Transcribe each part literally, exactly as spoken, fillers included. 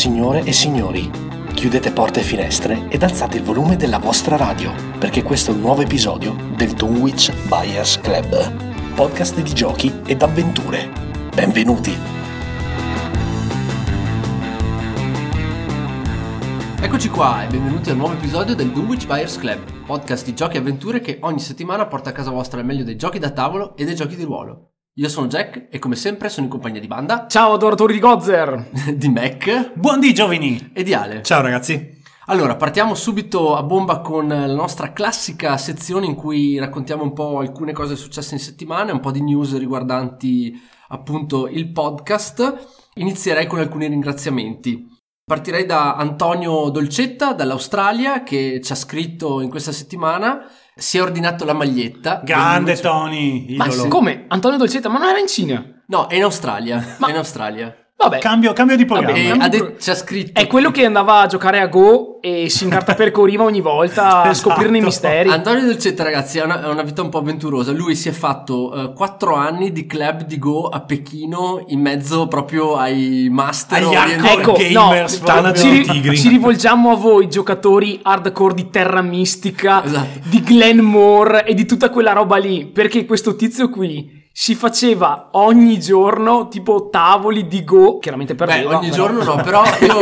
Signore e signori, chiudete porte e finestre ed alzate il volume della vostra radio, perché questo è un nuovo episodio del Dunwich Buyers Club, podcast di giochi ed avventure. Benvenuti! Eccoci qua e benvenuti al nuovo episodio del Dunwich Buyers Club, podcast di giochi e avventure che ogni settimana porta a casa vostra il meglio dei giochi da tavolo e dei giochi di ruolo. Io sono Jack e come sempre sono in compagnia di Banda. Ciao adoratori di Gozer. Di Mac. Buondì giovani. E di Ale. Ciao ragazzi. Allora, partiamo subito a bomba con la nostra classica sezione in cui raccontiamo un po' alcune cose successe in settimana, un po' di news riguardanti appunto il podcast. Inizierei con alcuni ringraziamenti. Partirei da Antonio Dolcetta dall'Australia che ci ha scritto in questa settimana. Si è ordinato la maglietta. Grande Tony, idolo. Ma sì. Come? Antonio Dolcetta, ma non era in Cina? No, è in Australia. Ma... È in Australia. Vabbè. Cambio, cambio di programma. Vabbè, ha de- ci ha scritto. È quello che andava a giocare a Go e si incartapercoriva ogni volta a Esatto. scoprirne i misteri. Antonio Dolcetta, ragazzi, è una, è una vita un po' avventurosa. Lui si è fatto uh, quattro anni di club di Go a Pechino, in mezzo proprio ai master Agli orientali. Ecco, gamers, no, ci, ri- tigri. ci rivolgiamo a voi giocatori hardcore di Terra Mistica, Esatto. di Glenmore e di tutta quella roba lì, perché questo tizio qui si faceva ogni giorno tipo tavoli di Go, chiaramente perdeva. Beh, ogni però. giorno no, però io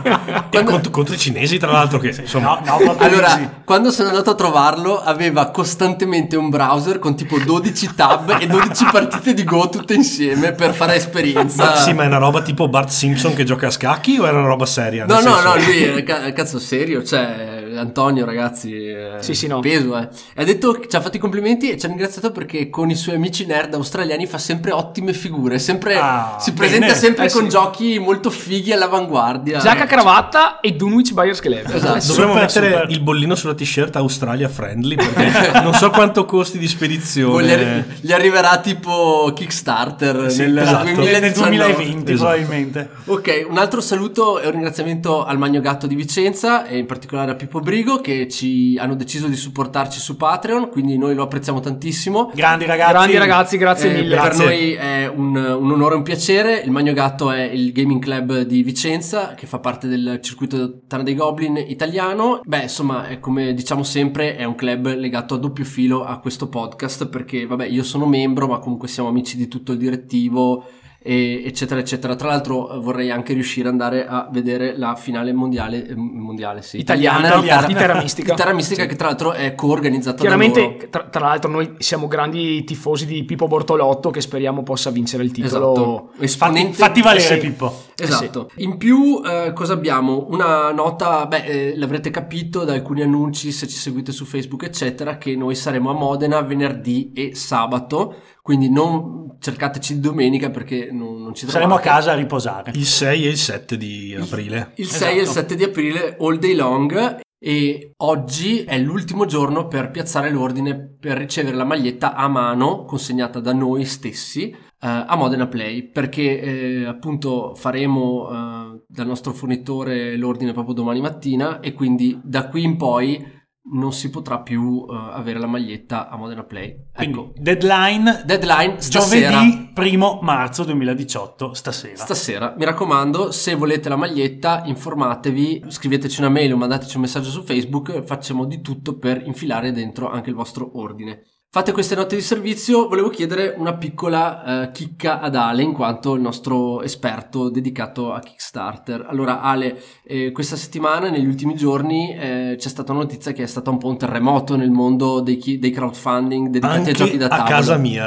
E quando- contro, contro i cinesi tra l'altro che insomma No, no, proprio allora, così. quando sono andato a trovarlo aveva costantemente un browser con tipo dodici tab e dodici partite di Go tutte insieme per fare esperienza. Ma sì, ma è una roba tipo Bart Simpson che gioca a scacchi o è una roba seria? No, Nel no, senso- no, lui è ca- cazzo serio, cioè Antonio ragazzi, eh, Sì, sì, no. peso eh. E ha detto che ci ha fatto i complimenti e ci ha ringraziato perché con i suoi amici nerd australiani fa sempre ottime figure, sempre Ah, si presenta bene. sempre Eh, con sì. giochi molto fighi all'avanguardia. Giacca, cravatta e Dunwich Buyers Club. Esatto. Dovremmo Super, mettere super. il bollino sulla t-shirt Australia friendly perché non so quanto costi di Poi spedizione. gli, arri- gli arriverà tipo Kickstarter Sì, nel esatto. duemiladiciannove. Nel duemilaventi Esatto. probabilmente. Ok, un altro saluto e un ringraziamento al Magno Gatto di Vicenza e in particolare a Pippo Brigo che ci hanno deciso di supportarci su Patreon, quindi noi lo apprezziamo tantissimo. Grandi ragazzi. Grandi ragazzi, grazie Eh, mille. per Grazie. noi è un, un onore e un piacere. Il Magno Gatto è il gaming club di Vicenza che fa parte del circuito Tana dei Goblin italiano. Beh, insomma, è come diciamo sempre, è un club legato a doppio filo a questo podcast perché, vabbè, io sono membro, ma comunque siamo amici di tutto il direttivo, e eccetera eccetera. Tra l'altro eh, vorrei anche riuscire ad andare a vedere la finale mondiale eh, mondiale sì, Italiana, italiana di Terra- di Terra Mistica. di Terra Mistica, che tra l'altro è co-organizzata da loro. Chiaramente, tra, tra l'altro, noi siamo grandi tifosi di Pippo Bortolotto che speriamo possa vincere il titolo. Esatto. Fatti, Esponente- fatti valere Eh sì. Pippo. Esatto. In più eh, cosa abbiamo? Una nota, beh, eh, l'avrete capito da alcuni annunci se ci seguite su Facebook eccetera, che noi saremo a Modena venerdì e sabato, quindi non cercateci di domenica perché non, non ci Saremo a trovate. casa a riposare. Il sei e il sette di aprile. Il sei e il Esatto. sette di aprile, all day long, e oggi è l'ultimo giorno per piazzare l'ordine per ricevere la maglietta a mano consegnata da noi stessi eh, a Modena Play, perché eh, appunto faremo eh, dal nostro fornitore l'ordine proprio domani mattina e quindi da qui in poi non si potrà più eh, avere la maglietta a Modena Play. Quindi Ecco, deadline deadline stasera. giovedì primo marzo duemiladiciotto, stasera. Stasera, mi raccomando, se volete la maglietta informatevi, scriveteci una mail o mandateci un messaggio su Facebook, facciamo di tutto per infilare dentro anche il vostro ordine. Fate queste note di servizio, volevo chiedere una piccola eh, chicca ad Ale, in quanto il nostro esperto dedicato a Kickstarter. Allora Ale, eh, questa settimana, negli ultimi giorni, eh, c'è stata una notizia che è stata un po' un terremoto nel mondo dei, chi- dei crowdfunding dedicati Anche ai giochi da a tavolo. casa mia,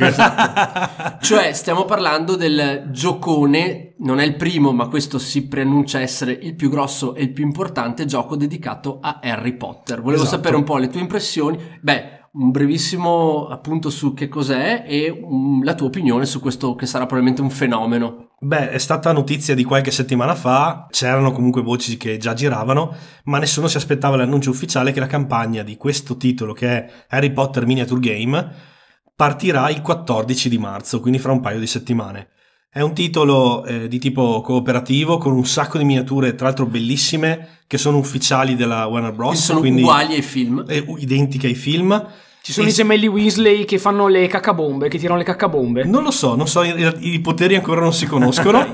Jack. Cioè stiamo parlando del giocone, non è il primo ma questo si preannuncia essere il più grosso e il più importante gioco dedicato a Harry Potter. Volevo Esatto. sapere un po' le tue impressioni, beh un brevissimo appunto su che cos'è e um, la tua opinione su questo che sarà probabilmente un fenomeno. Beh, è stata notizia di qualche settimana fa, c'erano comunque voci che già giravano, ma nessuno si aspettava l'annuncio ufficiale che la campagna di questo titolo, che è Harry Potter Miniature Game, partirà il quattordici di marzo, quindi fra un paio di settimane. È un titolo eh, di tipo cooperativo con un sacco di miniature, tra l'altro bellissime, che sono ufficiali della Warner Bros. Quindi sono quindi uguali ai film. eh, identiche ai film. Ci sono E i gemelli Weasley che fanno le cacabombe, che tirano le cacabombe. Non lo so, non so, i, i poteri ancora non si conoscono.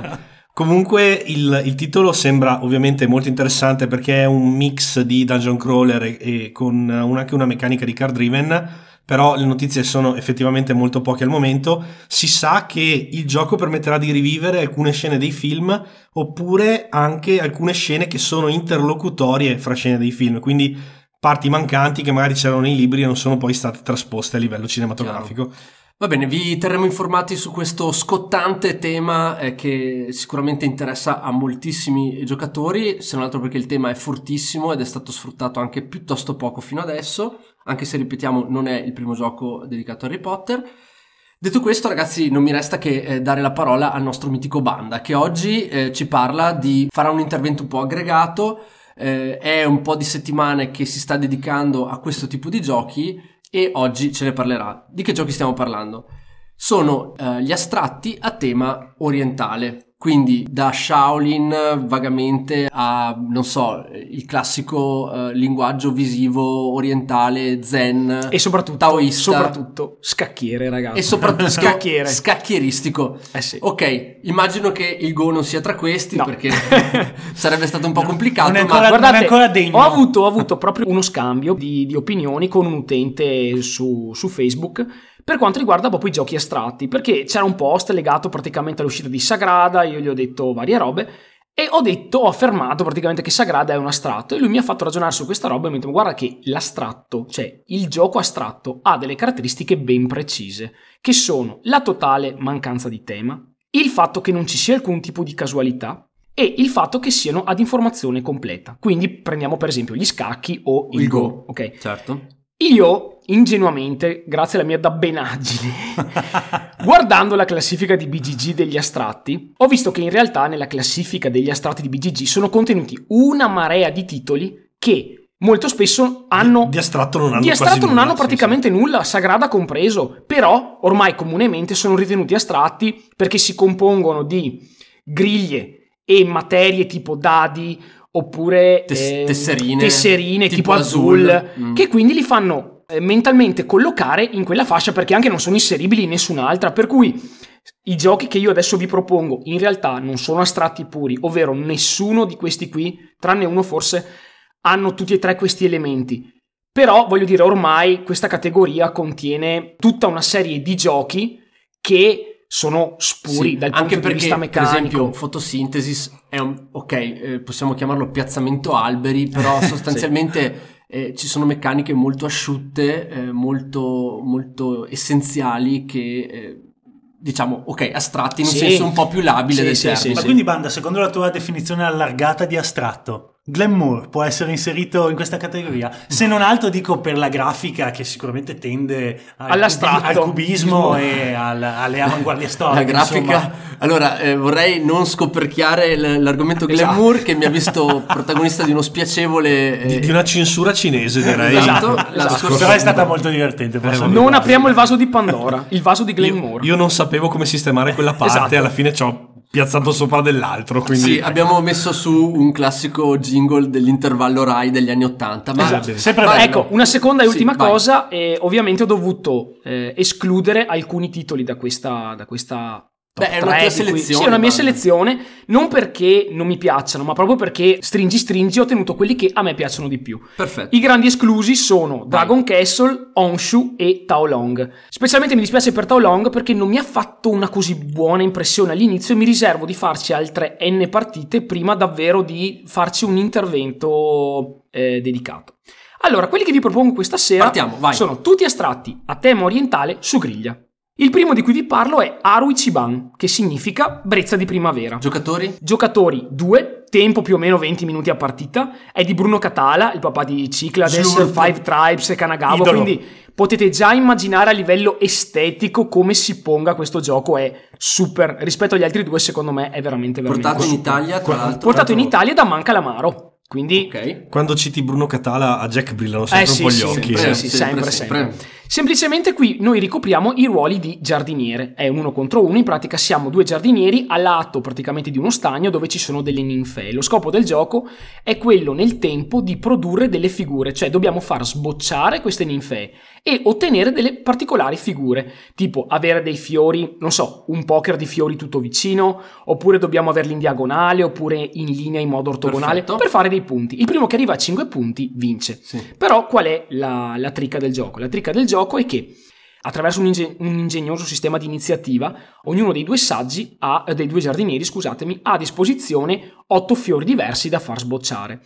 Comunque il, il titolo sembra ovviamente molto interessante perché è un mix di dungeon crawler e, e con un, anche una meccanica di card driven, però le notizie sono effettivamente molto poche al momento. Si sa che il gioco permetterà di rivivere alcune scene dei film oppure anche alcune scene che sono interlocutorie fra scene dei film, quindi parti mancanti che magari c'erano nei libri e non sono poi state trasposte a livello cinematografico. Chiaro. Va bene, vi terremo informati su questo scottante tema eh, che sicuramente interessa a moltissimi giocatori, se non altro perché il tema è fortissimo ed è stato sfruttato anche piuttosto poco fino adesso, anche se ripetiamo non è il primo gioco dedicato a Harry Potter. Detto questo, ragazzi, non mi resta che eh, dare la parola al nostro mitico Banda, che oggi eh, ci parla di farà un intervento un po' aggregato, eh, è un po' di settimane che si sta dedicando a questo tipo di giochi e oggi ce ne parlerà. Di che giochi stiamo parlando? Sono eh, gli astratti a tema orientale, quindi da Shaolin vagamente a, non so, il classico eh, linguaggio visivo orientale, zen, e soprattutto, taoista. soprattutto scacchiere, ragazzi. E soprattutto scacchiere. Scacchieristico. Eh sì. Ok, immagino che il Go non sia tra questi, no. perché sarebbe stato un po' complicato. Non è ma ancora, guardate, non è ancora degno. Ho avuto, ho avuto proprio uno scambio di, di opinioni con un utente su, su Facebook per quanto riguarda proprio i giochi astratti, perché c'era un post legato praticamente all'uscita di Sagrada, io gli ho detto varie robe e ho detto, ho affermato praticamente che Sagrada è un astratto e lui mi ha fatto ragionare su questa roba e mi ha detto guarda che l'astratto, cioè il gioco astratto, ha delle caratteristiche ben precise, che sono la totale mancanza di tema, il fatto che non ci sia alcun tipo di casualità e il fatto che siano ad informazione completa. Quindi prendiamo per esempio gli scacchi o il, il Go, Go, ok? Certo. Io, ingenuamente, grazie alla mia dabbenaggine, guardando la classifica di B G G degli astratti, ho visto che in realtà nella classifica degli astratti di B G G sono contenuti una marea di titoli che molto spesso hanno... Di astratto non hanno Di astratto non nulla, hanno praticamente sì, sì. nulla, Sagrada compreso, però ormai comunemente sono ritenuti astratti perché si compongono di griglie e materie tipo dadi, oppure Tes- eh, tesserine, tesserine tipo, tipo Azul, Azul. Mm. che quindi li fanno eh, mentalmente collocare in quella fascia perché anche non sono inseribili in nessun'altra, per cui i giochi che io adesso vi propongo in realtà non sono astratti puri, ovvero nessuno di questi qui, tranne uno forse, hanno tutti e tre questi elementi. Però voglio dire, ormai questa categoria contiene tutta una serie di giochi che sono spuri sì, dal punto anche di perché, vista meccanico. Per esempio, Photosynthesis è un ok, eh, possiamo chiamarlo piazzamento alberi, però sostanzialmente sì. eh, ci sono meccaniche molto asciutte, eh, molto, molto essenziali che eh, diciamo ok, astratti in un sì. senso un po' più labile sì, del sì, termine. sì, Ma sì. quindi Banda, secondo la tua definizione allargata di astratto, Glamour può essere inserito in questa categoria? Se non altro dico per la grafica che sicuramente tende al, all'astratto, al cubismo e al, alle avanguardie storiche. La grafica, insomma. allora eh, vorrei non scoperchiare l- l'argomento glamour esatto. che mi ha visto protagonista di uno spiacevole eh... di, di una censura cinese, direi. Esatto, esatto. Però è stata molto divertente. Eh, non apriamo il vaso di Pandora, il vaso di glamour. Io, io non sapevo come sistemare quella parte, esatto. alla fine ci ho piazzato sopra dell'altro, quindi... Sì, abbiamo messo su un classico jingle dell'intervallo Rai degli anni ottanta, ma esatto. sempre ma bello. Ecco, una seconda e Sì, ultima vai. cosa, eh, ovviamente ho dovuto eh, escludere alcuni titoli da questa da questa top Beh, è una tre tua di cui- selezione, Sì, è una mia Banda. selezione, non perché non mi piacciono, ma proprio perché stringi stringi ho tenuto quelli che a me piacciono di più. perfetto. I grandi esclusi sono Dragon Castle, Honshu e Taolong. Specialmente mi dispiace per Taolong perché non mi ha fatto una così buona impressione all'inizio e mi riservo di farci altre N partite prima davvero di farci un intervento eh, dedicato. Allora, quelli che vi propongo questa sera Partiamo, vai. sono tutti astratti a tema orientale su griglia. Il primo di cui vi parlo è Haru Ichiban, che significa brezza di primavera. Giocatori? Giocatori due, tempo più o meno venti minuti a partita, è di Bruno Catala, il papà di Cyclades, Slurp. Five Tribes e Kanagawa, Idolo. quindi potete già immaginare a livello estetico come si ponga questo gioco, è super, rispetto agli altri due secondo me è veramente veramente Portato in super. Italia, tra l'altro. Portato in Italia da Manca Lamaro, quindi Ok. Quando citi Bruno Catala a Jack brillano sempre Eh, sì, un po' gli sì, occhi. sì, eh. sì, sempre, sempre. Semplicemente qui noi ricopriamo i ruoli di giardiniere, è un uno contro uno, in pratica siamo due giardinieri a lato praticamente di uno stagno dove ci sono delle ninfee. Lo scopo del gioco è quello nel tempo di produrre delle figure, cioè dobbiamo far sbocciare queste ninfee e ottenere delle particolari figure, tipo avere dei fiori, non so, un poker di fiori tutto vicino, oppure dobbiamo averli in diagonale, oppure in linea in modo ortogonale. Perfetto. Per fare dei punti. Il primo che arriva a cinque punti vince. Sì. Però qual è la, la tricca del gioco? La tricca del gioco è che attraverso un, inge- un ingegnoso sistema di iniziativa ognuno dei due saggi ha, dei due giardinieri scusatemi ha a disposizione otto fiori diversi da far sbocciare.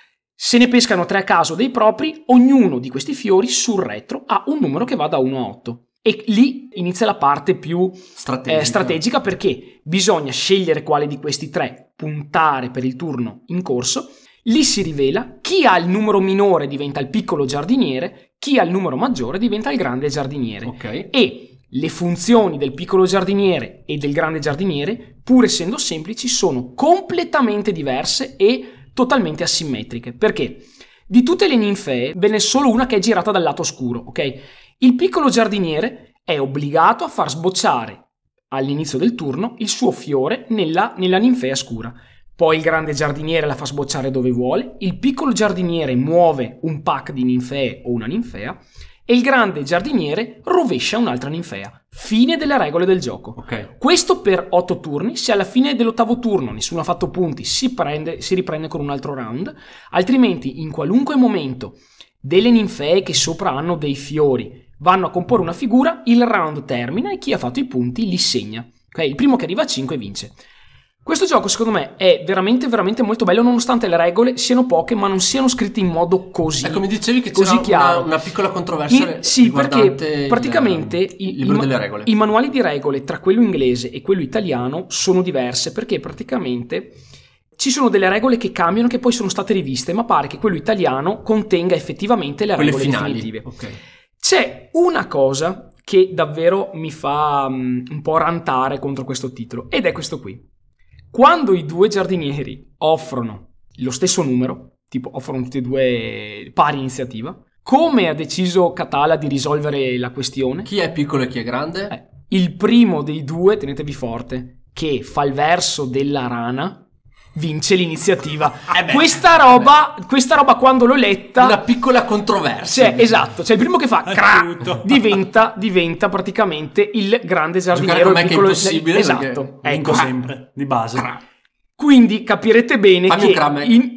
Se ne pescano tre a caso dei propri, ognuno di questi fiori sul retro ha un numero che va da uno a otto e lì inizia la parte più strategica, eh, strategica perché bisogna scegliere quale di questi tre puntare per il turno in corso. Lì si rivela chi ha il numero minore diventa il piccolo giardiniere, chi ha il numero maggiore diventa il grande giardiniere. Okay. E le funzioni del piccolo giardiniere e del grande giardiniere, pur essendo semplici, sono completamente diverse e totalmente asimmetriche. Perché di tutte le ninfee ve n'è solo una che è girata dal lato oscuro, ok? Il piccolo giardiniere è obbligato a far sbocciare all'inizio del turno il suo fiore nella, nella ninfea scura. Poi il grande giardiniere la fa sbocciare dove vuole, il piccolo giardiniere muove un pack di ninfee o una ninfea e il grande giardiniere rovescia un'altra ninfea. Fine delle regole del gioco. Okay. Questo per otto turni. Se alla fine dell'ottavo turno nessuno ha fatto punti, si, prende, si riprende con un altro round, altrimenti in qualunque momento delle ninfee che sopra hanno dei fiori vanno a comporre una figura, il round termina e chi ha fatto i punti li segna. Okay? Il primo che arriva a cinque vince. Questo gioco secondo me è veramente veramente molto bello nonostante le regole siano poche ma non siano scritte in modo così chiaro. Come dicevi che così c'era chiaro. Una, una piccola controversia in, sì perché praticamente il, i, il libro i, delle regole. I manuali di regole tra quello inglese e quello italiano sono diverse perché praticamente ci sono delle regole che cambiano che poi sono state riviste ma pare che quello italiano contenga effettivamente le Quelle regole finali. definitive. Okay. C'è una cosa che davvero mi fa um, un po' rantare contro questo titolo ed è questo qui. Quando i due giardinieri offrono lo stesso numero, tipo offrono tutti e due pari iniziativa, come ha deciso Catala di risolvere la questione? Chi è piccolo e chi è grande? Eh, il primo dei due, tenetevi forte, che fa il verso della rana, vince l'iniziativa. Eh beh, questa roba, eh questa roba quando l'ho letta, una piccola controversia. Cioè, esatto, cioè il primo che fa cra, diventa, diventa praticamente il grande giardiniero. Il piccolo, è impossibile. Esatto, ecco ecco. sempre di base. Quindi capirete bene Fammi che in,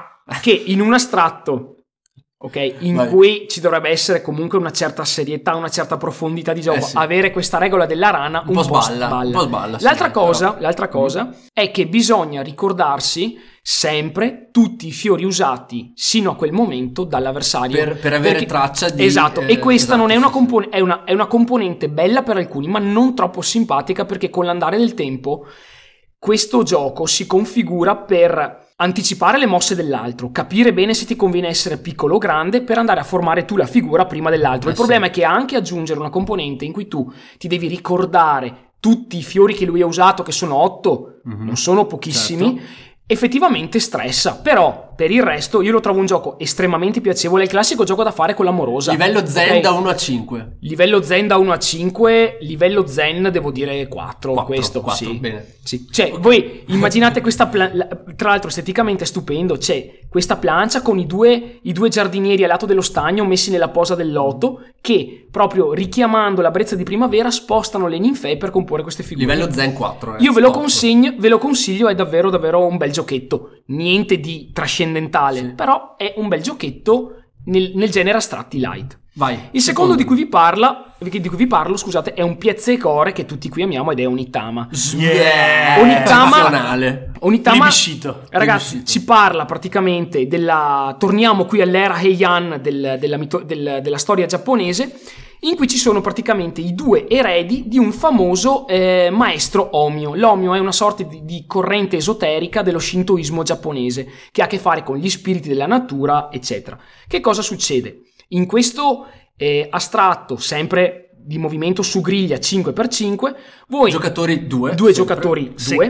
che in un astratto, ok, in Vai. cui ci dovrebbe essere comunque una certa serietà, una certa profondità di gioco, eh sì. avere questa regola della rana un, un po' sballa, sballa. Un po' sballa l'altra sì, cosa, però. l'altra cosa è che bisogna ricordarsi sempre tutti i fiori usati sino a quel momento dall'avversario per, per avere perché, traccia di esatto eh, e questa esatto, non è una, sì, compon- è, una, è una componente bella per alcuni ma non troppo simpatica perché con l'andare del tempo questo gioco si configura per anticipare le mosse dell'altro, capire bene se ti conviene essere piccolo o grande per andare a formare tu la figura prima dell'altro. Eh Il problema sì. è che anche aggiungere una componente in cui tu ti devi ricordare tutti i fiori che lui ha usato, che sono otto, mm-hmm. non sono pochissimi, certo. effettivamente stressa, però per il resto io lo trovo un gioco estremamente piacevole, il classico gioco da fare con l'amorosa. Livello zen okay? da uno a cinque. Livello zen da uno a cinque, livello zen devo dire quattro, quattro questo quattro, sì. Bene. Sì. Cioè, okay. voi immaginate questa pla- la, tra l'altro esteticamente è stupendo, c'è questa plancia con i due, i due giardinieri a lato dello stagno messi nella posa del loto che proprio richiamando la brezza di primavera spostano le ninfee per comporre queste figure. Livello zen quattro. Io ve lo, consegno, ve lo consiglio, è davvero davvero un bel giochetto, niente di trascendentale, sì. però è un bel giochetto nel, nel genere astratti light. Vai. Il secondo, secondo di cui vi parla, di cui vi parlo, scusate, è un piazzecore che tutti qui amiamo ed è Onitama. Yeah! Onitama, Onitama Libiscito. Ragazzi, Libiscito. Ci parla praticamente della torniamo qui all'era Heian del, della, mito, del, della storia giapponese, in cui ci sono praticamente i due eredi di un famoso eh, maestro Omyo. L'Omyo è una sorta di, di corrente esoterica dello shintoismo giapponese che ha a che fare con gli spiriti della natura, eccetera. Che cosa succede? In questo eh, astratto, sempre di movimento su griglia cinque per cinque, voi giocatori due, due giocatori due, secco.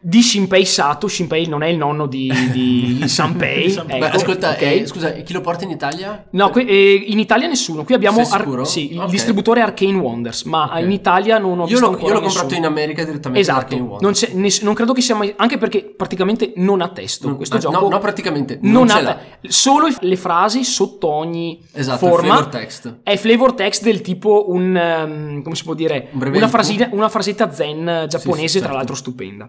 di Shinpei Sato. Shinpei non è il nonno di, di Sanpei. Ecco, Beh, ascolta, okay. eh, scusa, chi lo porta in Italia? No, qui, eh, in Italia nessuno. Qui abbiamo Sei sicuro? Ar- sì, il Okay. distributore Arcane Wonders, ma Okay. in Italia non ho Io visto l'ho, ancora io l'ho nessuno. comprato in America direttamente. Esatto, da Arcane Wonders. non, c'è, ness- non credo che sia mai, anche perché praticamente non ha testo. Non- Questo eh, gioco no, no, praticamente non, non ce ha l'ha. te- solo le frasi sotto ogni Esatto, il forma. flavor text. È flavor text del tipo un um, come si può dire Un brevetto? una, frasina, una frasetta zen giapponese, Sì, sì, certo. tra l'altro stupenda.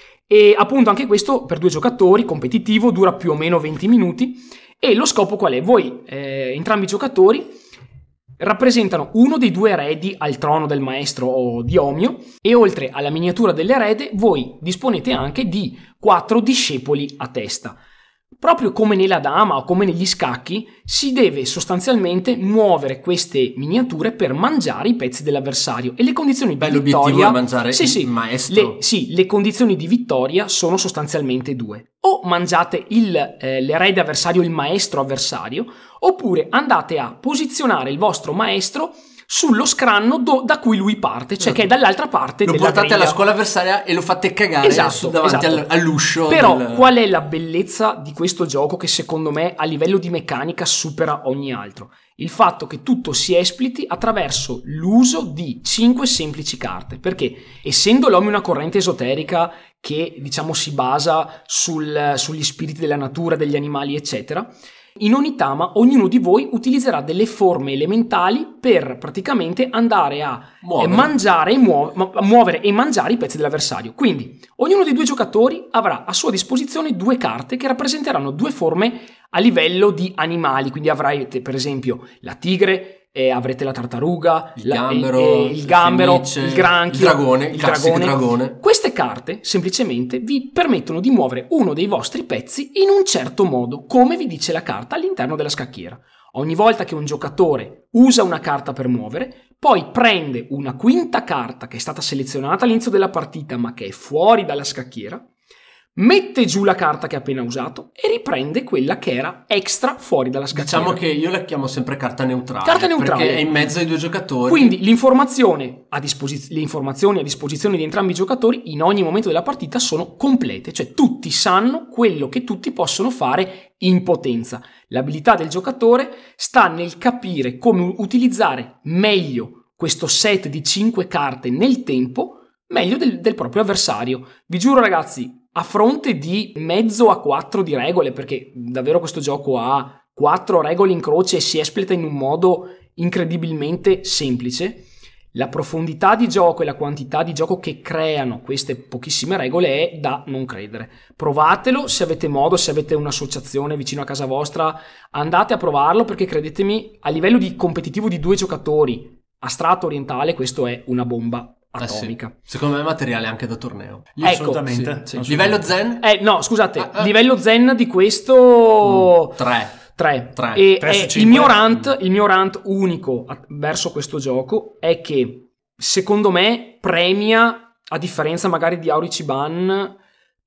E appunto anche questo per due giocatori, competitivo, dura più o meno venti minuti. E lo scopo qual è? Voi, eh, entrambi i giocatori, rappresentano uno dei due eredi al trono del maestro o di Omio, e oltre alla miniatura dell'erede voi disponete anche di quattro discepoli a testa. Proprio come nella dama o come negli scacchi, si deve sostanzialmente muovere queste miniature per mangiare i pezzi dell'avversario, e le condizioni di Beh, vittoria... l'obiettivo è mangiare sì, il sì, maestro. Le, sì, le condizioni di vittoria sono sostanzialmente due. O mangiate il, eh, l'erede avversario, il maestro avversario, oppure andate a posizionare il vostro maestro sullo scranno do, da cui lui parte, cioè che è dall'altra parte Lo della portate griglia. alla scuola avversaria e lo fate cagare Esatto, su davanti esatto. al- all'uscio. Però del- qual è la bellezza di questo gioco che secondo me a livello di meccanica supera ogni altro? Il fatto che tutto si espliti attraverso l'uso di cinque semplici carte, perché essendo l'Omio una corrente esoterica che diciamo si basa sul, sugli spiriti della natura, degli animali eccetera, in Onitama ognuno di voi utilizzerà delle forme elementali per praticamente andare a Muovere. eh, mangiare e muo- ma- muovere e mangiare i pezzi dell'avversario. Quindi ognuno dei due giocatori avrà a sua disposizione due carte che rappresenteranno due forme a livello di animali. Quindi avrete per esempio la tigre, eh, avrete la tartaruga, Il la- gambero, eh, eh, il, il gambero fenice, il granchio, il dragone, il classico dragone. Queste carte semplicemente vi permettono di muovere uno dei vostri pezzi in un certo modo, come vi dice la carta all'interno della scacchiera. Ogni volta che un giocatore usa una carta per muovere, poi prende una quinta carta che è stata selezionata all'inizio della partita ma che è fuori dalla scacchiera, mette giù la carta che ha appena usato e riprende quella che era extra fuori dalla scacchiera. Diciamo che io la chiamo sempre carta neutrale. Carta neutrale. Perché è in mezzo ai due giocatori. Quindi l'informazione a disposiz- le informazioni a disposizione di entrambi i giocatori in ogni momento della partita sono complete, cioè tutti sanno quello che tutti possono fare in potenza. L'abilità del giocatore sta nel capire come utilizzare meglio questo set di cinque carte nel tempo, meglio del, del proprio avversario. Vi giuro ragazzi, a fronte di mezzo a quattro di regole, perché davvero questo gioco ha quattro regole in croce e si espleta in un modo incredibilmente semplice, la profondità di gioco e la quantità di gioco che creano queste pochissime regole è da non credere. Provatelo se avete modo, se avete un'associazione vicino a casa vostra, andate a provarlo, perché credetemi, a livello di competitivo di due giocatori astratto orientale, questo è una bomba atomica. Eh sì. Secondo me è materiale anche da torneo. Ecco, assolutamente, sì, sì. assolutamente. Livello zen? Eh, no, scusate, Ah, ah. livello zen di questo... Mm, tre. tre. Tre. E Tre su è- il, cinque. mio rant, il mio rant unico a- verso questo gioco è che, secondo me, premia, a differenza magari di Aurichiban,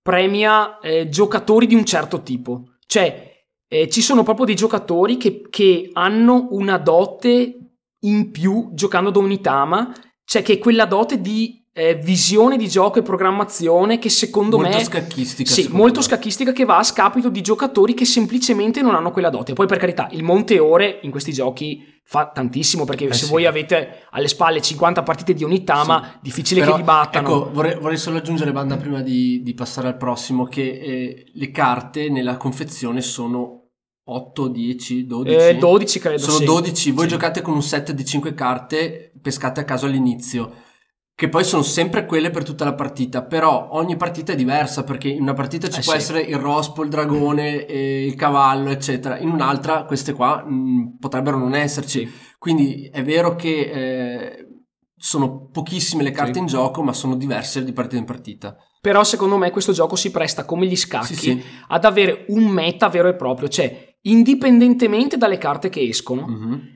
premia eh, giocatori di un certo tipo. Cioè, eh, ci sono proprio dei giocatori che, che hanno una dote in più giocando da Onitama, cioè che è quella dote di eh, visione di gioco e programmazione che secondo Molto me scacchistica. sì, secondo molto me. scacchistica, che va a scapito di giocatori che semplicemente non hanno quella dote. Poi per carità, il monte ore in questi giochi fa tantissimo, perché Eh se sì. voi avete alle spalle cinquanta partite di Onitama, Sì. difficile Però, che vi battano. Ecco, vorrei, vorrei solo aggiungere, Banda, prima di, di passare al prossimo, che eh, le carte nella confezione sono otto, dieci, dodici. Eh, dodici credo, Sono sì. dodici. Voi Sì. giocate con un set di cinque carte pescate a caso all'inizio, che poi sono sempre quelle per tutta la partita, però ogni partita è diversa, perché in una partita ci Eh può sì. essere il rospo, il dragone, e il cavallo, eccetera. In un'altra queste qua mh, potrebbero non esserci. Sì. Quindi è vero che eh, sono pochissime le carte Sì. in gioco, ma sono diverse di partita in partita. Però secondo me questo gioco si presta, come gli scacchi, Sì, sì. ad avere un meta vero e proprio, cioè indipendentemente dalle carte che escono. Mhm.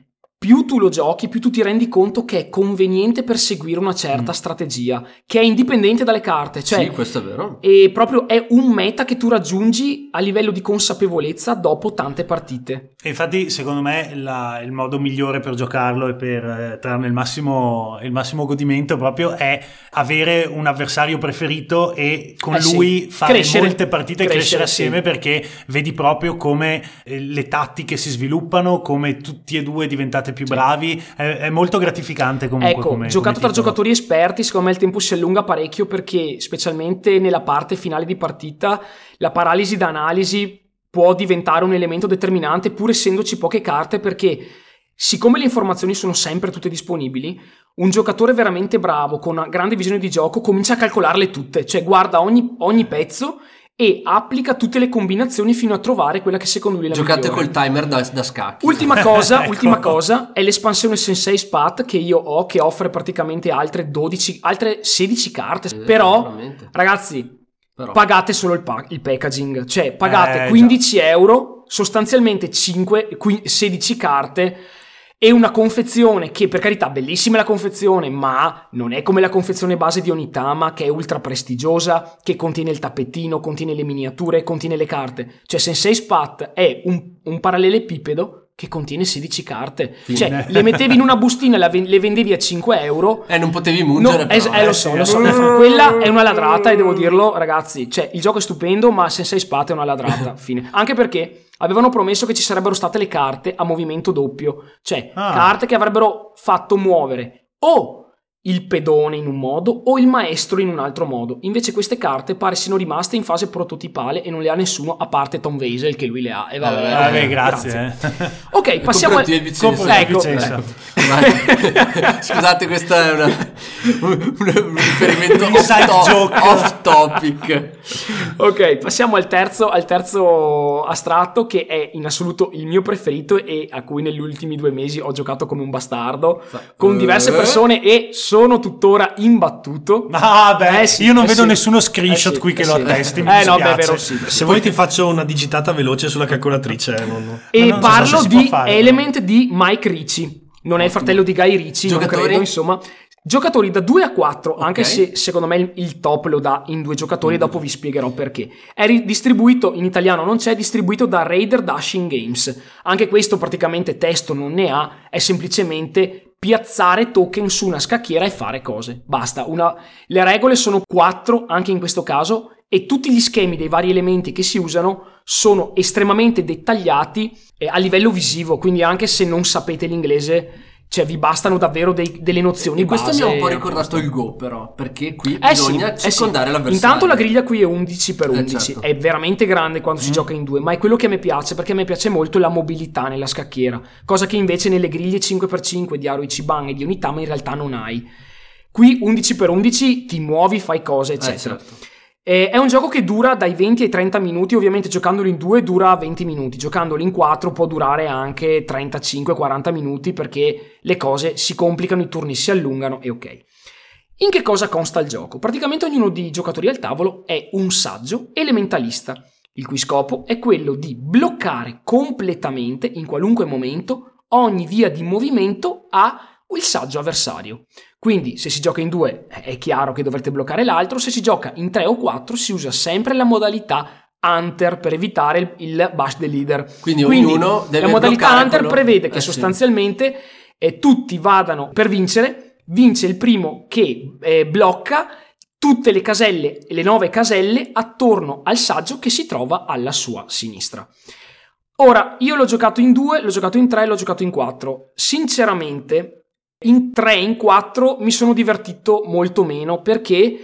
più tu lo giochi, più tu ti rendi conto che è conveniente perseguire una certa mm. strategia, che è indipendente dalle carte. Cioè, sì, questo è vero. E proprio è un meta che tu raggiungi a livello di consapevolezza dopo tante partite. E infatti, secondo me, la, il modo migliore per giocarlo e per eh, trarne il massimo, il massimo godimento proprio è avere un avversario preferito e con eh lui sì. fare crescere, molte partite e crescere, crescere assieme, sì. perché vedi proprio come eh, le tattiche si sviluppano, come tutti e due diventate più sì. bravi, è, è molto gratificante comunque. Ecco, come, giocato come tra giocatori esperti, secondo me il tempo si allunga parecchio, perché specialmente nella parte finale di partita la paralisi da analisi può diventare un elemento determinante, pur essendoci poche carte, perché siccome le informazioni sono sempre tutte disponibili, un giocatore veramente bravo con una grande visione di gioco comincia a calcolarle tutte, cioè guarda ogni, ogni pezzo e applica tutte le combinazioni fino a trovare quella che secondo lui è la Giocate migliore. col timer da, da scacchi. Ultima cosa, ecco. ultima cosa è l'espansione Sensei Spat che io ho, che offre praticamente altre dodici, altre sedici carte. Eh, Però, veramente. ragazzi, Però. pagate solo il, pa- il packaging, cioè pagate Eh, quindici euro, sostanzialmente cinque, sedici carte. E una confezione che, per carità, bellissima la confezione, ma non è come la confezione base di Onitama, che è ultra prestigiosa, che contiene il tappetino, contiene le miniature, contiene le carte. Cioè Sensei Spat è un, un parallelepipedo che contiene sedici carte. Fine. Cioè le mettevi in una bustina e le vendevi a cinque euro. Eh, non potevi mungere, No, però, es- eh, lo so, lo so. Quella è una ladrata, e devo dirlo, ragazzi. Cioè, il gioco è stupendo, ma Sensei Spat è una ladrata. Fine. Anche perché avevano promesso che ci sarebbero state le carte a movimento doppio, cioè ah. carte che avrebbero fatto muovere o il pedone in un modo o il maestro in un altro modo. Invece queste carte pare siano rimaste in fase prototipale e non le ha nessuno, a parte Tom Weisel che lui le ha. E vabbè, Eh, vabbè, vabbè, grazie. grazie. Ok, passiamo al... Ecco, ecco. Scusate, questo è una, un, un riferimento Inside off, joke. to- off topic. Ok, passiamo al terzo, al terzo astratto, che è in assoluto il mio preferito e a cui negli ultimi due mesi ho giocato come un bastardo con diverse persone e sono tuttora imbattuto. Ah beh, eh sì, io non eh vedo sì. nessuno screenshot eh sì, qui che eh lo sì. attesti. Mi Eh no, beh, dispiace. vero sì. Se vuoi ti faccio una digitata veloce sulla calcolatrice. eh, non- E Ma non so parlo se si può di fare, Element di Mike Ricci. Non è il fratello di Guy Ricci, non Giocatori? credo, insomma. Giocatori da due a quattro, Ok. anche se secondo me il, il top lo dà in due giocatori, mm. dopo vi spiegherò perché. È ri- distribuito, in italiano non c'è, distribuito da Raider Dashing Games. Anche questo praticamente testo non ne ha, è semplicemente piazzare token su una scacchiera e fare cose. Basta, una... le regole sono quattro anche in questo caso e tutti gli schemi dei vari elementi che si usano sono estremamente dettagliati eh, a livello visivo, quindi anche se non sapete l'inglese, cioè vi bastano davvero dei, delle nozioni E questo base. mi ha un po' ricordato il Go, però, perché qui Eh bisogna sì, eh circondare sì. l'avversario. Intanto la griglia qui è undici per Eh, undici, certo. è veramente grande quando si Mm. gioca in due, ma è quello che a me piace, perché a me piace molto la mobilità nella scacchiera, cosa che invece nelle griglie cinque per cinque di Aro Ichiban e di Onitama in realtà non hai. Qui undici per undici ti muovi, fai cose, Eh, eccetera. certo. Eh, è un gioco che dura dai venti ai trenta minuti, ovviamente giocandolo in due dura venti minuti, giocandolo in quattro può durare anche trentacinque quaranta minuti perché le cose si complicano, i turni si allungano e ok. In che cosa consta il gioco? Praticamente ognuno dei giocatori al tavolo è un saggio elementalista, il cui scopo è quello di bloccare completamente, in qualunque momento, ogni via di movimento a il saggio avversario. Quindi se si gioca in due è chiaro che dovrete bloccare l'altro, se si gioca in tre o quattro si usa sempre la modalità Hunter per evitare il, il bash the leader. Quindi ognuno deve la modalità bloccare Hunter quello- prevede che eh, sì. sostanzialmente eh, tutti vadano per vincere, vince il primo che eh, blocca tutte le caselle, le nove caselle attorno al saggio che si trova alla sua sinistra. Ora, io l'ho giocato in due, l'ho giocato in tre, l'ho giocato in quattro. Sinceramente, in tre, in quattro mi sono divertito molto meno perché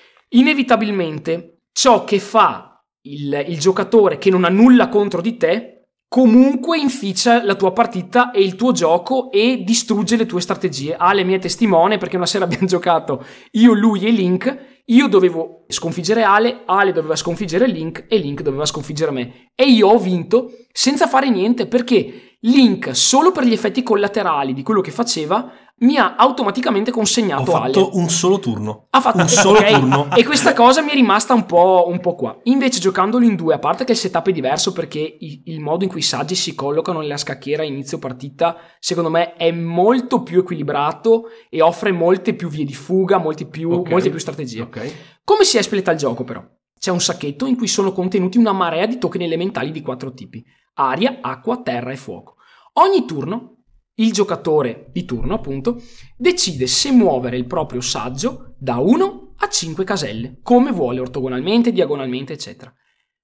inevitabilmente ciò che fa il, il giocatore che non ha nulla contro di te comunque inficia la tua partita e il tuo gioco e distrugge le tue strategie. Ale mi è testimone perché una sera abbiamo giocato io, lui e Link. Io dovevo sconfiggere Ale, Ale doveva sconfiggere Link e Link doveva sconfiggere me. E io ho vinto senza fare niente perché Link, solo per gli effetti collaterali di quello che faceva, mi ha automaticamente consegnato Ho fatto Alien. un solo turno. Ha fatto un solo ok, turno. E questa cosa mi è rimasta un po', un po' qua. Invece giocandolo in due, a parte che il setup è diverso perché il, il modo in cui i saggi si collocano nella scacchiera a inizio partita, secondo me è molto più equilibrato e offre molte più vie di fuga, molti più, Ok. molte più strategie. Ok. Come si espleta il gioco però? C'è un sacchetto in cui sono contenuti una marea di token elementali di quattro tipi: aria, acqua, terra e fuoco. Ogni turno il giocatore di turno, appunto, decide se muovere il proprio saggio da uno a cinque caselle, come vuole, ortogonalmente, diagonalmente, eccetera.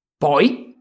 Poi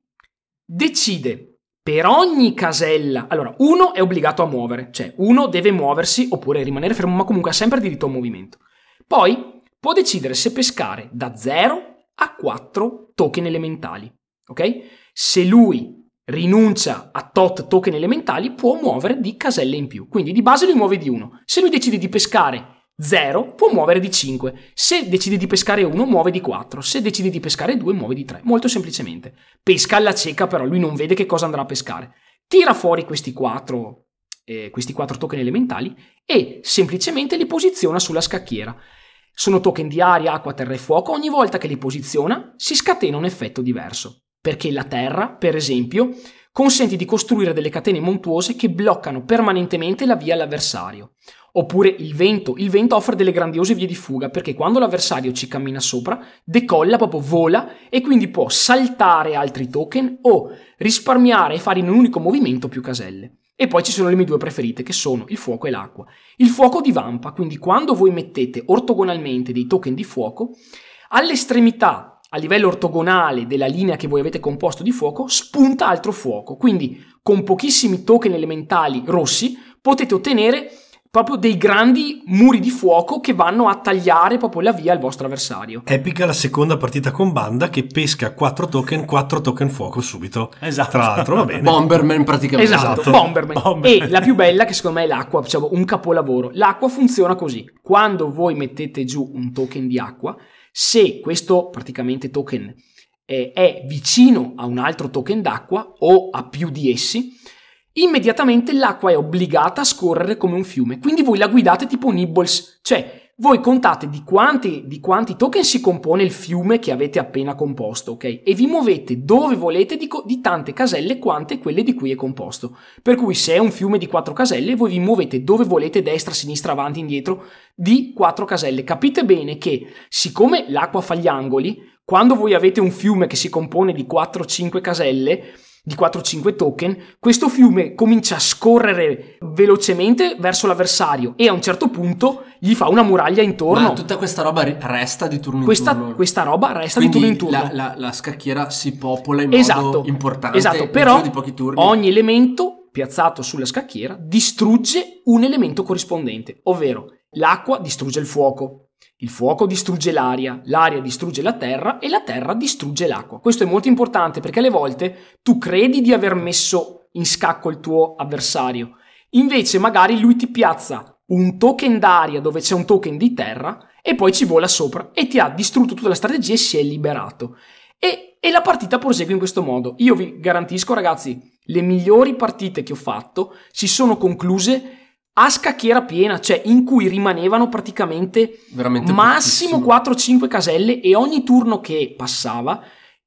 decide per ogni casella. Allora, uno è obbligato a muovere, cioè uno deve muoversi oppure rimanere fermo, ma comunque ha sempre diritto a un movimento. Poi può decidere se pescare da zero a quattro token elementali, ok? Se lui rinuncia a tot token elementali, può muovere di caselle in più. Quindi di base lui muove di uno. Se lui decide di pescare zero, può muovere di cinque. Se decide di pescare uno, muove di quattro. Se decide di pescare due, muove di tre. Molto semplicemente. Pesca alla cieca, però lui non vede che cosa andrà a pescare. Tira fuori questi quattro, eh, questi quattro token elementali e semplicemente li posiziona sulla scacchiera. Sono token di aria, acqua, terra e fuoco. Ogni volta che li posiziona, si scatena un effetto diverso. Perché la terra, per esempio, consente di costruire delle catene montuose che bloccano permanentemente la via all'avversario. Oppure il vento. Il vento offre delle grandiose vie di fuga perché quando l'avversario ci cammina sopra, decolla, proprio vola e quindi può saltare altri token o risparmiare e fare in un unico movimento più caselle. E poi ci sono le mie due preferite che sono il fuoco e l'acqua. Il fuoco divampa, quindi quando voi mettete ortogonalmente dei token di fuoco, all'estremità a livello ortogonale della linea che voi avete composto di fuoco, spunta altro fuoco. Quindi con pochissimi token elementali rossi potete ottenere proprio dei grandi muri di fuoco che vanno a tagliare proprio la via al vostro avversario. Epica la seconda partita con banda che pesca quattro token, quattro token fuoco subito. Esatto. Tra l'altro va bene. Bomberman praticamente. Esatto, Esatto. Bomberman. Bomberman. E la più bella che secondo me è l'acqua, diciamo un capolavoro. L'acqua funziona così: quando voi mettete giù un token di acqua, se questo praticamente token è, è vicino a un altro token d'acqua o a più di essi, immediatamente l'acqua è obbligata a scorrere come un fiume. Quindi voi la guidate tipo Nibbles, cioè voi contate di quanti, di quanti token si compone il fiume che avete appena composto, ok? E vi muovete dove volete di, co- di tante caselle quante quelle di cui è composto. Per cui se è un fiume di quattro caselle, voi vi muovete dove volete, destra, sinistra, avanti, indietro, di quattro caselle. Capite bene che siccome l'acqua fa gli angoli, quando voi avete un fiume che si compone di quattro cinque caselle, di quattro cinque token, questo fiume comincia a scorrere velocemente verso l'avversario e a un certo punto gli fa una muraglia intorno. Ma tutta questa roba ri- resta di turno Questa, in turno. questa roba resta Quindi di turno in turno. La, la, la scacchiera si popola in esatto, modo importante. esatto. nel Però giro di pochi turni. ogni elemento piazzato sulla scacchiera distrugge un elemento corrispondente, ovvero l'acqua distrugge il fuoco, il fuoco distrugge l'aria, l'aria distrugge la terra e la terra distrugge l'acqua. Questo è molto importante perché alle volte tu credi di aver messo in scacco il tuo avversario, invece magari lui ti piazza un token d'aria dove c'è un token di terra e poi ci vola sopra e ti ha distrutto tutta la strategia e si è liberato. E, e la partita prosegue in questo modo. Io vi garantisco, ragazzi, le migliori partite che ho fatto si sono concluse a scacchiera piena, cioè in cui rimanevano praticamente Veramente massimo pochissimo. quattro cinque caselle e ogni turno che passava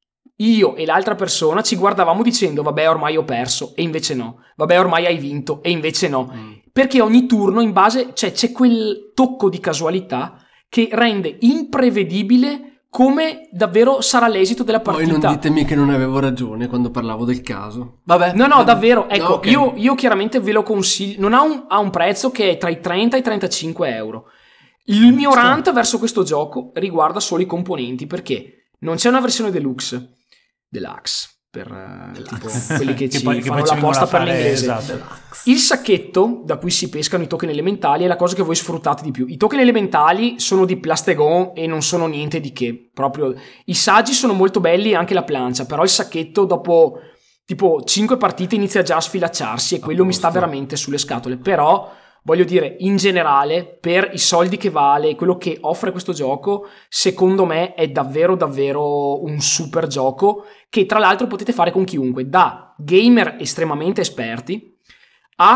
io e l'altra persona ci guardavamo dicendo vabbè ormai ho perso e invece no, vabbè ormai hai vinto e invece no, Mm. perché ogni turno in base, cioè c'è quel tocco di casualità che rende imprevedibile come davvero sarà l'esito della Poi partita. non ditemi che non avevo ragione quando parlavo del caso. Vabbè. No, no, vabbè. davvero, ecco, No, ok. io, io chiaramente ve lo consiglio, non ha un, ha un prezzo che è tra i trenta e i trentacinque euro. Il mio rant verso questo gioco riguarda solo i componenti, perché non c'è una versione deluxe, deluxe, per eh, tipo quelli che, Che ci poi- che fanno poi ci la vengono posta a per fare, l'inglese. esatto. Il sacchetto da cui si pescano i token elementali è la cosa che voi sfruttate di più. I token elementali sono di plastegon e non sono niente di che. Proprio i saggi sono molto belli, anche la plancia, però il sacchetto dopo tipo cinque partite inizia già a sfilacciarsi e quello mi sta posto. veramente sulle scatole. Però voglio dire, in generale, per i soldi che vale, quello che offre questo gioco, secondo me è davvero davvero un super gioco che tra l'altro potete fare con chiunque, da gamer estremamente esperti a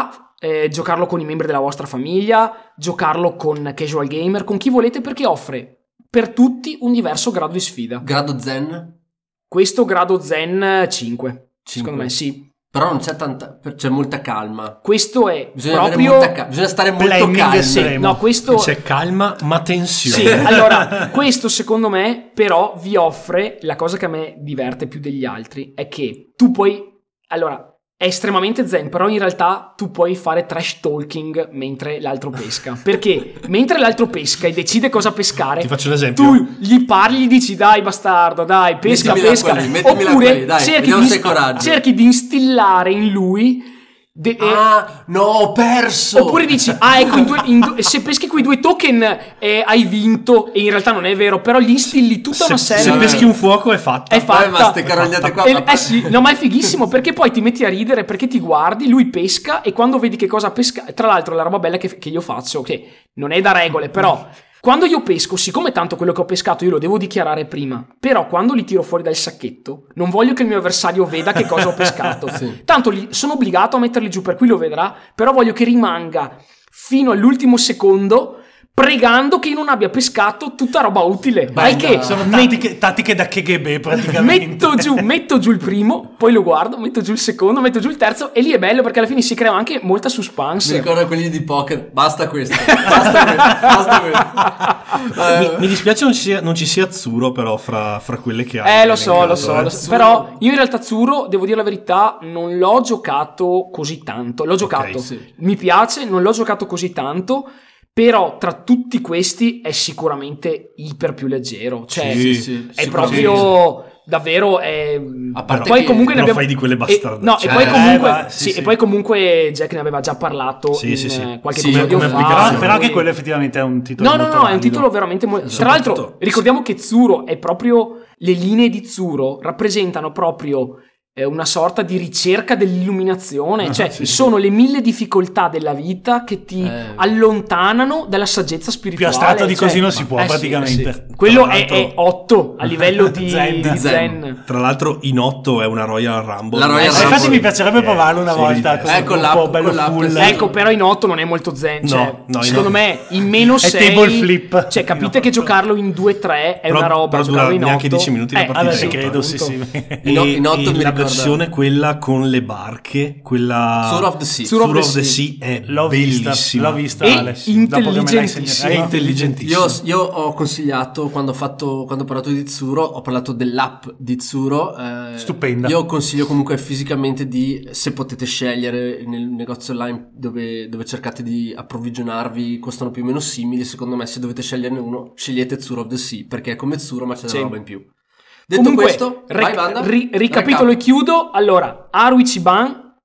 eh, giocarlo con i membri della vostra famiglia, giocarlo con casual gamer, con chi volete, perché offre per tutti un diverso grado di sfida. Grado Zen? Questo grado Zen cinque, secondo me sì. Però non c'è tanta, c'è molta calma. Questo è bisogna proprio molta cal- bisogna stare molto calmi. Sì, no, questo c'è calma ma tensione. Sì, allora, questo secondo me però vi offre la cosa che a me diverte più degli altri, è che tu puoi, allora, è estremamente zen, però in realtà tu puoi fare trash talking mentre l'altro pesca. Perché mentre l'altro pesca e decide cosa pescare, ti faccio un esempio. Tu gli parli, gli dici dai bastardo, dai, pesca, mettimila pesca. Quelli, mettimila Oppure quelli, dai, cerchi, vediamo di se hai inst- coraggio. cerchi di instillare in lui De- ah, no, ho perso! Oppure dici, ah, ecco, in due, in due, se peschi quei due token eh, hai vinto, e in realtà non è vero, però gli instilli tutta se, una serie. Se peschi un fuoco è fatta. È fatta. Eh, ma ste carognate qua. Eh, eh sì, no, ma è fighissimo, perché poi ti metti a ridere, perché ti guardi, lui pesca, e quando vedi che cosa pesca, tra l'altro la roba bella che, che io faccio, che non è da regole, però... Quando io pesco, siccome tanto quello che ho pescato io lo devo dichiarare prima, però quando li tiro fuori dal sacchetto non voglio che il mio avversario veda che cosa ho pescato. Sì. Tanto li, sono obbligato a metterli giù, per cui lo vedrà, però voglio che rimanga fino all'ultimo secondo pregando che io non abbia pescato tutta roba utile. Vai che sono tattiche, tattiche da K G B praticamente. Metto giù, metto giù il primo, poi lo guardo, metto giù il secondo, metto giù il terzo, e lì è bello perché alla fine si crea anche molta suspense. Mi ricordo quelli di poker, basta questo, basta questo, basta questo. Eh, mi, mi dispiace non ci sia, non ci sia Tsuro però fra, fra quelle che hai. Eh lo so, lo so, eh. lo so. Però io in realtà Tsuro, devo dire la verità, non l'ho giocato così tanto. L'ho giocato, okay, sì. Mi piace, non l'ho giocato così tanto. Però tra tutti questi è sicuramente iper più leggero, cioè sì, sì, è proprio davvero è... a parte poi che comunque ne però abbiamo... fai di quelle bastarde, e, no cioè, e poi comunque eh, va, sì, sì, sì. e poi comunque Jack ne aveva già parlato sì, in sì, sì. qualche sì, episodio come fa, applicazione. Però anche poi... quello effettivamente è un titolo no no molto no è un valido. titolo veramente molto... Tra l'altro ricordiamo che Tsuro è proprio, le linee di Tsuro rappresentano proprio una sorta di ricerca dell'illuminazione, cioè sì, sono sì. le mille difficoltà della vita che ti eh. allontanano dalla saggezza spirituale. Più astratto di cioè, così non si può eh, praticamente. Sì, sì. Quello è, è otto a livello di zen. di zen. zen. Tra l'altro in otto è una Royal Rumble. La Royal Eh, Rumble. infatti mi piacerebbe provarlo una sì, volta sì, con ecco un l'app, po' bello con l'app, full. sì. Ecco, però in otto non è molto zen, cioè, No, no, secondo no. me in meno È sei table flip. cioè capite In che otto. giocarlo in due tre è Però- una roba, però dura giocarlo in neanche otto dieci minuti la eh, partita. Vabbè, sì, sì, credo, sì, appunto. sì. E, In o- in otto e mi la ricorda- versione quella con le barche, quella Sword of the Sea. Sword of Sword the of the Sea. Sea è L'ho vista, bellissima. l'ho vista E Ale, sì. Dopo che me l'hai intelligentissima. segnalato. È intelligentissima. Io, io ho consigliato quando ho fatto quando ho parlato di Tsuro, ho parlato dell'app di Tsuro. Eh, Stupenda. Io consiglio comunque fisicamente di, se potete scegliere nel negozio online dove, dove cercate di approvvigionarvi, costano più o meno simili. Secondo me, se dovete sceglierne uno, scegliete Tsuro of the Sea, perché è come Tsuro, ma c'è Sì. della roba in più. Detto Comunque, questo, rec- vai Wanda. ri- ricapitolo Recap. e chiudo. Allora, Haru Ichiban,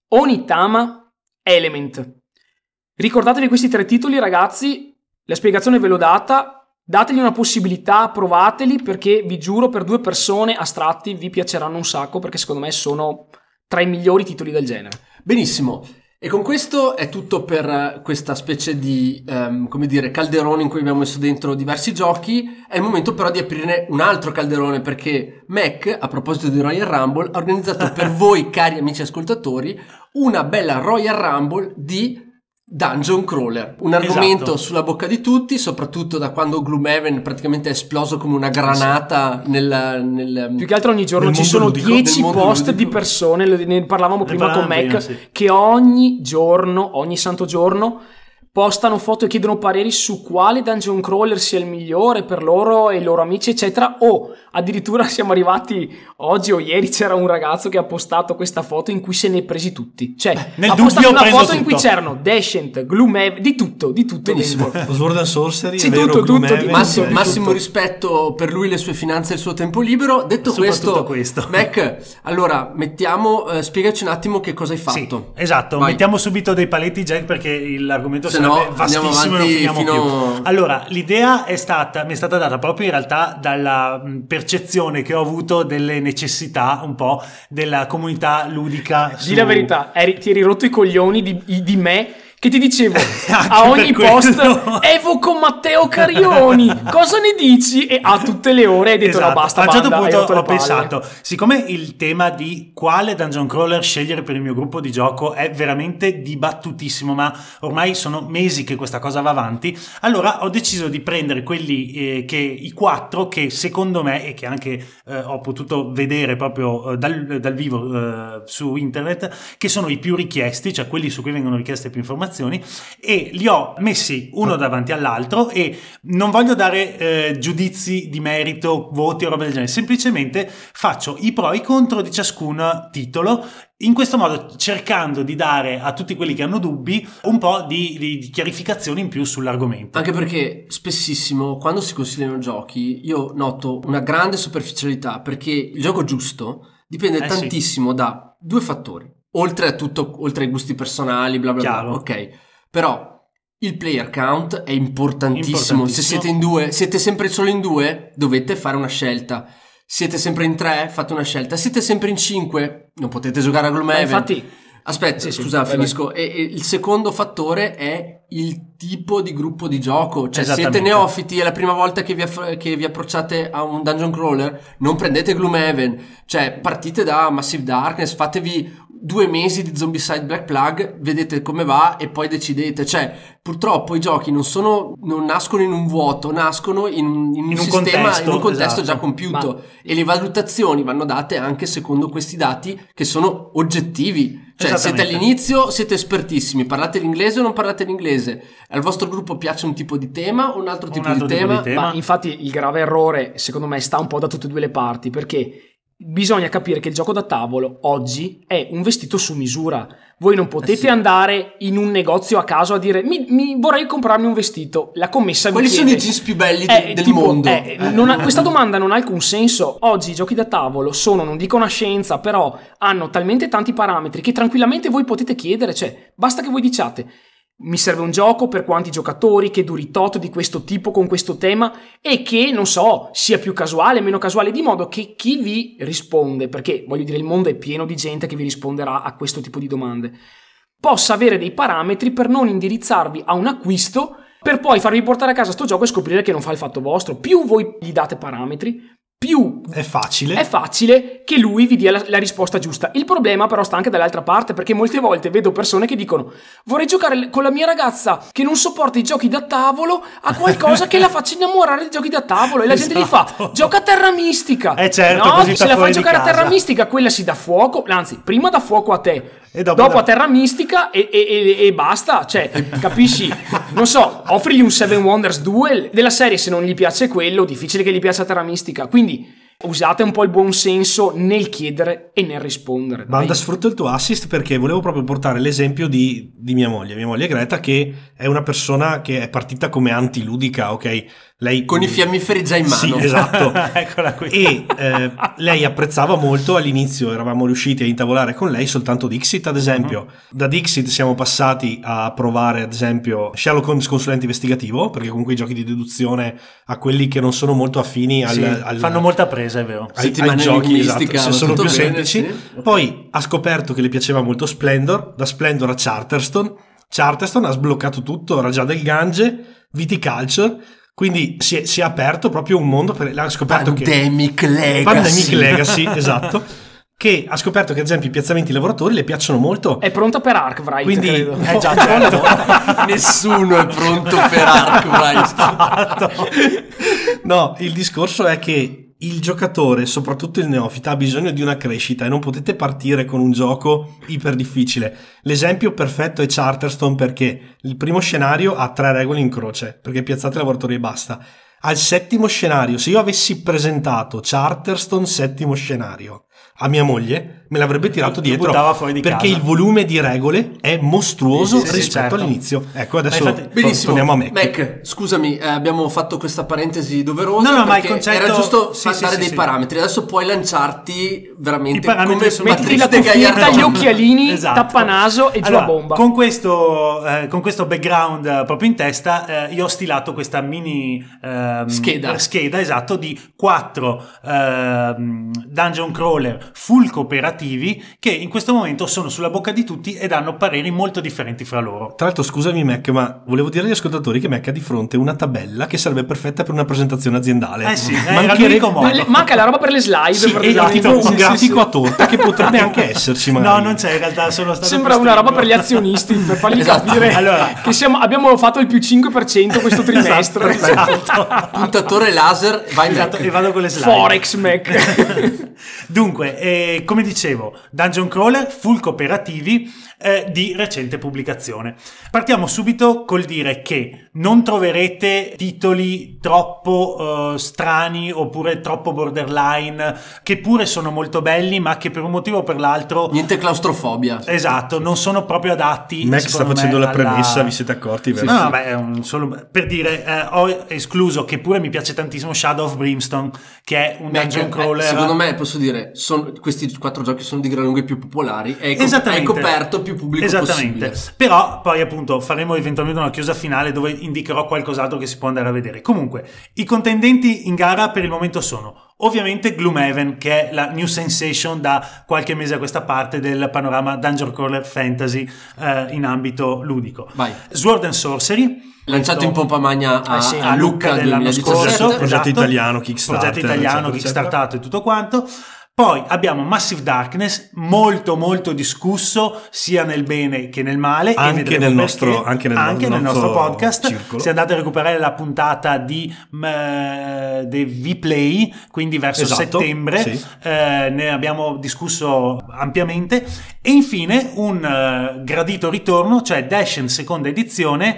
Onitama, Element. Ricordatevi questi tre titoli, ragazzi. La spiegazione ve l'ho data. Dategli una possibilità, provateli, perché vi giuro per due persone astratti vi piaceranno un sacco, perché secondo me sono tra i migliori titoli del genere. Benissimo. E con questo è tutto per questa specie di, um, come dire, calderone in cui abbiamo messo dentro diversi giochi. È il momento però di aprire un altro calderone, perché Mac, a proposito di Royal Rumble, ha organizzato per voi, cari amici ascoltatori, una bella Royal Rumble di Dungeon Crawler, un argomento Esatto. sulla bocca di tutti, soprattutto da quando Gloomhaven praticamente è esploso come una granata nel, nel Più che altro ogni giorno Nel ci mondo sono ludico, dieci nel mondo post ludico. di persone, lo- ne parlavamo prima parlavamo con Mac, prima, sì. che ogni giorno, ogni santo giorno, postano foto e chiedono pareri su quale dungeon crawler sia il migliore per loro e i loro amici, eccetera. O addirittura siamo arrivati oggi o ieri, c'era un ragazzo che ha postato questa foto in cui se ne è presi tutti. Cioè, nel ha dubbio postato una prendo foto in cui tutto. c'erano Descent, Gloomhaven, di tutto, di tutto. Benissimo. dentro. Sword and Sorcery, Sì, è vero, tutto, tutto, Gloomhaven, di Massimo, tutto. massimo rispetto per lui, le sue finanze e il suo tempo libero. Detto Soprattutto questo, questo. Mac, allora mettiamo, eh, spiegaci un attimo che cosa hai Sì, fatto. esatto, Vai. mettiamo subito dei paletti, Jack, perché l'argomento Se sarebbe no, andiamo vastissimo e non avanti finiamo fino- più. Allora, l'idea è stata, mi è stata data proprio in realtà dalla mh, percezione che ho avuto delle necessità un po' della comunità ludica. Di su- la verità, eri, ti eri rotto i coglioni di, di me che ti dicevo Anche a ogni per post quello. evoco Matteo Carioni, cosa ne dici? E a tutte le ore hai detto Esatto. no basta, a un certo banda, hai punto rotto le ho palle. pensato, siccome il tema di quale dungeon crawler scegliere per il mio gruppo di gioco è veramente dibattutissimo, ma ormai sono mesi che questa cosa va avanti, allora ho deciso di prendere quelli eh, che i quattro che secondo me, e che anche eh, ho potuto vedere proprio eh, dal, dal vivo eh, su internet, che sono i più richiesti, cioè quelli su cui vengono richieste più informazioni, e li ho messi uno davanti all'altro, e non voglio dare eh, giudizi di merito, voti o roba del genere, semplicemente faccio i pro e i contro di ciascun titolo, in questo modo cercando di dare a tutti quelli che hanno dubbi un po' di, di, di chiarificazioni in più sull'argomento. Anche perché spessissimo quando si consigliano giochi io noto una grande superficialità, perché il gioco giusto dipende Eh, tantissimo da due fattori, oltre a tutto, oltre ai gusti personali, bla bla Chiaro. bla, ok, però il player count è importantissimo. Importantissimo. Se siete in due, siete sempre solo in due, dovete fare una scelta. Siete sempre in tre, fate una scelta. Siete sempre in cinque, non potete giocare a Gloomhaven. Infatti, Aspetta, Sì, sì, scusa, vai, finisco. E, e il secondo fattore è il tipo di gruppo di gioco. Cioè, siete Esattamente. neofiti, è la prima volta che vi, aff- che vi approcciate a un dungeon crawler, non prendete Gloomhaven. Cioè, partite da Massive Darkness, fatevi due mesi di Zombicide Black Plague, vedete come va e poi decidete. Cioè, purtroppo i giochi non sono, non nascono in un vuoto, nascono in un, in un In un sistema, contesto, in un contesto esatto. già compiuto. Ma- E le valutazioni vanno date anche secondo questi dati che sono oggettivi. Cioè, siete Esattamente. all'inizio, siete espertissimi, parlate l'inglese o non parlate l'inglese? Al vostro gruppo piace un tipo di tema o un altro Un tipo, altro di, tipo tema? di tema. ma infatti il grave errore secondo me sta un po' da tutte e due le parti, perché bisogna capire che il gioco da tavolo oggi è un vestito su misura. Voi non potete Eh sì. andare in un negozio a caso a dire mi, mi vorrei comprarmi un vestito. La commessa vi Quali chiede, sono i jeans più belli di- Eh, del tipo, mondo? eh, non ha- questa domanda non ha alcun senso. Oggi i giochi da tavolo sono, non dico una scienza, però hanno talmente tanti parametri che tranquillamente voi potete chiedere, cioè basta che voi diciate mi serve un gioco per quanti giocatori, che duri tot di questo tipo con questo tema e che, non so, sia più casuale, meno casuale, di modo che chi vi risponde, perché voglio dire il mondo è pieno di gente che vi risponderà a questo tipo di domande, possa avere dei parametri per non indirizzarvi a un acquisto per poi farvi portare a casa sto gioco e scoprire che non fa il fatto vostro. Più voi gli date parametri, più È facile. è facile che lui vi dia la, la risposta giusta. Il problema però sta anche dall'altra parte, perché molte volte vedo persone che dicono vorrei giocare con la mia ragazza che non sopporta i giochi da tavolo a qualcosa che la faccia innamorare dei giochi da tavolo, e la gente gli fa Esatto. gioca a Terra Mistica. Eh certo, no, così se sta la fa fuori di giocare a Terra casa. Mistica quella si dà fuoco, anzi prima dà fuoco a te E dopo dopo da- a Terra Mistica e, e- e- e basta, cioè capisci, non so, offrigli un Seven Wonders due della serie, se non gli piace quello difficile che gli piaccia Terra Mistica, quindi usate un po' il buon senso nel chiedere e nel rispondere. dai. Banda, sfrutto il tuo assist perché volevo proprio portare l'esempio di, di mia moglie. Mia moglie Greta, che è una persona che è partita come antiludica, ok? Lei Con i fiammiferi già in mano. Sì, esatto. Eccola qui. E eh, lei apprezzava molto. All'inizio eravamo riusciti a intavolare con lei soltanto Dixit, ad esempio. Uh-huh. Da Dixit siamo passati a provare, ad esempio, Sherlock Holmes consulente investigativo, perché comunque i giochi di deduzione a quelli che non sono molto affini al, Sì, al fanno molta presa, è vero. ai, Settimana ai giochi, esatto, enigmistica, se va sono tutto più bene, semplici. sì. Poi ha scoperto che le piaceva molto Splendor, da Splendor a Charterstone. Charterstone ha sbloccato tutto, era già del Gange, Viticulture, quindi si è, si è aperto proprio un mondo, per, ha scoperto Pandemic che Legacy. Pandemic Legacy, esatto, che ha scoperto che ad esempio i piazzamenti lavoratori le piacciono molto. È pronta per Arkwright, Quindi credo. un Eh po'- già, certo. Nessuno è pronto per Arkwright. No, il discorso è che il giocatore, soprattutto il neofita, ha bisogno di una crescita e non potete partire con un gioco iper difficile. L'esempio perfetto è Charterstone, perché il primo scenario ha tre regole in croce, perché piazzate lavoratori e basta. Al settimo scenario, se io avessi presentato Charterstone settimo scenario a mia moglie, me l'avrebbe tirato Lo dietro, buttava fuori di perché casa. il volume di regole è mostruoso Sì, sì, sì, rispetto certo. all'inizio. Ecco, adesso Ma infatti- to- Benissimo. torniamo a Mac. Mac, scusami, eh, abbiamo fatto questa parentesi doverosa. No, no, ma il perché concetto- era giusto sì, fa- sì, dare sì, dei sì. parametri. Adesso puoi lanciarti veramente I parametri come sono- Mettiti la Patrice de cuffietta, Gagliardini. gli occhialini, Esatto. tappanaso e giù Allora, a bomba. Con questo, eh, con questo background eh, proprio in testa, eh, io ho stilato questa mini ehm, Scheda. scheda, esatto, di quattro ehm, dungeon crawler crawler full cooperativi che in questo momento sono sulla bocca di tutti ed hanno pareri molto differenti fra loro. Tra l'altro, scusami Mac, ma volevo dire agli ascoltatori che Mac ha di fronte una tabella che sarebbe perfetta per una presentazione aziendale. Eh sì, era l'unico modo. Ma manca la roba per le slide, sì, praticamente. tipo un Sì, grafico sì, sì. a torta che potrebbe anche esserci magari. No, non c'è, in realtà sono stato Sembra una roba per gli azionisti, per fargli Esatto. capire Allora. che siamo, abbiamo fatto il più cinque per cento questo trimestre. Esatto. Puntatore laser, vai in Esatto, Mac. e vado con le slide. Forex Mac. Dunque, eh, come dicevo, Dungeon Crawler full cooperativi eh, di recente pubblicazione. Partiamo subito col dire che non troverete titoli troppo eh, strani oppure troppo borderline, che pure sono molto belli, ma che per un motivo o per l'altro... Niente claustrofobia. Esatto, non sono proprio adatti. Mac sta secondo facendo me, la alla- premessa, vi siete accorti? No, vero? no, beh, è un solo per dire, eh, ho escluso che pure mi piace tantissimo Shadow of Brimstone, che è un Mac, dungeon eh, crawler. secondo me posso dire sono, questi quattro giochi sono di gran lunga i più popolari e hai Esattamente. coperto più pubblico Esattamente. possibile. Però poi appunto faremo eventualmente una chiusa finale dove indicherò qualcos'altro che si può andare a vedere. Comunque, i contendenti in gara per il momento sono ovviamente Gloomhaven, che è la new sensation da qualche mese a questa parte del panorama Dungeon Crawler Fantasy eh, in ambito ludico. Vai. Sword and Sorcery, Lanciato questo- in pompa magna a, eh sì, a Lucca dell'anno duemiladiciassette. scorso, Progetto esatto. italiano, Kickstarter, progetto italiano, eccetera, Kickstartato e tutto quanto. Poi abbiamo Massive Darkness, molto molto discusso sia nel bene che nel male, Anche e vedremo nel perché. nostro- anche nel Anche nel nostro nostro podcast. circolo. Se andate a recuperare la puntata di uh, The V-Play, quindi verso Esatto, settembre, sì. eh, ne abbiamo discusso ampiamente. E infine un eh, gradito ritorno, cioè Dashen seconda edizione,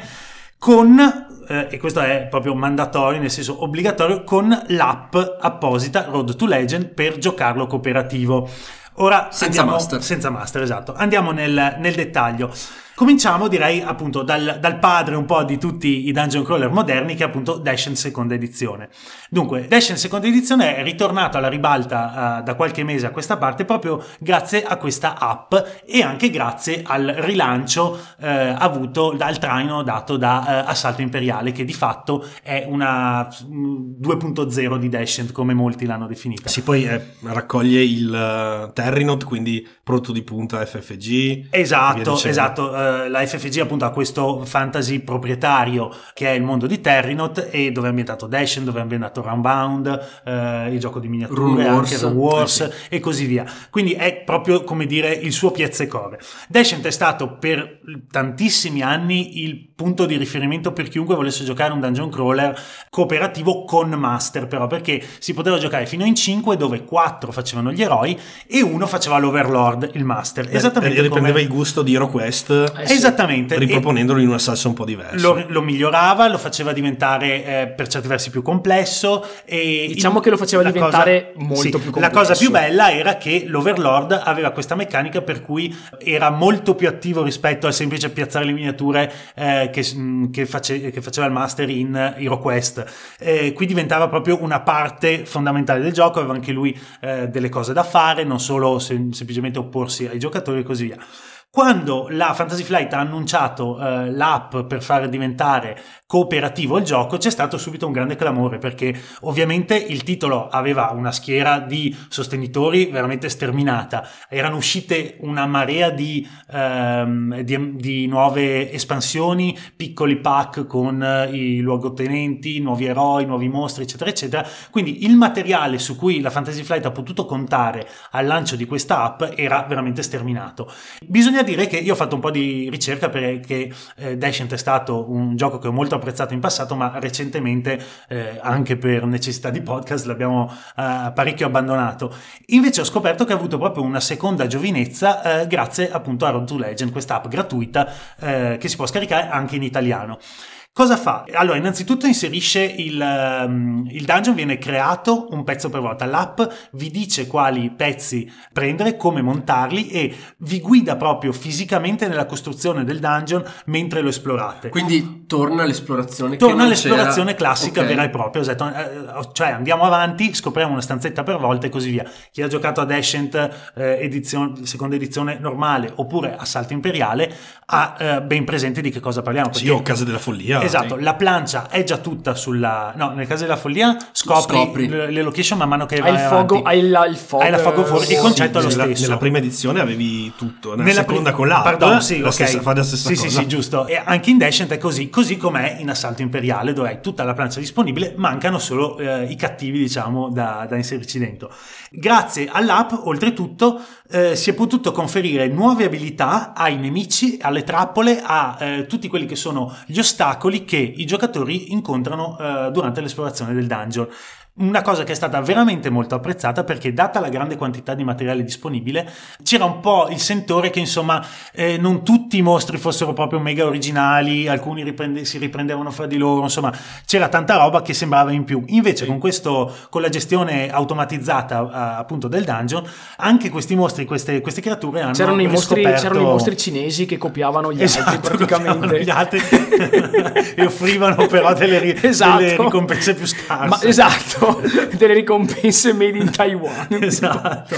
con eh, e questo è proprio mandatorio, nel senso obbligatorio, con l'app apposita Road to Legend per giocarlo cooperativo. Ora Senza andiamo, master. senza master, esatto. Andiamo nel, nel dettaglio. Cominciamo, direi, appunto dal, dal padre un po' di tutti i dungeon crawler moderni, che è appunto Dashen seconda edizione. Dunque, Dashen seconda edizione è ritornato alla ribalta uh, da qualche mese a questa parte proprio grazie a questa app e anche grazie al rilancio uh, avuto dal traino dato da uh, Assalto Imperiale, che di fatto è una mm, due punto zero di Dashen, come molti l'hanno definita. Sì, poi eh, raccoglie il uh, Terrinoth, quindi prodotto di punta F F G. e via Esatto, dicendo. esatto. Uh, la F F G appunto ha questo fantasy proprietario che è il mondo di Terrinoth, e dove è ambientato Dashen, dove è ambientato Runbound, uh, il gioco di miniature, Rune anche Wars. Rune Wars Eh e così via. Quindi è proprio, come dire, il suo piazzecore. Dashen è stato per tantissimi anni il punto di riferimento per chiunque volesse giocare un dungeon crawler cooperativo con master, però, perché si poteva giocare fino in cinque, dove quattro facevano gli eroi e uno faceva l'overlord, il master. Beh, Esattamente e riprendeva come... il gusto di HeroQuest, Eh sì. Esattamente. riproponendolo in una salsa un po' diversa. Lo, lo migliorava, lo faceva diventare eh, per certi versi più complesso, e Diciamo il- che lo faceva la diventare cosa- molto sì, più complesso. La cosa più bella era che l'Overlord aveva questa meccanica per cui era molto più attivo rispetto al semplice piazzare le miniature eh, che, mh, che, face- che faceva il master in HeroQuest. Eh, qui diventava proprio una parte fondamentale del gioco, aveva anche lui eh, delle cose da fare, non solo sem- semplicemente opporsi ai giocatori e così via. Quando la Fantasy Flight ha annunciato eh, l'app per far diventare cooperativo il gioco, c'è stato subito un grande clamore, perché ovviamente il titolo aveva una schiera di sostenitori veramente sterminata. Erano uscite una marea di, ehm, di, di nuove espansioni, piccoli pack con eh, i luogotenenti, nuovi eroi, nuovi mostri, eccetera eccetera. Quindi il materiale su cui la Fantasy Flight ha potuto contare al lancio di questa app era veramente sterminato. Bisogna dire che io ho fatto un po' di ricerca, perché eh, Dashen è stato un gioco che ho molto apprezzato in passato, ma recentemente eh, anche per necessità di podcast l'abbiamo eh, parecchio abbandonato. Invece ho scoperto che ha avuto proprio una seconda giovinezza eh, grazie appunto a Road to Legend, questa app gratuita eh, che si può scaricare anche in italiano. Cosa fa? Allora, innanzitutto inserisce il, um, il dungeon, viene creato un pezzo per volta. L'app vi dice quali pezzi prendere, come montarli, e vi guida proprio fisicamente nella costruzione del dungeon mentre lo esplorate. Quindi torna l'esplorazione Torna che non all'esplorazione c'era. classica, Ok. vera e propria, esatto. Eh, cioè andiamo avanti, scopriamo una stanzetta per volta e così via. Chi ha giocato ad Ascent eh, edizione, seconda edizione normale oppure Assalto Imperiale ha eh, ben presente di che cosa parliamo. Sì, perché- o Casa della Follia. follia. Esatto, sì. la plancia è già tutta sulla... No, nel caso della follia scopri, Scopri. le le location man mano che Hai vai il fogo, avanti. hai il, il fog, Hai la fog of war, il concetto è lo nella, stesso. nella prima edizione avevi tutto, nella, Nella seconda pri- con l'app Pardon, sì, la ok. stessa, fa la stessa sì, cosa. Sì, sì, giusto. E anche in Descent è così, così com'è in Assalto Imperiale, dove hai tutta la plancia disponibile, mancano solo eh, i cattivi, diciamo, da, da inserirci dentro. Grazie all'app, oltretutto, eh, si è potuto conferire nuove abilità ai nemici, alle trappole, a eh, tutti quelli che sono gli ostacoli che i giocatori incontrano eh, durante l'esplorazione del dungeon. Una cosa che è stata veramente molto apprezzata, perché data la grande quantità di materiale disponibile c'era un po' il sentore che insomma eh, non tutti i mostri fossero proprio mega originali, alcuni riprende, si riprendevano fra di loro, insomma c'era tanta roba che sembrava in più. Invece con questo, con la gestione automatizzata eh, appunto del dungeon, anche questi mostri, queste, queste creature hanno c'erano i, mostri, riscoperto... c'erano i mostri cinesi che copiavano gli Esatto, altri praticamente gli altri e offrivano però delle, ri- esatto. delle ricompense più scarse. Ma, esatto, delle ricompense made in Taiwan. Esatto.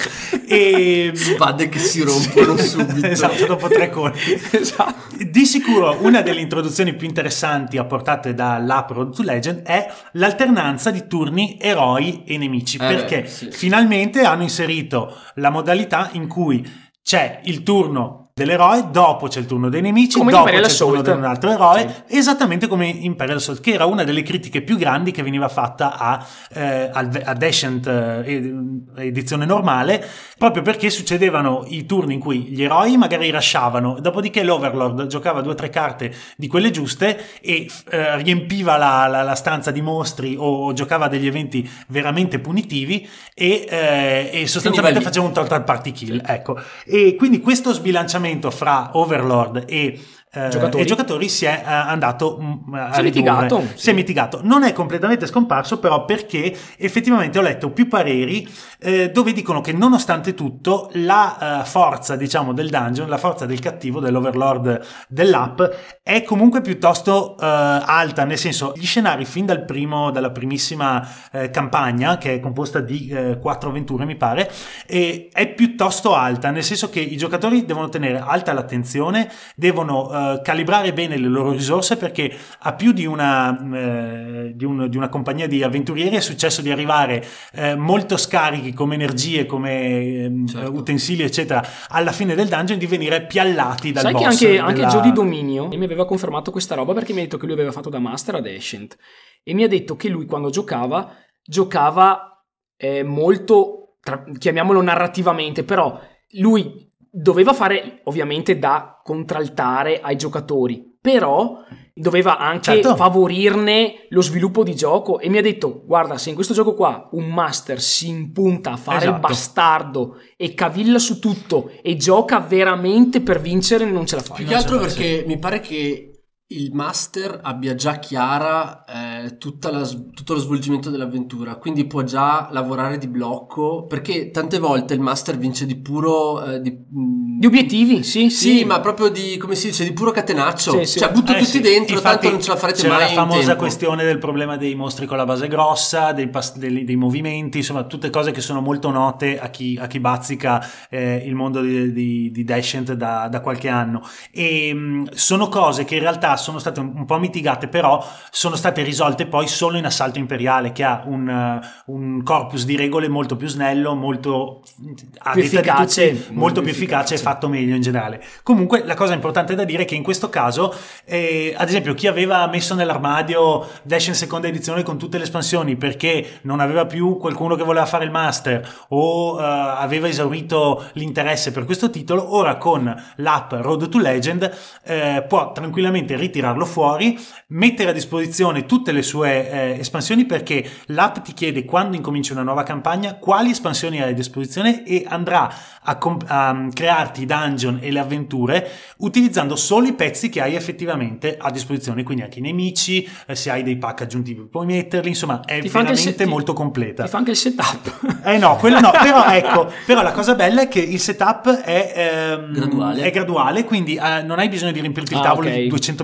E spade che si rompono subito. Esatto, dopo tre colpi. Esatto. Di sicuro una delle introduzioni più interessanti apportate dall'app Road to Legend è l'alternanza di turni eroi e nemici, Eh, perché sì. finalmente hanno inserito la modalità in cui c'è il turno dell'eroe, dopo c'è il turno dei nemici, Come in dopo c'è Imperial il turno Assault. di un altro eroe, esattamente come in Imperial Assault, che era una delle critiche più grandi che veniva fatta a, eh, al- a Descent eh, edizione normale, proprio perché succedevano i turni in cui gli eroi magari rasciavano, dopodiché l'Overlord giocava due o tre carte di quelle giuste e eh, riempiva la, la- la stanza di mostri o giocava degli eventi veramente punitivi e, eh, e sostanzialmente lì. faceva un total party kill, ecco. E quindi questo sbilanciamento fra Overlord e eh, Giocatori. e giocatori si è eh, andato mm, a Si è ridurre. mitigato, si sì. è mitigato, non è completamente scomparso, però, perché effettivamente ho letto più pareri eh, dove dicono che nonostante tutto la eh, forza, diciamo, del dungeon, la forza del cattivo, dell'Overlord dell'app è comunque piuttosto eh, alta, nel senso gli scenari fin dal primo dalla primissima eh, campagna, che è composta di eh, quattro avventure mi pare, e è piuttosto alta, nel senso che i giocatori devono tenere alta l'attenzione, devono eh, calibrare bene le loro risorse, perché a più di una eh, di, un, di una compagnia di avventurieri è successo di arrivare eh, molto scarichi come energie, come ehm, Certo. utensili eccetera alla fine del dungeon, di venire piallati dal Sai boss che anche, anche della- Joe di Dominio mi aveva confermato questa roba, perché mi ha detto che lui aveva fatto da master ad Ascent e mi ha detto che lui quando giocava giocava eh, molto, tra- chiamiamolo narrativamente, però lui doveva fare ovviamente da contraltare ai giocatori, però doveva anche Certo. favorirne lo sviluppo di gioco, e mi ha detto: guarda, se in questo gioco qua un master si impunta a fare il Esatto. bastardo e cavilla su tutto e gioca veramente per vincere, non ce la fa. Più che altro perché mi pare che il master abbia già chiara eh, tutta la s- tutto lo svolgimento dell'avventura, quindi può già lavorare di blocco, perché tante volte il master vince di puro eh, di, mh, Di obiettivi, sì, sì, sì, ma proprio di, come si dice, di puro catenaccio. Sì, sì. Cioè butto Eh tutti sì, dentro, infatti tanto non ce la farete c'era mai la in famosa tempo. questione del problema dei mostri con la base grossa, dei, pas- dei, dei movimenti, insomma tutte cose che sono molto note a chi, a chi bazzica eh, il mondo di, di, di Descent da, da qualche anno, e mh, sono cose che in realtà sono state un, un po' mitigate, però sono state risolte poi solo in Assalto Imperiale, che ha un, uh, un corpus di regole molto più snello, molto a Più detta di efficace, tutti, molto molto più più efficace e efficace. fatto meglio in generale. Comunque la cosa importante da dire è che in questo caso eh, ad esempio chi aveva messo nell'armadio Descent seconda edizione con tutte le espansioni perché non aveva più qualcuno che voleva fare il master o uh, aveva esaurito l'interesse per questo titolo, ora con l'app Road to Legend eh, può tranquillamente ritirarlo fuori, mettere a disposizione tutte le sue eh, espansioni, perché l'app ti chiede quando incominci una nuova campagna quali espansioni hai a disposizione e andrà a, comp- a crearti i dungeon e le avventure utilizzando solo i pezzi che hai effettivamente a disposizione, quindi anche i nemici, eh, se hai dei pack aggiuntivi puoi metterli, insomma è Ti fa anche il veramente set- ti- molto completa. ti fa anche il setup. Eh no, quello no, però ecco, però la cosa bella è che il setup è, ehm, Graduale. è graduale, quindi eh, non hai bisogno di riempirti il Ah, tavolo ok. di duecentomila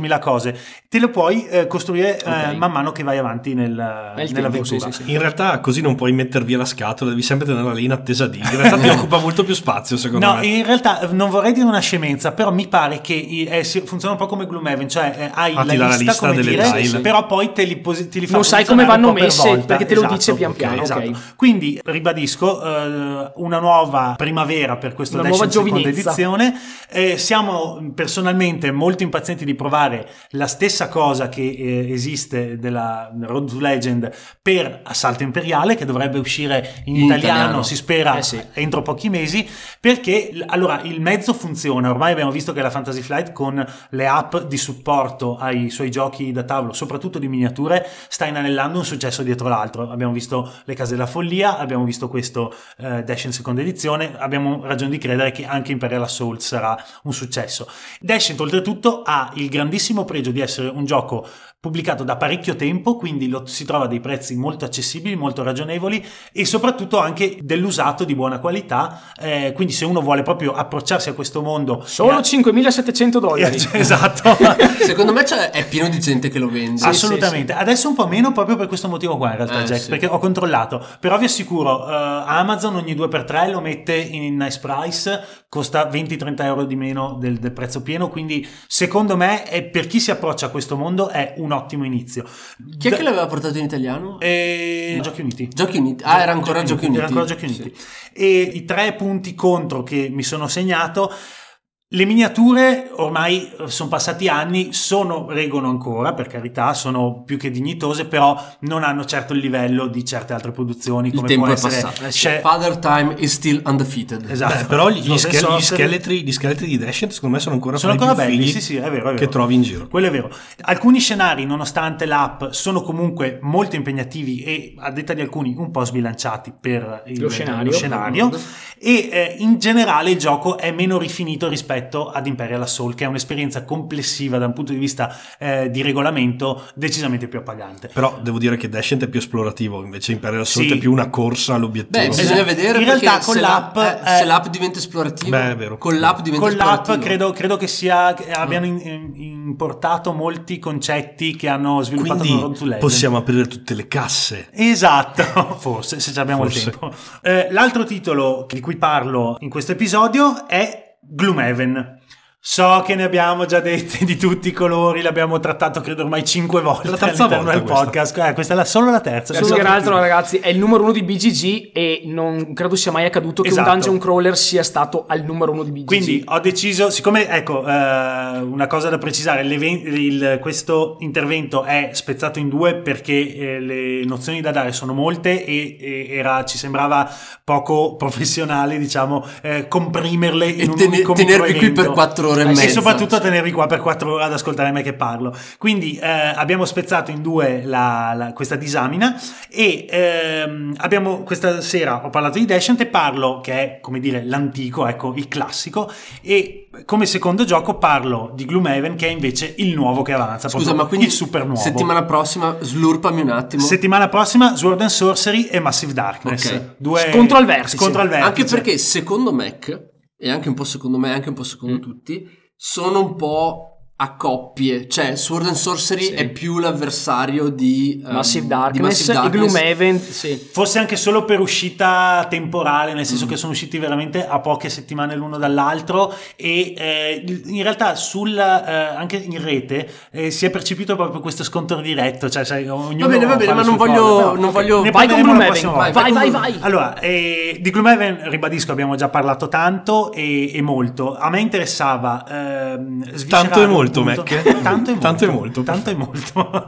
duemila cose, te lo puoi eh, costruire Okay. eh, man mano che vai avanti nel, Nel nell'avventura. tempo, sì, sì, sì. In realtà così non puoi metter via la scatola, devi sempre tenerla lì in attesa di. In realtà ti occupa molto più spazio, secondo No, me. in realtà eh, non vorrei dire una scemenza, però mi pare che eh, si- funziona un po' come Gloomhaven, cioè eh, hai Ah, ti la dà la lista, lista come delle dire, tile. però poi te li, posi- te li fa Non sai posizionare come vanno un po' per messe, volta. perché te lo Esatto, dice pian piano, esatto. ok. Quindi ribadisco eh, una nuova primavera per questo Una Dash nuova in seconda giovinezza. edizione. Eh, siamo personalmente molto impazienti di provare la stessa cosa che eh, esiste della Road to Legend per Assalto Imperiale, che dovrebbe uscire in, In italiano, italiano. si spera Eh sì. entro pochi mesi, perché allora il mezzo funziona. Ormai abbiamo visto che la Fantasy Flight, con le app di supporto ai suoi giochi da tavolo, soprattutto di miniature, sta inanellando un successo dietro l'altro. Abbiamo visto le Case della Follia, abbiamo visto questo eh, Dash in seconda edizione, abbiamo ragione di credere che anche Imperial Assault sarà un successo. Dash oltretutto ha il grandissimo pregio di essere un gioco pubblicato da parecchio tempo, quindi lo, si trova a dei prezzi molto accessibili, molto ragionevoli, e soprattutto anche dell'usato di buona qualità, eh, quindi se uno vuole proprio approcciarsi a questo mondo Solo eh, cinquemilasettecento dollari. esatto. Secondo me cioè, è pieno di gente che lo vende. Assolutamente, adesso un po' meno proprio per questo motivo qua in realtà, Eh, Jack, sì. perché ho controllato, però vi assicuro eh, Amazon ogni due per tre lo mette in nice price, costa venti trenta euro di meno del, del prezzo pieno, quindi secondo me è, per chi si approccia a questo mondo è un ottimo inizio. Chi è Da- che l'aveva portato in italiano? e... Giochi Uniti. Giochi Uniti. Ah, era ancora Giochi Uniti. Era ancora Giochi Uniti. Sì. E i tre punti contro che mi sono segnato: le miniature ormai sono passati anni, sono, reggono ancora, per carità, sono più che dignitose, però non hanno certo il livello di certe altre produzioni, Il come tempo può è essere passato. Eh sì. Share- Father Time is still undefeated. Esatto. Beh, però gli, Sword and sch- gli Sorcery scheletri, gli scheletri di Dash secondo me sono ancora sono fra i ancora più belli, fighi sì sì, è vero, è vero. che trovi in giro. Quello è vero. Alcuni scenari, nonostante l'app, sono comunque molto impegnativi e, a detta di alcuni, un po' sbilanciati per il, Lo scenario. lo scenario. E eh, in generale il gioco è meno rifinito rispetto ad Imperial Assault, che è un'esperienza complessiva da un punto di vista eh, di regolamento decisamente più appagante. Però devo dire che Dash è più esplorativo, invece Imperial Assault Sì. è più una corsa all'obiettivo. Beh, bisogna Esatto. vedere In perché realtà con se l'app, eh, eh, se l'app diventa esplorativa, Beh, è vero. con l'app diventa Con l'app esplorativo. credo, credo che sia che abbiano in- in- importato molti concetti che hanno sviluppato con Quindi Road to Legend. possiamo aprire tutte le casse. Esatto, forse, se ci abbiamo Forse. il tempo. Eh, l'altro titolo di cui parlo in questo episodio è Gloomhaven. So che ne abbiamo già dette di tutti i colori, l'abbiamo trattato credo ormai cinque volte La terza all'interno volta del questa. podcast. Eh, questa è la, solo la terza. Solo che l'altro, ragazzi, è il numero uno di B G G e non credo sia mai accaduto che Esatto. un dungeon crawler sia stato al numero uno di B G G. Quindi ho deciso, siccome ecco, eh, una cosa da precisare, l'even- il- questo intervento è spezzato in due perché eh, le nozioni da dare sono molte e, e era, ci sembrava poco professionale, diciamo, eh, comprimerle in E un tene- unico tenervi qui microevento. per quattro ore e Eh, mezza. E soprattutto tenervi qua per quattro ore ad ascoltare me che parlo. Quindi eh, abbiamo spezzato in due la, la- questa disamina e ehm, abbiamo questa sera ho parlato di Descent e parlo, che è come dire l'antico, ecco, il classico, e come secondo gioco parlo di Gloomhaven, che è invece il nuovo che avanza. Scusa, proprio ma quindi il super nuovo. settimana prossima slurpami un attimo. Settimana prossima Sword and Sorcery e Massive Darkness. Ok. Due... Scontro al vertice. Scontro al vertice. Anche perché secondo Mac, e anche un po' secondo me, anche un po' secondo Mm. tutti, sono un po' a coppie. Cioè Sword and Sorcery Sì. è più l'avversario di ehm, Massive di Darkness, Massive e Darkness. Gloomhaven, sì. Forse anche solo per uscita temporale, nel Mm. senso che sono usciti veramente a poche settimane l'uno dall'altro e eh, in realtà sul, eh, anche in rete eh, si è percepito proprio questo scontro diretto, cioè sai, ognuno Va bene, va bene, fa le ma non sue voglio- cose, però, non ok, voglio- ne Vai con parleremo la Gloomhaven, prossima vai, volta. vai, vai, con- vai. Allora, eh, di Gloomhaven, ribadisco, abbiamo già parlato tanto e, e molto. A me interessava ehm, sviscerare Tanto e un molto, punto- Mac. Tanto e molto. Tanto e molto. Tanto e molto.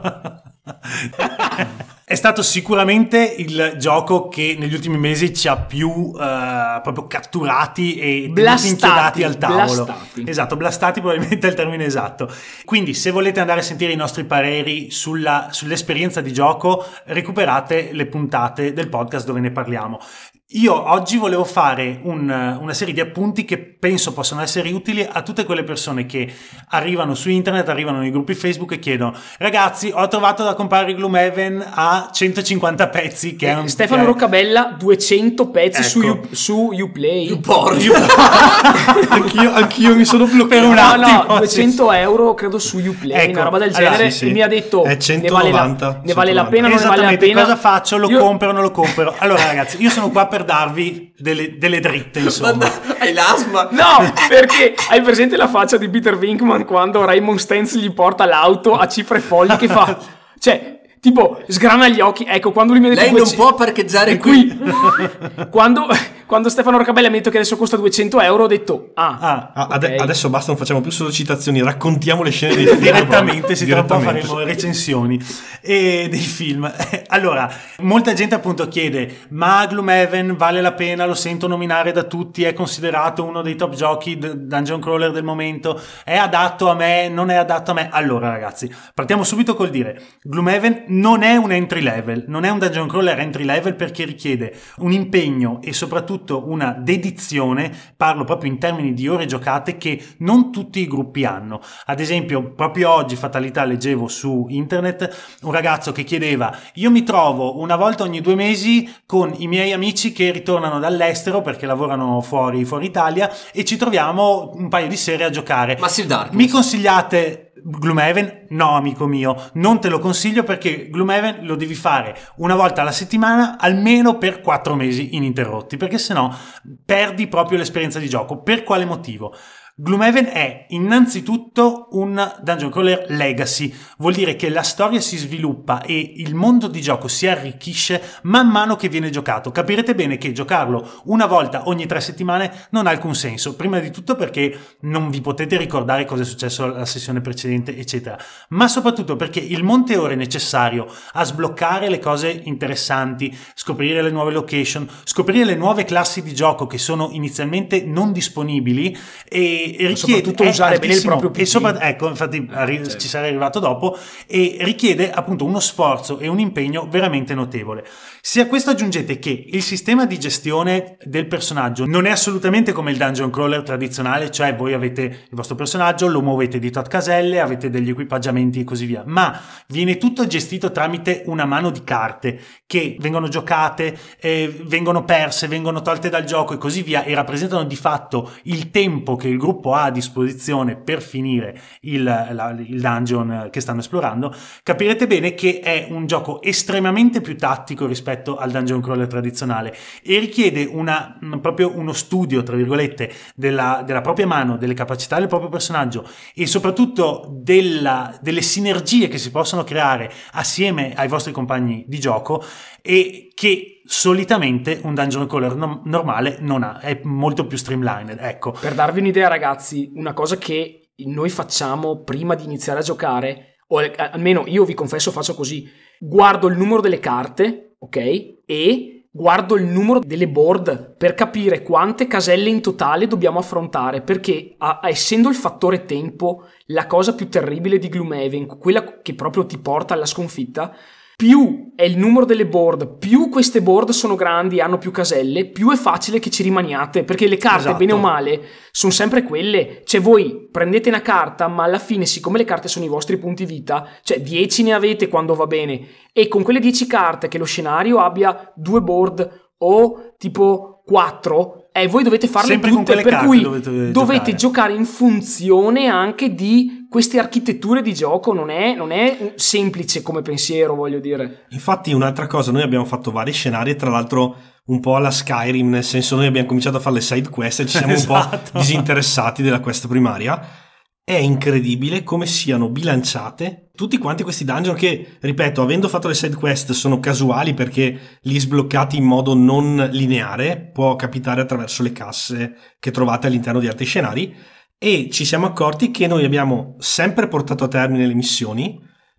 È stato sicuramente il gioco che negli ultimi mesi ci ha più eh, proprio catturati e tenuti Blastati, inchiodati al tavolo. blastati. Esatto, blastati probabilmente è il termine esatto. Quindi se volete andare a sentire i nostri pareri sulla, sull'esperienza di gioco, recuperate le puntate del podcast dove ne parliamo. Io oggi volevo fare un, una serie di appunti che penso possano essere utili a tutte quelle persone che arrivano su internet, arrivano nei gruppi Facebook e chiedono: ragazzi, ho trovato da comprare Gloomhaven a centocinquanta pezzi che eh, è un, Stefano che è... Roccabella duecento pezzi ecco. su, you, su Uplay. YouPorn. anch'io, anch'io mi sono bloccato Per un no, attimo, no, duecento euro credo su Uplay, Ecco, una roba del allora, genere, sì, sì. e mi ha detto È centonovanta, ne vale la, ne vale la pena, non ne vale la Esattamente, pena. cosa faccio? Lo Io- compro o non lo compro? Allora ragazzi, io sono qua per darvi delle, delle dritte, insomma. Hai l'asma? No, perché hai presente la faccia di Peter Venkman quando Raymond Stantz gli porta l'auto a cifre folli che fa? Cioè, tipo, sgrana gli occhi. Ecco, quando lui mi ha detto Lei non duecento può parcheggiare qui. qui. quando, quando Stefano Roccabella mi ha detto che adesso costa duecento euro, ho detto, ah, Ah, Ah, ade- ok. adesso basta, non facciamo più solo citazioni, raccontiamo le scene dei film. direttamente, si tra un po' Direttamente. faremo recensioni e dei film. Allora, molta gente appunto chiede: ma Gloomhaven vale la pena? Lo sento nominare da tutti, è considerato uno dei top giochi d- dungeon crawler del momento, è adatto a me, non è adatto a me? Allora ragazzi, partiamo subito col dire: Gloomhaven non è un entry level, non è un dungeon crawler entry level, perché richiede un impegno e soprattutto una dedizione, parlo proprio in termini di ore giocate, che non tutti i gruppi hanno. Ad esempio, proprio oggi, fatalità, leggevo su internet un ragazzo che chiedeva: io mi trovo una volta ogni due mesi con i miei amici che ritornano dall'estero perché lavorano fuori, fuori Italia, e ci troviamo un paio di sere a giocare. Massive Darkness. Mi consigliate Gloomhaven? No, amico mio, non te lo consiglio, perché Gloomhaven lo devi fare una volta alla settimana almeno per quattro mesi ininterrotti, perché sennò perdi proprio l'esperienza di gioco. Per quale motivo? Gloomhaven è innanzitutto un dungeon crawler legacy, vuol dire che la storia si sviluppa e il mondo di gioco si arricchisce man mano che viene giocato. Capirete bene che giocarlo una volta ogni tre settimane non ha alcun senso, prima di tutto perché non vi potete ricordare cosa è successo alla sessione precedente, eccetera, ma soprattutto perché il monte ore necessario a sbloccare le cose interessanti, scoprire le nuove location, scoprire le nuove classi di gioco che sono inizialmente non disponibili e e richiede soprattutto usare bene il proprio P C. e sopra, ecco, infatti arri- certo. ci sarei arrivato dopo, e richiede appunto uno sforzo e un impegno veramente notevole. Se a questo aggiungete che il sistema di gestione del personaggio non è assolutamente come il dungeon crawler tradizionale, cioè voi avete il vostro personaggio, lo muovete di tot caselle, avete degli equipaggiamenti e così via, ma viene tutto gestito tramite una mano di carte che vengono giocate, eh, vengono perse, vengono tolte dal gioco e così via, e rappresentano di fatto il tempo che il gruppo ha a disposizione per finire il, la, il dungeon che stanno esplorando. Capirete bene che è un gioco estremamente più tattico rispetto al dungeon crawler tradizionale e richiede una, proprio uno studio, tra virgolette, della, della propria mano, delle capacità del proprio personaggio e soprattutto della, delle sinergie che si possono creare assieme ai vostri compagni di gioco, e che solitamente un dungeon crawler no- normale non ha, è molto più streamlined, ecco. Per darvi un'idea, ragazzi, una cosa che noi facciamo prima di iniziare a giocare, o almeno io vi confesso faccio così: guardo il numero delle carte, ok? E guardo il numero delle board per capire quante caselle in totale dobbiamo affrontare, perché a, a, essendo il fattore tempo la cosa più terribile di Gloomhaven, quella che proprio ti porta alla sconfitta, più è il numero delle board, più queste board sono grandi e hanno più caselle, più è facile che ci rimaniate, perché le carte, esatto, bene o male, sono sempre quelle. Cioè voi prendete una carta, ma alla fine, siccome le carte sono i vostri punti vita, cioè dieci ne avete quando va bene, e con quelle dieci carte che lo scenario abbia due board o tipo quattro, e eh, voi dovete farle sempre tutte, con per carte cui dovete, dovete giocare. giocare in funzione anche di queste architetture di gioco. Non è, non è semplice come pensiero, voglio dire. Infatti un'altra cosa, noi abbiamo fatto vari scenari, tra l'altro un po' alla Skyrim, nel senso noi abbiamo cominciato a fare le side quest e ci siamo Esatto. un po' disinteressati della quest primaria. È incredibile come siano bilanciate tutti quanti questi dungeon che, ripeto, avendo fatto le side quest sono casuali perché li sbloccati in modo non lineare, può capitare attraverso le casse che trovate all'interno di altri scenari, e ci siamo accorti che noi abbiamo sempre portato a termine le missioni,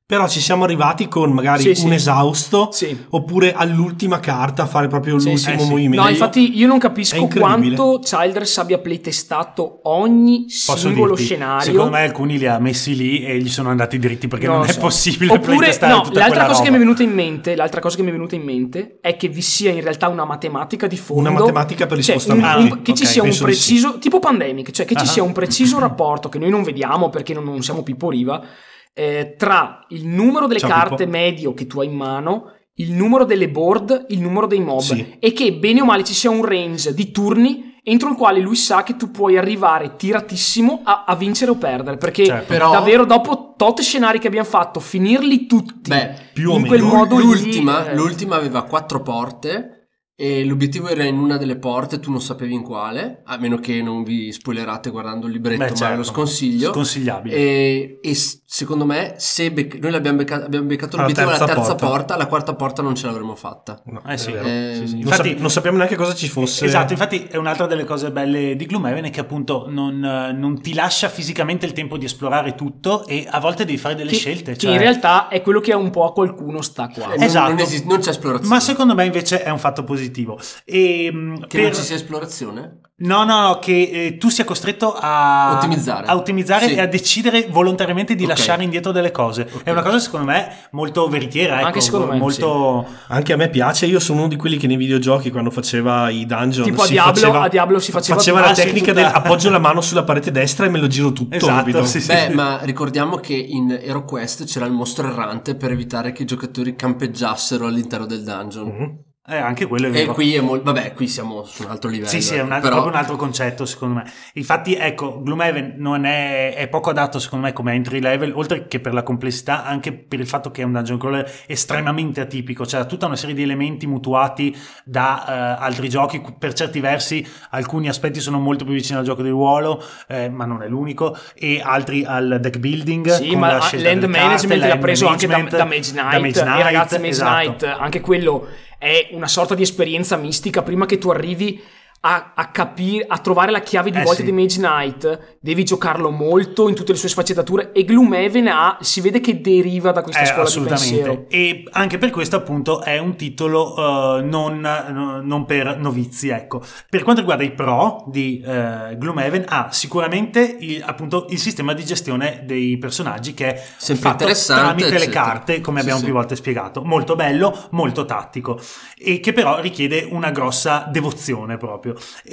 Però ci siamo arrivati con magari Sì, un sì. esausto, Sì. oppure all'ultima carta fare proprio Sì, l'ultimo sì, sì. movimento. No, infatti io non capisco È incredibile. quanto Childress abbia playtestato ogni Posso singolo dirti, scenario. secondo me alcuni li ha messi lì e gli sono andati dritti perché non, Non lo è so. possibile Oppure, playtestare no, tutta l'altra quella cosa che mi è roba. venuta in mente, l'altra cosa che mi è venuta in mente è che vi sia in realtà una matematica di fondo. Una matematica per gli cioè, spostamenti. un- un- che ci Ok, sia un penso di sì. preciso, tipo Pandemic, cioè che ci Ah. sia un preciso rapporto che noi non vediamo perché non, non siamo Pippo Riva, eh, tra il numero delle Ciao, carte Pippo. medio che tu hai in mano, il numero delle board, il numero dei mob, Sì. e che bene o male ci sia un range di turni entro il quale lui sa che tu puoi arrivare tiratissimo a, a vincere o perdere, perché Certo. Però- davvero dopo tot scenari che abbiamo fatto, finirli tutti Beh, più o in meno. quel modo lì, l'ultima, eh, l'ultima aveva quattro porte e l'obiettivo era in una delle porte, tu non sapevi in quale, a meno che non vi spoilerate guardando il libretto, Beh, ma certo. ve lo sconsiglio. Sconsigliabile. E, e s- secondo me, se bec- noi l'abbiamo beccato, abbiamo beccato Alla l'obiettivo alla terza terza porta. porta, alla quarta porta non ce l'avremmo fatta. No, Eh sì. è vero. Eh, Sì, sì. Non, infatti- sap- non sappiamo neanche cosa ci fosse. Esatto, infatti è un'altra delle cose belle di Gloomhaven è che appunto non, eh, non ti lascia fisicamente il tempo di esplorare tutto e a volte devi fare delle che, scelte. che cioè- in realtà è quello che un po' a qualcuno sta qua. Eh, non- Esatto. non, esiste- non c'è esplorazione. Ma secondo me invece è un fatto positivo. E, mh, Che per- non ci sia esplorazione? No, no, no, che eh, tu sia costretto a Ottimizzare. a ottimizzare Sì. e a decidere volontariamente di Ok. lasciare indietro delle cose. Ok. È una cosa secondo me molto veritiera, ecco, Anche secondo me, molto Anche a me piace, io sono uno di quelli che nei videogiochi quando faceva i dungeon Tipo a si Diablo- faceva, a Diablo si faceva- la Ah, sì, tecnica tutta- del appoggio la mano sulla parete destra e me lo giro tutto, Esatto, capito? sì, sì. Beh, ma ricordiamo che in HeroQuest c'era il mostro errante per evitare che i giocatori campeggiassero all'interno del dungeon. Mhm. Eh, anche quello è E vero. qui è molto. Vabbè, qui siamo su un altro livello. Sì, sì, è un altro, però... proprio un altro concetto secondo me. Infatti, ecco, Gloomhaven non è, è poco adatto secondo me come entry level, oltre che per la complessità, anche per il fatto che è un dungeon crawler estremamente atipico, cioè ha tutta una serie di elementi mutuati da eh, altri giochi. Per certi versi alcuni aspetti sono molto più vicini al gioco di ruolo, eh, ma non è l'unico, e altri al deck building. Sì, con ma la scelta land delle management carte, l'ha land preso anche da, management, da Mage Knight, da Mage e ragazzi Mage esatto. Knight, anche quello è una sorta di esperienza mistica. Prima che tu arrivi a, a capire, a trovare la chiave di Eh, volta sì. di Mage Knight, devi giocarlo molto in tutte le sue sfaccettature, e Gloomhaven ha, si vede che deriva da questa Eh, scuola di pensiero. assolutamente, e anche per questo appunto è un titolo eh, non, no- non per novizi, ecco. Per quanto riguarda i pro di eh, Gloomhaven, ha sicuramente il, appunto il sistema di gestione dei personaggi che è Sempre fatto interessante, tramite le eccetera. carte, come Sì, abbiamo sì. più volte spiegato, molto bello, molto tattico, e che però richiede una grossa devozione proprio.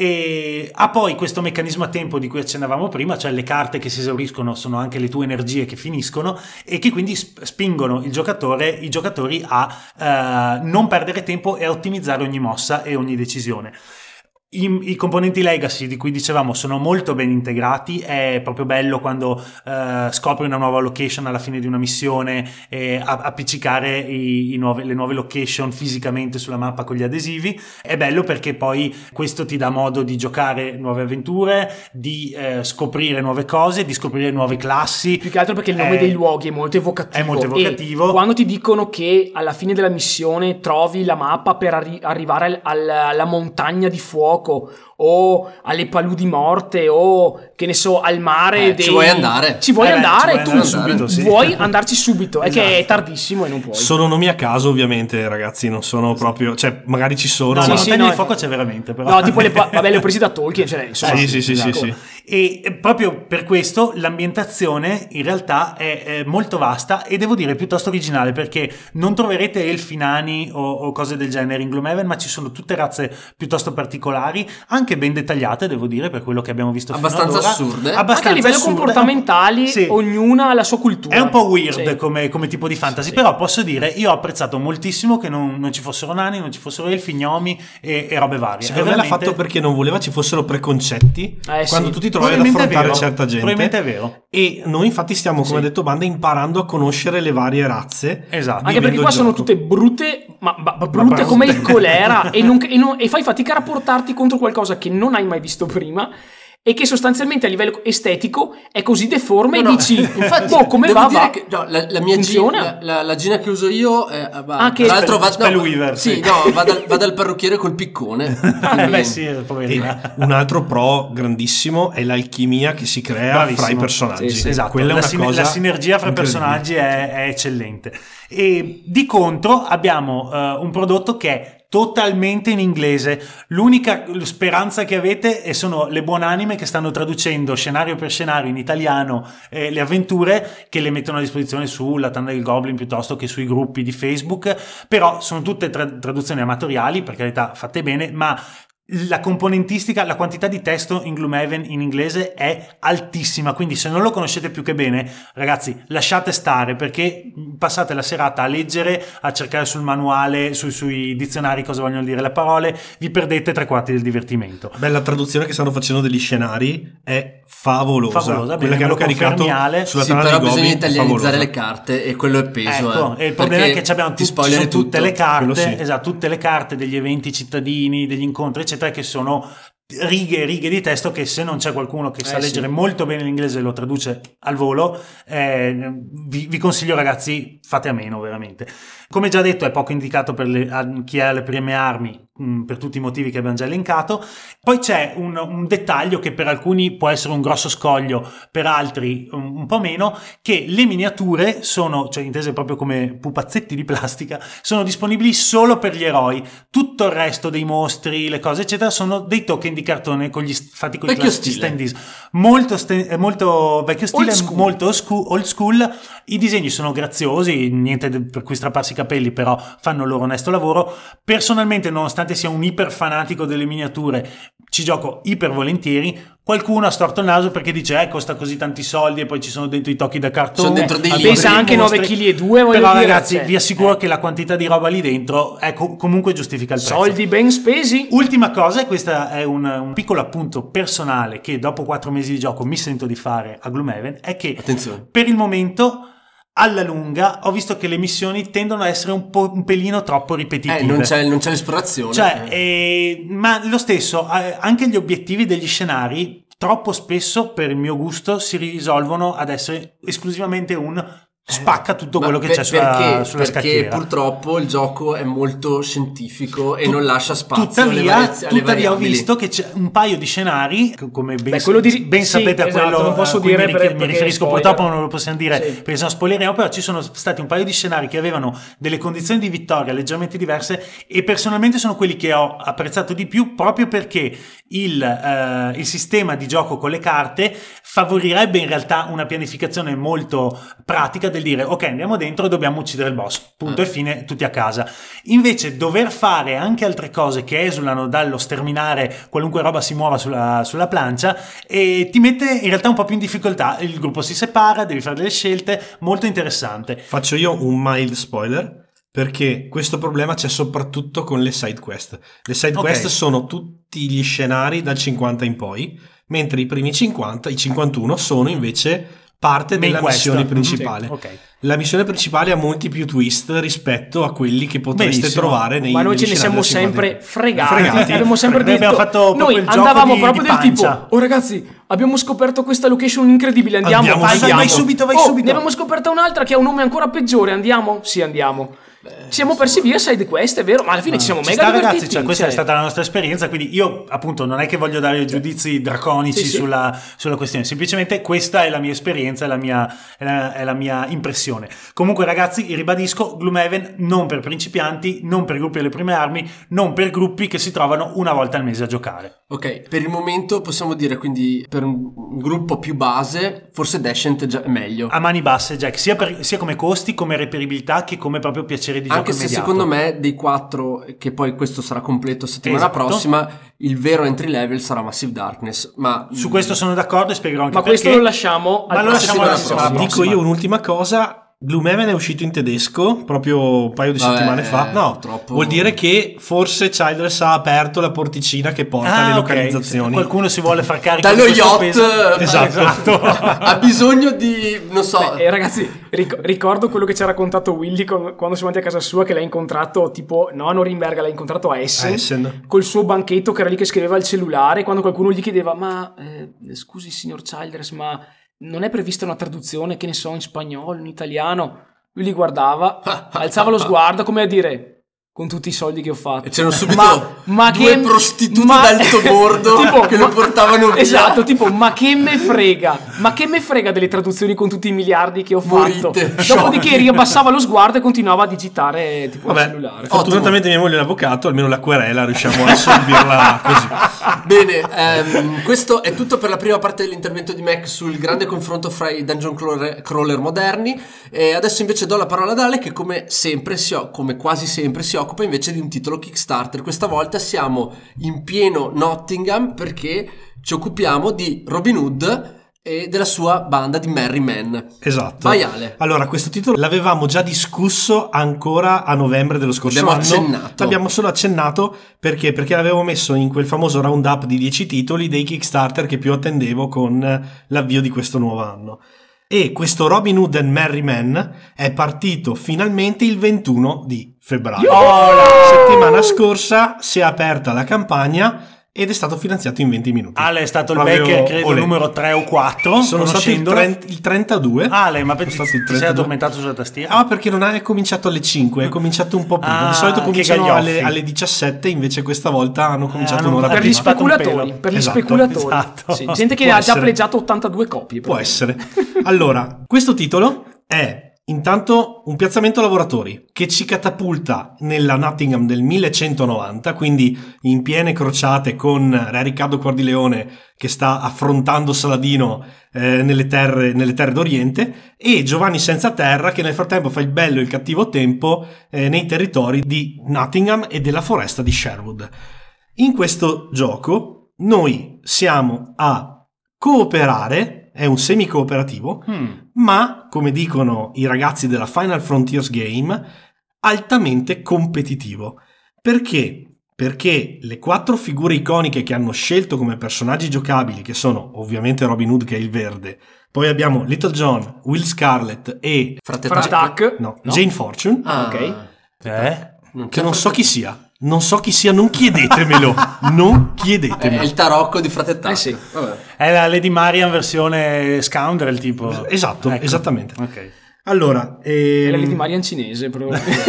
E ha poi questo meccanismo a tempo di cui accennavamo prima, cioè le carte che si esauriscono sono anche le tue energie che finiscono, e che quindi sp- spingono il giocatore, i giocatori a eh, non perdere tempo e a ottimizzare ogni mossa e ogni decisione. I, i componenti legacy di cui dicevamo sono molto ben integrati, è proprio bello quando eh, scopri una nuova location alla fine di una missione e a- appiccicare i, i nuove, le nuove location fisicamente sulla mappa con gli adesivi. È bello perché poi questo ti dà modo di giocare nuove avventure, di eh, scoprire nuove cose, di scoprire nuove classi. Più che altro perché il nome È- dei luoghi è molto evocativo. è molto evocativo. E quando ti dicono che alla fine della missione trovi la mappa per arri- arrivare al- al- alla montagna di fuoco o alle paludi morte o che ne so al mare Eh, dei... ci vuoi andare? ci vuoi Eh beh, andare ci tu vuoi andare subito, sì. vuoi andarci subito, è che è Esatto. tardissimo e non puoi. Sono nomi a caso, ovviamente, ragazzi, non sono proprio, cioè magari ci sono, No, Sì, no, ma sì, Montagne no, di fuoco c'è veramente, però. no, tipo le pa- vabbè le ho presi da Tolkien, cioè, insomma, sì, sì, sì, sì, esatto. sì. E eh, proprio per questo l'ambientazione in realtà è, è molto vasta e devo dire piuttosto originale, perché non troverete elfi, nani o, o cose del genere in Gloomhaven, ma ci sono tutte razze piuttosto particolari, anche ben dettagliate, devo dire, per quello che abbiamo visto Abbastanza fino ad ora. assurde. Abbastanza Anche a livello assurde. comportamentali Sì. ognuna ha la sua cultura. È un po' weird Sì. come, come tipo di fantasy, Sì. però posso dire, io ho apprezzato moltissimo che non, non ci fossero nani, non ci fossero elfi, gnomi e, e robe varie. secondo È me l'ha veramente- fatto perché non voleva ci fossero preconcetti Eh, quando sì. tu ti trovi ad Probabilmente è affrontare vero. certa gente. Probabilmente è vero. E noi infatti stiamo, come Sì. ha detto Banda, imparando a conoscere le varie razze. Esatto. Anche perché vivendo qua il sono gioco. tutte brutte, ma, ma- ma brutte brutte. come il colera, e, non- e non- e fai fatica a rapportarti contro qualcosa che non hai mai visto prima. e che sostanzialmente a livello estetico è così deforme No, e no, dici infatti, boh, come devo va dire va che, no, la, la mia funziona? gina, la, la, la gina che uso io è, va, Ah, che tra l'altro va, Spellweaver, no, sì. sì, no, va dal, va dal parrucchiere col piccone. Ah, beh, sì, E poverina. un altro pro grandissimo è l'alchimia che si crea Bravissimo. fra i personaggi. Sì, sì. Esatto, Quella è la, una sine- cosa la sinergia fra incredibile. personaggi è, è eccellente. E di contro abbiamo uh, un prodotto che è totalmente in inglese. L'unica speranza che avete e sono le buonanime che stanno traducendo scenario per scenario in italiano eh, le avventure, che le mettono a disposizione sulla Tanda del Goblin piuttosto che sui gruppi di Facebook, però sono tutte tra- traduzioni amatoriali, per carità fatte bene, ma la componentistica, la quantità di testo in Gloomhaven in inglese è altissima, quindi se non lo conoscete più che bene, ragazzi, lasciate stare, perché passate la serata a leggere, a cercare sul manuale, su, sui dizionari cosa vogliono dire le parole, vi perdete tre quarti del divertimento. Beh, la traduzione che stanno facendo degli scenari è favolosa, Favolosa, quella bene, che hanno me lo caricato confermiale. sulla Sì, Tana però dei bisogna Goblin, italianizzare favolosa. le carte e quello è peso. Ecco, eh, e il problema è perché che abbiamo ti tutti, ci spoileri sono tutte tutto. le carte, Quello sì. esatto, tutte le carte degli eventi cittadini, degli incontri, eccetera, che sono righe e righe di testo che se non c'è qualcuno che sa Eh, leggere sì. molto bene l'inglese e lo traduce al volo, eh, vi, vi consiglio, ragazzi, fate a meno veramente. Come già detto, è poco indicato per le, a chi ha le prime armi, mh, per tutti i motivi che abbiamo già elencato. Poi c'è un, un dettaglio che per alcuni può essere un grosso scoglio, per altri un, un po' meno, che le miniature sono, cioè intese proprio come pupazzetti di plastica, sono disponibili solo per gli eroi. Tutto il resto dei mostri, le cose eccetera, sono dei token di cartone con gli, fatti con i Vecchio classici stile. stand-is. Molto, st- molto vecchio stile, Old school. molto old school, old school. I disegni sono graziosi, niente de- per cui strapparsi i capelli, però fanno il loro onesto lavoro. Personalmente, nonostante sia un iper fanatico delle miniature, ci gioco iper volentieri. Qualcuno ha storto il naso perché dice eh costa così tanti soldi e poi ci sono dentro i tocchi da cartone, Sono dentro dei a libri. dentro Pesa dei anche mostri. nove virgola due chili, voglio però dire, ragazzi cioè, vi assicuro eh. che la quantità di roba lì dentro è co- comunque giustifica il prezzo. soldi ben spesi. Ultima cosa, e questo è un, un piccolo appunto personale che dopo quattro mesi di gioco mi sento di fare a Gloomhaven, è che Attenzione. per il momento alla lunga ho visto che le missioni tendono a essere un po' un pelino troppo ripetitive. Eh, non c'è, non c'è l'esplorazione. Cioè, Eh. eh, ma lo stesso, eh, anche gli obiettivi degli scenari troppo spesso per il mio gusto si risolvono ad essere esclusivamente un spacca tutto Ma quello che per- c'è sulla, perché, sulla perché scacchiera. purtroppo il gioco è molto scientifico e Tu- non lascia spazio alle, Tuttavia, variaz- alle tuttavia ho variabili. visto che c'è un paio di scenari, come ben, Beh, quello di- ben sì, sapete a esatto, quello non posso a cui dire mi, per- ri- mi perché riferisco, spoiler. purtroppo non lo possiamo dire Sì. perché sennò spoileriamo, però ci sono stati un paio di scenari che avevano delle condizioni di vittoria leggermente diverse e personalmente sono quelli che ho apprezzato di più proprio perché il, eh, il sistema di gioco con le carte favorirebbe in realtà una pianificazione molto pratica del dire ok, andiamo dentro e dobbiamo uccidere il boss, punto Ah. e fine, tutti a casa. Invece dover fare anche altre cose che esulano dallo sterminare qualunque roba si muova sulla, sulla plancia e ti mette in realtà un po' più in difficoltà, il gruppo si separa, devi fare delle scelte, molto interessante. Faccio io un mild spoiler perché questo problema c'è soprattutto con le side quest. Le side Ok. quest sono tutti gli scenari dal cinquanta in poi, mentre i primi cinquanta, i cinquantuno sono invece parte Main della quest. missione Mhm. principale. Sì, ok. La missione principale ha molti più twist rispetto a quelli che potreste Benissimo. trovare nei Ma noi ce negli ne scenari siamo del cinquanta. sempre fregati. Fregati. Abbiamo sempre Noi detto. abbiamo fatto proprio noi il gioco andavamo di- proprio di del tipo: pancia. oh ragazzi, abbiamo scoperto questa location incredibile. Andiamo, Andiamo, vai, vai, andiamo. vai subito, vai Oh, subito. Ne abbiamo scoperta un'altra che ha un nome ancora peggiore. Andiamo? Sì, andiamo. Ci siamo persi via side quest, è vero, ma alla fine ci siamo Ci mega sta, divertiti. ragazzi, cioè, questa cioè. è stata la nostra esperienza, quindi io appunto non è che voglio dare giudizi draconici Sì, sì. Sulla, sulla questione, semplicemente questa è la mia esperienza, è la mia, è la, è la mia impressione. Comunque ragazzi, ribadisco, Gloomhaven non per principianti, non per gruppi alle prime armi, non per gruppi che si trovano una volta al mese a giocare. Ok, per il momento possiamo dire quindi per un un gruppo più base, forse Descent è già è meglio. A mani basse, Jack, sia, per- sia come costi, come reperibilità che come proprio piacere di gioco Anche se immediato. secondo me dei quattro, che poi questo sarà completo settimana Esatto. prossima, il vero entry level sarà Massive Darkness. Ma Su questo sono d'accordo e spiegherò anche Ma perché. questo lo lasciamo Ma al lo prossimo lasciamo alla episodio. prossima. Dico io un'ultima cosa, Gloomhaven è uscito in tedesco proprio un paio di Vabbè, settimane fa. No, purtroppo- vuol dire che forse Childress ha aperto la porticina che porta Ah, alle ok. localizzazioni. Qualcuno si vuole far carico Dallo di questo yacht peso. Esatto. ha bisogno di, non so, Eh, ragazzi, ric- ricordo quello che ci ha raccontato Willy con- quando siamo andati a casa sua, che l'ha incontrato tipo, no a Norimberga, l'ha incontrato a Essen, A Essen. col suo banchetto che era lì che scriveva il cellulare, quando qualcuno gli chiedeva, ma eh, scusi signor Childress, ma non è prevista una traduzione, che ne so, in spagnolo, in italiano? Lui li guardava, alzava lo sguardo come a dire, con tutti i soldi che ho fatto. e c'erano subito Ma, ma due che prostitute ma- d'alto bordo tipo, che ma- lo portavano via. Esatto, tipo, ma che me frega? Ma che me frega delle traduzioni con tutti i miliardi che ho fatto? Morite. Dopodiché riabbassava lo sguardo e continuava a digitare tipo il Vabbè, cellulare. fortunatamente mia moglie è un avvocato, almeno la querela riusciamo a assorbirla così. Bene, ehm, questo è tutto per la prima parte dell'intervento di Mac sul grande confronto fra i dungeon crawler, crawler moderni. E adesso invece do la parola ad Ale, che come sempre, si o- come quasi sempre, si occupa invece di un titolo Kickstarter. Questa volta siamo in pieno Nottingham perché ci occupiamo di Robin Hood e della sua banda di Merry Men. Esatto. Vai Ale. Allora, questo titolo l'avevamo già discusso ancora a novembre dello scorso Abbiamo anno. accennato. L'abbiamo solo accennato perché? Perché l'avevo messo in quel famoso roundup di dieci titoli dei Kickstarter che più attendevo con l'avvio di questo nuovo anno. E questo Robin Hood and Merry Men è partito finalmente il ventuno di febbraio. Settimana scorsa si è aperta la campagna ed è stato finanziato in venti minuti. Ale è stato il Proprio backer, credo, olè. numero tre o quattro. Sono stato il, conoscendolo. trent- il trentadue. Ale, ma Sono pensi stato il ti sei trentadue. addormentato sulla tastiera? Ah, perché non è cominciato alle cinque, è cominciato un po' prima. Ah, Di solito che cominciano gaglioffi. alle, alle diciassette, invece questa volta hanno cominciato hanno- un'ora Per prima. gli speculatori, un pelo. per gli Esatto, speculatori. esatto. Sì, gente che Può ha già essere. pleggiato ottantadue copie. Può essere. Allora, questo titolo è intanto un piazzamento lavoratori che ci catapulta nella Nottingham del millecentonovanta, quindi in piene crociate con Re Riccardo Quardileone che sta affrontando Saladino eh, nelle, terre, nelle terre d'Oriente, e Giovanni Senza Terra che nel frattempo fa il bello e il cattivo tempo eh, nei territori di Nottingham e della foresta di Sherwood. In questo gioco noi siamo a cooperare, è un semi-cooperativo, Hmm. ma, come dicono i ragazzi della Final Frontiers Game, altamente competitivo. Perché? Perché le quattro figure iconiche che hanno scelto come personaggi giocabili, che sono ovviamente Robin Hood, che è il verde, poi abbiamo Little John, Will Scarlet e Frate Fra Tac- Tac. no, No? Jane Fortune, Ah, Ok. Eh? non che c'è non so Frate- chi sia. Non so chi sia, non chiedetemelo. non È chiedetemelo. il tarocco di Frate Tac. Eh sì. Vabbè. È la Lady Marian versione scoundrel, tipo. Esatto, Ecco. esattamente. Ok. Allora, È ehm, la Lady Marian cinese, probabilmente.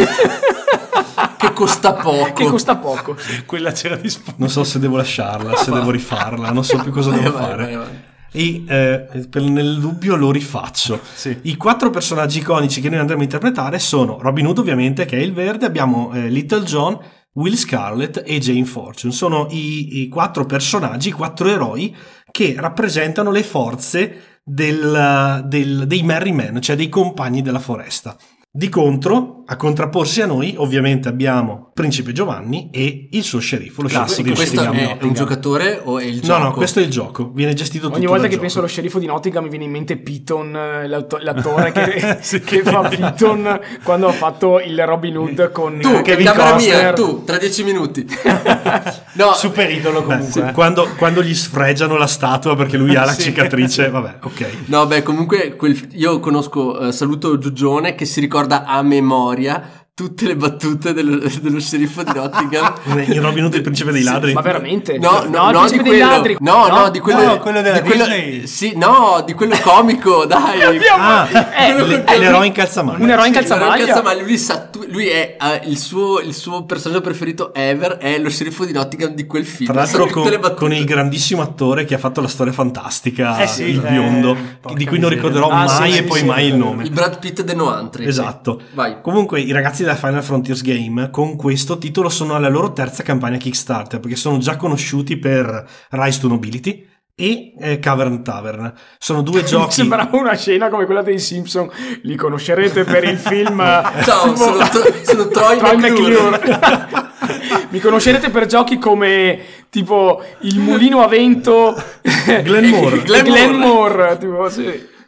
Che costa poco. che costa poco. Quella c'era disponibile. non so se devo lasciarla, se devo rifarla, non so più cosa Vai, devo vai, fare. vai, vai. E eh, per- nel dubbio lo rifaccio. Sì. I quattro personaggi iconici che noi andremo a interpretare sono Robin Hood, ovviamente, che è il verde, abbiamo eh, Little John, Will Scarlet e Jane Fortune. Sono i, i quattro personaggi, i quattro eroi che rappresentano le forze del, del- dei Merry Men, cioè dei compagni della foresta. Di contro, a contrapporsi a noi, ovviamente abbiamo Principe Giovanni e il suo sceriffo, lo sceriffo di Questo Nottingham. è, è un giocatore o è il No, gioco? no, questo è il gioco, viene gestito tutto Ogni volta dal che gioco. penso allo sceriffo di Nottingham mi viene in mente Piton, eh, l'auto- l'attore che, che fa Piton quando ha fatto il Robin Hood con Tu, eh, che Kevin camera Costner. mia, tu, tra dieci minuti. No, Super idolo Beh, comunque. sì, eh. quando, quando gli sfregiano la statua perché lui ha la cicatrice, vabbè, ok. no, beh, comunque quel- io conosco, eh, saluto Giugione che si ricorda a memoria tutte le battute dello, dello sceriffo di Nottingham. In Robin Hood il principe dei ladri. Ma veramente? No, no, il no, principe di dei quello, ladri. no, no, di quello, no, quello della di quello- Disney. sì, no, di quello comico, dai. Ah, Eh, quello le- col- l'eroe in calzamaglia. un eroe in Sì, calzamaglia. l'eroe in calzamaglia, lui, sa tu- lui è eh, il, suo, il suo personaggio preferito ever è lo sceriffo di Nottingham di quel film. Tra l'altro Sa tutte con, le battute. con il grandissimo attore che ha fatto la storia fantastica, Eh sì, il eh, biondo, porca di cui non miseria. ricorderò Ah, mai sì, e sì, poi sì, mai il sì. nome. il Brad Pitt de Noantri. Esatto. Vai. Comunque i ragazzi della Final Frontiers Game con questo titolo sono alla loro terza campagna Kickstarter, perché sono già conosciuti per Rise to Nobility e eh, Cavern Tavern. Sono due Mi giochi. sembrava una scena come quella dei Simpson. Li conoscerete per il film Ciao, tipo- sono, sono Troy, Troy McClure. McClure. Mi conoscerete per giochi come tipo Il mulino a vento Glenmore. e Glenmore, tipo, sì.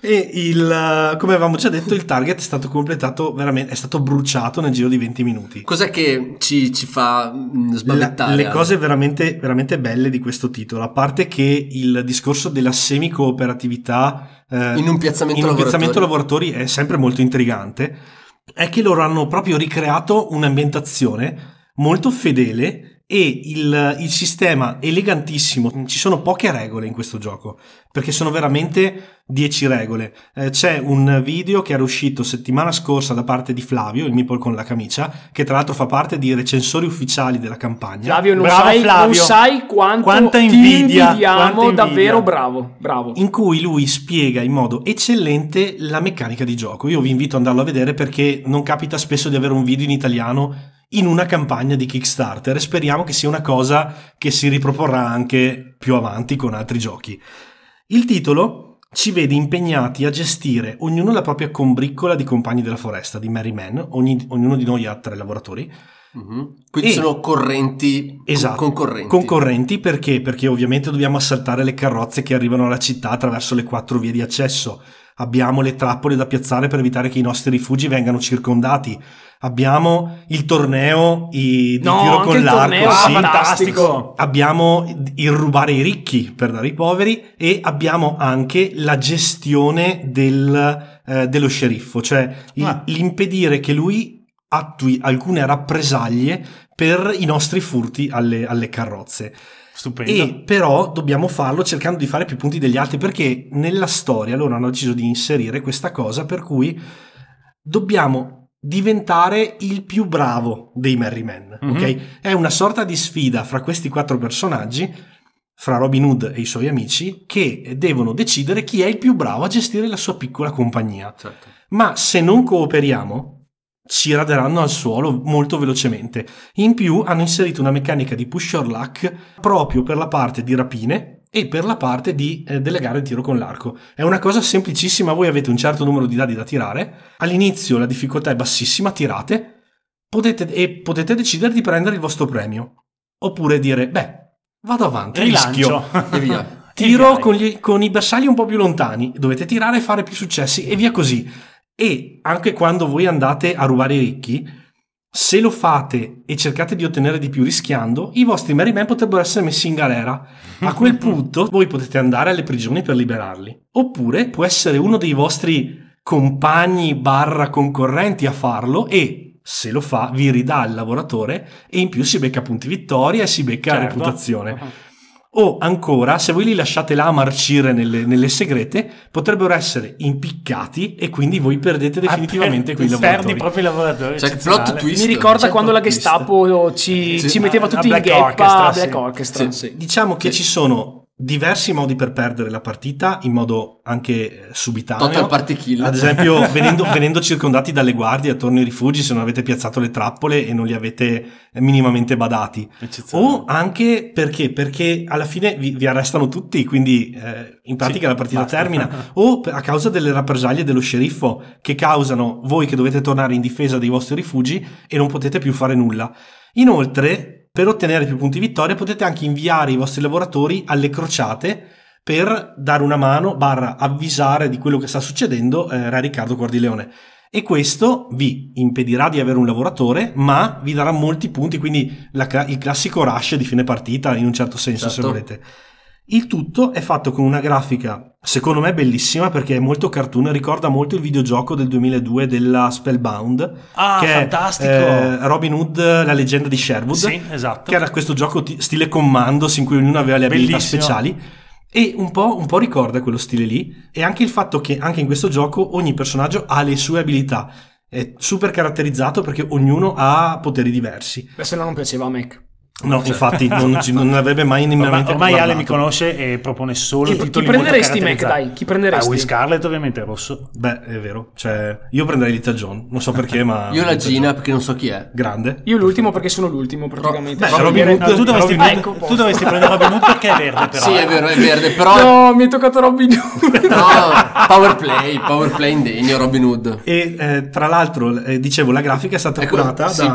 E il, come avevamo già detto, il target è stato completato veramente, è stato bruciato nel giro di venti minuti. Cos'è che ci, ci fa sbavettare? La, le cose veramente, veramente belle di questo titolo, a parte che il discorso della semi-cooperatività eh, in un piazzamento, in un lavoratori. piazzamento lavoratori è sempre molto intrigante, è che loro hanno proprio ricreato un'ambientazione molto fedele e il, il sistema elegantissimo. Ci sono poche regole in questo gioco perché sono veramente dieci regole. Eh, c'è un video che era uscito settimana scorsa da parte di Flavio, il Meeple con la camicia, che tra l'altro fa parte di recensori ufficiali della campagna. Flavio, non, Bravo, sai, Flavio. non sai quanto Quanta ti invidia, invidiamo, quanta invidia. davvero bravo, bravo. In cui lui spiega in modo eccellente la meccanica di gioco. Io vi invito ad andarlo a vedere perché non capita spesso di avere un video in italiano in una campagna di Kickstarter, e speriamo che sia una cosa che si riproporrà anche più avanti con altri giochi. Il titolo ci vede impegnati a gestire ognuno la propria combriccola di compagni della foresta, di Merry Men. Ogni, ognuno di noi ha tre lavoratori. Mm-hmm. Quindi E, sono correnti, esatto, concorrenti. Concorrenti perché? Perché ovviamente dobbiamo assaltare le carrozze che arrivano alla città attraverso le quattro vie di accesso. Abbiamo le trappole da piazzare per evitare che i nostri rifugi vengano circondati. Abbiamo il torneo i, di No, tiro anche con il l'arco. torneo, sì. fantastico. Abbiamo il rubare i ricchi per dare ai poveri, e abbiamo anche la gestione del, eh, dello sceriffo, cioè il, Ah. l'impedire che lui attui alcune rappresaglie per i nostri furti alle, alle carrozze. Stupendo. E però dobbiamo farlo cercando di fare più punti degli altri, perché nella storia loro hanno deciso di inserire questa cosa per cui dobbiamo diventare il più bravo dei Merry Men, Mm-hmm. ok? È una sorta di sfida fra questi quattro personaggi, fra Robin Hood e i suoi amici, che devono decidere chi è il più bravo a gestire la sua piccola compagnia. Certo. Ma se non cooperiamo ci raderanno al suolo molto velocemente. In più hanno inserito una meccanica di push your luck proprio per la parte di rapine e per la parte di eh, delle gare di tiro con l'arco. È una cosa semplicissima, voi avete un certo numero di dadi da tirare, all'inizio la difficoltà è bassissima, tirate, potete, e potete decidere di prendere il vostro premio, oppure dire, beh, vado avanti, rischio. Rilancio. E via. Tiro con, gli, con i bersagli un po' più lontani, dovete tirare e fare più successi e via così. E anche quando voi andate a rubare i ricchi, se lo fate e cercate di ottenere di più rischiando, i vostri Merry Men potrebbero essere messi in galera. A quel punto voi potete andare alle prigioni per liberarli, oppure può essere uno dei vostri compagni barra concorrenti a farlo, e se lo fa vi ridà il lavoratore e in più si becca punti vittoria e si becca Certo. reputazione. O ancora, se voi li lasciate là a marcire nelle, nelle segrete, potrebbero essere impiccati e quindi voi perdete definitivamente Ah, quei per- lavoratori. Perdi proprio i lavoratori. Cioè, eccezionale. plot twist. Mi ricorda C'è quando la plot twist. Gestapo ci, Sì. ci metteva A- tutti a in Black gappa Orchestra, a Black sì. Orchestra. Sì, sì. Diciamo che Sì. ci sono diversi modi per perdere la partita in modo anche subitaneo. Total party kill. Ad esempio, venendo, venendo circondati dalle guardie attorno ai rifugi, se non avete piazzato le trappole e non li avete minimamente badati. Eccezionale. O anche perché? Perché alla fine vi, vi arrestano tutti, quindi eh, in pratica Sì, la partita basta. termina. O a causa delle rappresaglie dello sceriffo, che causano voi che dovete tornare in difesa dei vostri rifugi e non potete più fare nulla. Inoltre, per ottenere più punti vittoria potete anche inviare i vostri lavoratori alle crociate per dare una mano barra avvisare di quello che sta succedendo eh, Re Riccardo Cordileone, e questo vi impedirà di avere un lavoratore ma vi darà molti punti, quindi la, il classico rush di fine partita in un certo senso, Certo. se volete. Il tutto è fatto con una grafica secondo me bellissima, perché è molto cartoon, ricorda molto il videogioco del duemiladue della Spellbound, Ah, che fantastico. è eh, Robin Hood, la leggenda di Sherwood, Sì, esatto. che era questo gioco t- stile Commandos in cui ognuno aveva le abilità Bellissimo. speciali, e un po', un po' ricorda quello stile lì, e anche il fatto che anche in questo gioco ogni personaggio ha le sue abilità, è super caratterizzato perché ognuno ha poteri diversi. Beh, se no non piaceva a Mac. No, infatti non, ci- non avrebbe mai in Ormai, mente ormai Ale guardato. mi conosce e propone solo Chi- titoli chi prenderesti, molto Mac, caratterizzati. dai? Chi prenderesti? Ah, Will Scarlet ovviamente rosso. Beh, è vero, cioè io prenderei Little John, non so perché, ma Io la Little Gina John. perché non so chi è. Grande. Io l'ultimo perché sono l'ultimo praticamente. Beh, So Robin dire- Hood- No, tu dovresti, Robin prendere- Hood- tu dovresti prendere Robin Hood perché è verde però. Sì, eh. è vero, è verde, però... No, mi è toccato Robin Hood. No, power play, power play indegno Robin Hood. E eh, tra l'altro, eh, dicevo, la grafica è stata Ecco, curata sì, da...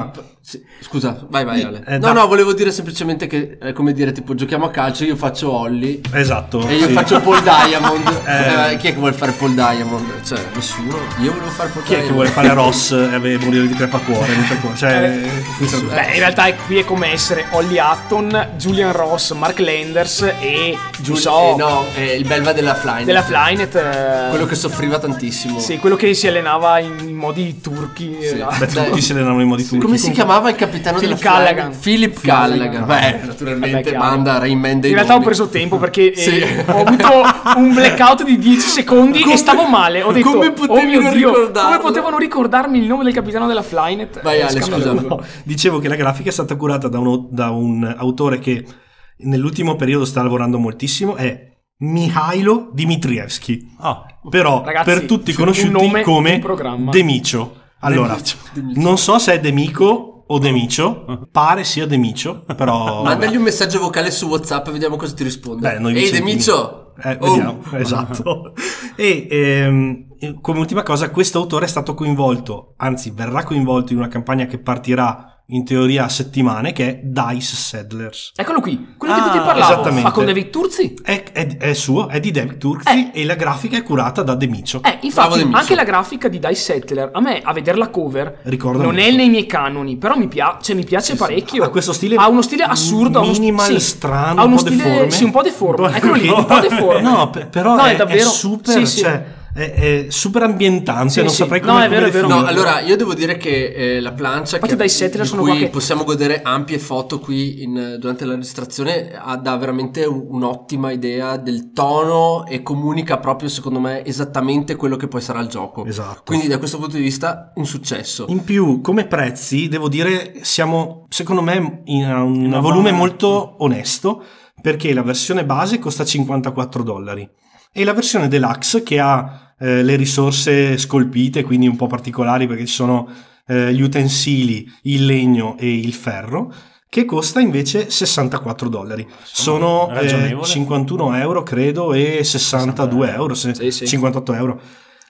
Sì, scusa, vai vai Ale. Eh, no, da- no, volevo dire semplicemente che è come dire, tipo, giochiamo a calcio, io faccio Ollie Esatto. e io sì. faccio Paul Diamond. Eh. Eh, chi è che vuole fare Paul Diamond? Cioè, nessuno. Io volevo fare Paul Chi è Diamond. che vuole fare Ross e ave- morire di crepacuore? Non per- Cioè, funziona- Beh, in realtà è, qui è come essere Holly Hutton, Julian Ross, Mark Landers e Giul- so, eh, no, eh, il belva della Flynet. della Flynet. eh, Quello che soffriva tantissimo. Sì, quello che si allenava in, in modi turchi. Sì. eh, Beh, Dai. tutti se ne danno i modi turchi. Come si chiamava il capitano Philip della Flynet? Callaghan. Philip Callaghan. Beh, naturalmente Vabbè, chiaro. manda Rayman dei In realtà ho nomi. preso tempo perché eh, Sì. ho avuto un blackout di dieci secondi Come- e stavo male. Ho detto, come oh potevi mio non Dio, ricordarlo?" come potevano ricordarmi il nome del capitano della Flynet? Vai, È Ale, scandaloso. scusa. No, dicevo che la grafica è stata curata da, uno- da un autore che nell'ultimo periodo sta lavorando moltissimo, è Mihailo Dmitrievski, Oh. però Ragazzi, per tutti un conosciuti nome, come un programma. Demicio. Allora, non so se è Demico o Demicio, pare sia Demicio, però Mandagli vabbè. un messaggio vocale su WhatsApp e vediamo cosa ti risponde. Beh, noi Ehi, vicentini. Demicio! Eh, Oh. vediamo, esatto. E ehm, come ultima cosa, questo autore è stato coinvolto, anzi verrà coinvolto in una campagna che partirà in teoria a settimane, che è Dice Settlers. Eccolo qui, quello Ah, di cui ti parlavo. esattamente. Ma con David Turzi? È, è- è suo, è di David Turzi e la grafica è curata da Demicio. Eh, Bravo, infatti, Demicio. anche la grafica di Dice Settler, a me, a vedere la cover, Ricorda non è molto. nei miei canoni, però mi piace, mi piace parecchio. Ha questo stile ha uno stile assurdo, ha uno st- minimal, sì, strano, ha uno un po' stile, deforme. sì, un po' deforme. Un po' Eccolo lì, un po' deforme. No, pe- però No, è, è davvero- è super, sì, sì. cioè, è, è super ambientante, Sì, non sì. saprei No, come è vero, come è vero. No, definirlo. allora io devo dire che eh, la plancia Infatti che, dai Settler di sono cui qua che- possiamo godere ampie foto qui in- durante la registrazione ha dà veramente un- un'ottima idea del tono e comunica proprio secondo me esattamente quello che poi sarà il gioco. Esatto. Quindi da questo punto di vista un successo. In più, come prezzi, devo dire, siamo secondo me in un una volume buona- molto onesto, perché la versione base costa cinquantaquattro dollari e la versione deluxe, che ha eh, le risorse scolpite, quindi un po' particolari perché ci sono eh, gli utensili, il legno e il ferro, che costa invece sessantaquattro dollari. Sono eh, ragionevole. cinquantuno euro credo e sessantadue euro, se- Sì, sì. cinquantotto euro.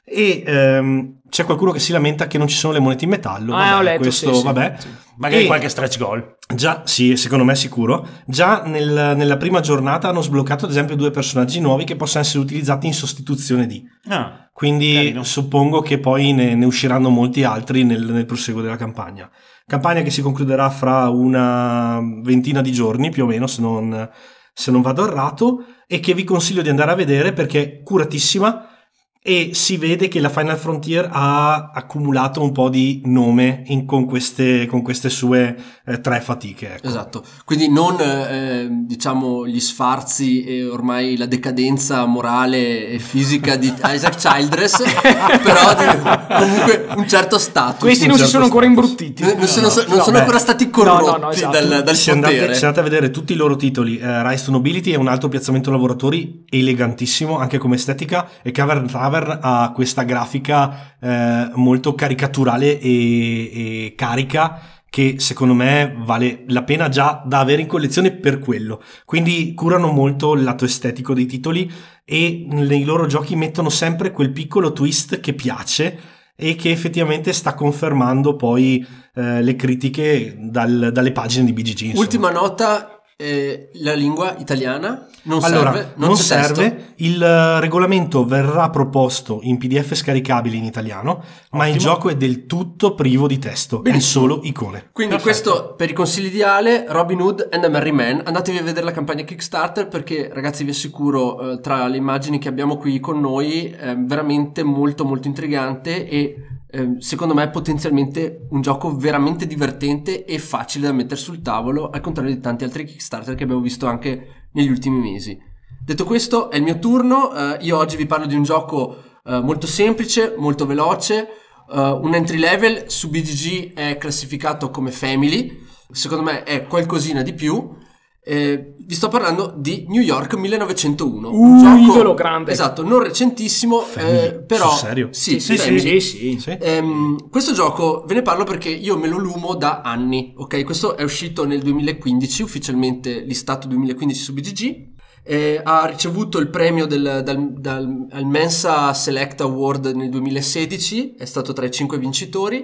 E ehm, c'è qualcuno che si lamenta che non ci sono le monete in metallo. Ah, Vabbè, ho letto, questo, sì, sì. vabbè. Magari E qualche stretch goal. Già, sì, secondo me sicuro. Già nel- nella prima giornata hanno sbloccato ad esempio due personaggi nuovi che possono essere utilizzati in sostituzione di. Ah, Quindi Carino. suppongo che poi ne, ne usciranno molti altri nel, nel proseguo della campagna. Campagna che si concluderà fra una ventina di giorni più o meno, se non, se non vado errato, e che vi consiglio di andare a vedere perché è curatissima e si vede che la Final Frontier ha accumulato un po' di nome in- con, queste, con queste sue eh, tre fatiche. Ecco. Esatto, quindi non eh, diciamo gli sfarzi e ormai la decadenza morale e fisica di Isaac Childress, però di, comunque un certo status. Questi un non si certo sono ancora status. imbruttiti. Non, non sono, non no, sono beh. ancora stati No, corrotti no, no, esatto. dal, dal Se andate, potere. se andate a vedere tutti i loro titoli, eh, Rise to Nobility è un altro piazzamento lavoratori elegantissimo anche come estetica, e Cavern Tavern ha questa grafica eh, molto caricaturale e, e carica che secondo me vale la pena già da avere in collezione per quello. Quindi curano molto il lato estetico dei titoli e nei loro giochi mettono sempre quel piccolo twist che piace e che effettivamente sta confermando poi eh, le critiche dal- dalle pagine di B G G. insomma. Ultima nota, eh, la lingua italiana non Allora, serve, non, non, c'è serve, testo. il eh, regolamento verrà proposto in P D F scaricabile in italiano, ma il gioco è del tutto privo di testo, è solo icone. Quindi Perfetto. questo per i consigli di Ale, Robin Hood and the Merry Man. Andatevi a vedere la campagna Kickstarter perché ragazzi vi assicuro eh, tra le immagini che abbiamo qui con noi è veramente molto molto intrigante e eh, secondo me potenzialmente un gioco veramente divertente e facile da mettere sul tavolo, al contrario di tanti altri Kickstarter che abbiamo visto anche negli ultimi mesi. Detto questo è il mio turno, eh, io oggi vi parlo di un gioco eh, molto semplice, molto veloce. Uh, un entry level su B G G è classificato come family, secondo me è qualcosina di più. Eh, vi sto parlando di New York millenovecentouno, Uh, un gioco idolo grande. esatto, non recentissimo, Family, eh, però sul serio? sì, Sì, family. sì, sì, sì. Sì? Ehm, questo gioco ve ne parlo perché io me lo lumo da anni, ok? Questo è uscito nel duemilaquindici, ufficialmente listato duemilaquindici su B G G. Eh, ha ricevuto il premio del, dal, dal, al Mensa Select Award nel duemilasedici, è stato tra i cinque vincitori.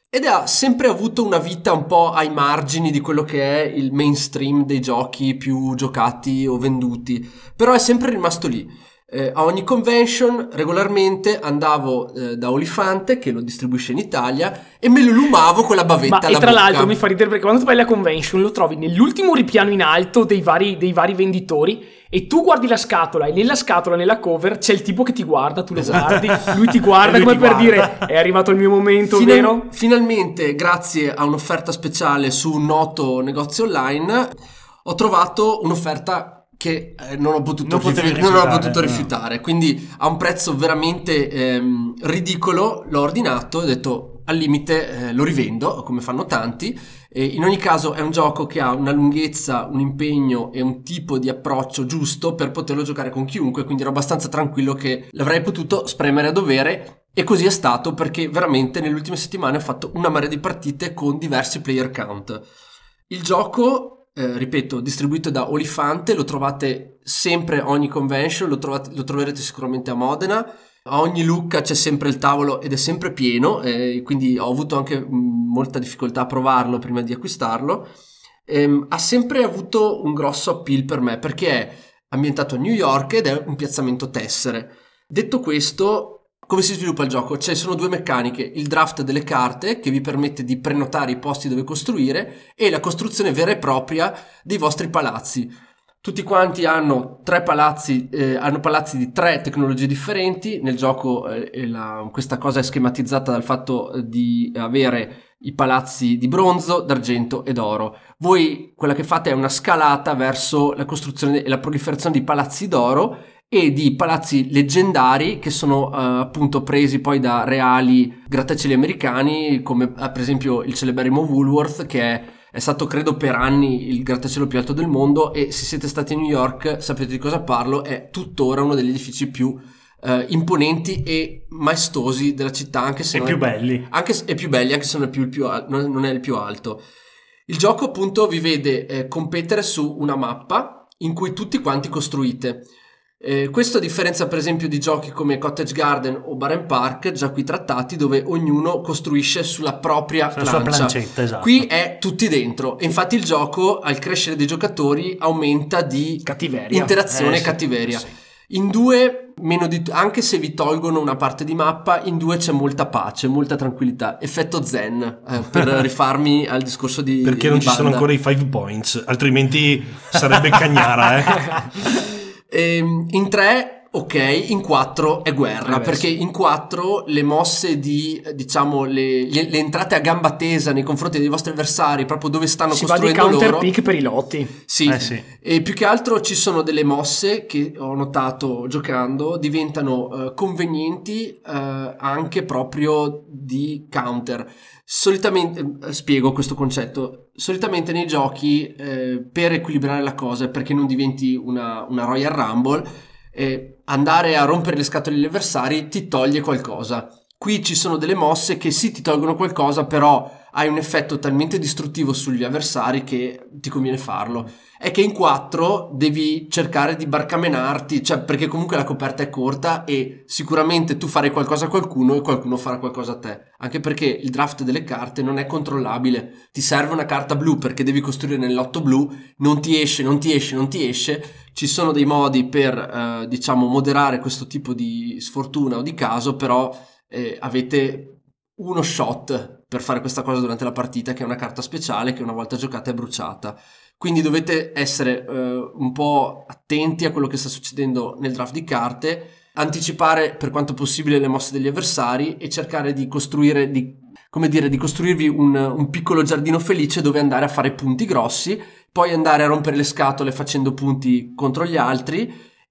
ed ha sempre avuto una vita un po' ai margini di quello che è il mainstream dei giochi più giocati o venduti, però è sempre rimasto lì. Eh, a ogni convention regolarmente andavo eh, da Olifante, che lo distribuisce in Italia, e me lo lumavo con la bavetta Ma alla e tra bocca. l'altro mi fa ridere perché quando tu vai alla convention lo trovi nell'ultimo ripiano in alto dei vari, dei vari venditori, e tu guardi la scatola e nella scatola, nella cover, c'è il tipo che ti guarda, tu lo Esatto. guardi, lui ti guarda Lui come ti per guarda. dire è arrivato il mio momento, Final- vero? Finalmente, grazie a un'offerta speciale su un noto negozio online, ho trovato un'offerta che eh, non ho potuto, Non potevi rifiut- non ho rifiutare, potuto no. rifiutare, quindi a un prezzo veramente ehm, ridicolo l'ho ordinato e ho detto al limite eh, lo rivendo, come fanno tanti. E in ogni caso è un gioco che ha una lunghezza, un impegno e un tipo di approccio giusto per poterlo giocare con chiunque, quindi ero abbastanza tranquillo che l'avrei potuto spremere a dovere, e così è stato, perché veramente nelle ultime settimane ho fatto una marea di partite con diversi player count. Il gioco, Eh, ripeto, distribuito da Olifante, lo trovate sempre a ogni convention, lo, trovate, lo troverete sicuramente a Modena. A ogni Lucca c'è sempre il tavolo ed è sempre pieno, eh, quindi ho avuto anche mh, molta difficoltà a provarlo prima di acquistarlo. Ehm, ha sempre avuto un grosso appeal per me perché è ambientato a New York ed è un piazzamento tessere. Detto questo, come si sviluppa il gioco? Ci sono due meccaniche: il draft delle carte, che vi permette di prenotare i posti dove costruire, e la costruzione vera e propria dei vostri palazzi. Tutti quanti hanno tre palazzi, eh, hanno palazzi di tre tecnologie differenti. Nel gioco eh, la, questa cosa è schematizzata dal fatto di avere i palazzi di bronzo, d'argento ed oro. Voi quella che fate è una scalata verso la costruzione e la proliferazione di palazzi d'oro e di palazzi leggendari che sono uh, appunto presi poi da reali grattacieli americani, come uh, per esempio il celeberrimo Woolworth, che è, è stato credo per anni il grattacielo più alto del mondo, e se siete stati a New York sapete di cosa parlo. È tuttora uno degli edifici più uh, imponenti e maestosi della città, anche se E non più è, belli. anche se, è più belli anche se non è, più il più al- non, non è il più alto. Il gioco appunto vi vede eh, competere su una mappa in cui tutti quanti costruite. Eh, questo a differenza per esempio di giochi come Cottage Garden o Bar and Park, già qui trattati, dove ognuno costruisce sulla propria Sulla sua plancia. plancetta, esatto. Qui è tutti dentro, e infatti il gioco al crescere dei giocatori aumenta di Cattiveria. interazione Eh, e sì, cattiveria. sì. In due, meno di, anche se vi tolgono una parte di mappa, in due c'è molta pace, molta tranquillità, effetto zen, eh, per rifarmi al discorso di Perché non di ci sono Banda. ancora i five points, altrimenti sarebbe cagnara, eh. Ehm, in tre ok, in quattro è guerra, Eh beh, perché sì. in quattro le mosse di, diciamo, le, le- le entrate a gamba tesa nei confronti dei vostri avversari, proprio dove stanno Si va di costruendo counter loro. pick per i lotti. Sì. Eh sì. E più che altro ci sono delle mosse che ho notato giocando, diventano eh, convenienti eh, anche proprio di counter. Solitamente, eh, spiego questo concetto, solitamente nei giochi eh, per equilibrare la cosa, perché non diventi una, una Royal Rumble, eh, andare a rompere le scatole agli avversari ti toglie qualcosa. Qui ci sono delle mosse che sì ti tolgono qualcosa, però hai un effetto talmente distruttivo sugli avversari che ti conviene farlo. È che in quattro devi cercare di barcamenarti, cioè perché comunque la coperta è corta e sicuramente tu farai qualcosa a qualcuno e qualcuno farà qualcosa a te, anche perché il draft delle carte non è controllabile. Ti serve una carta blu perché devi costruire nel lotto blu, non ti esce, non ti esce, non ti esce. Ci sono dei modi per eh, diciamo moderare questo tipo di sfortuna o di caso, però eh, avete uno shot per fare questa cosa durante la partita, che è una carta speciale che una volta giocata è bruciata. Quindi dovete essere eh, un po' attenti a quello che sta succedendo nel draft di carte, anticipare per quanto possibile le mosse degli avversari e cercare di costruire, di, come dire, di costruirvi un, un piccolo giardino felice dove andare a fare punti grossi, poi andare a rompere le scatole facendo punti contro gli altri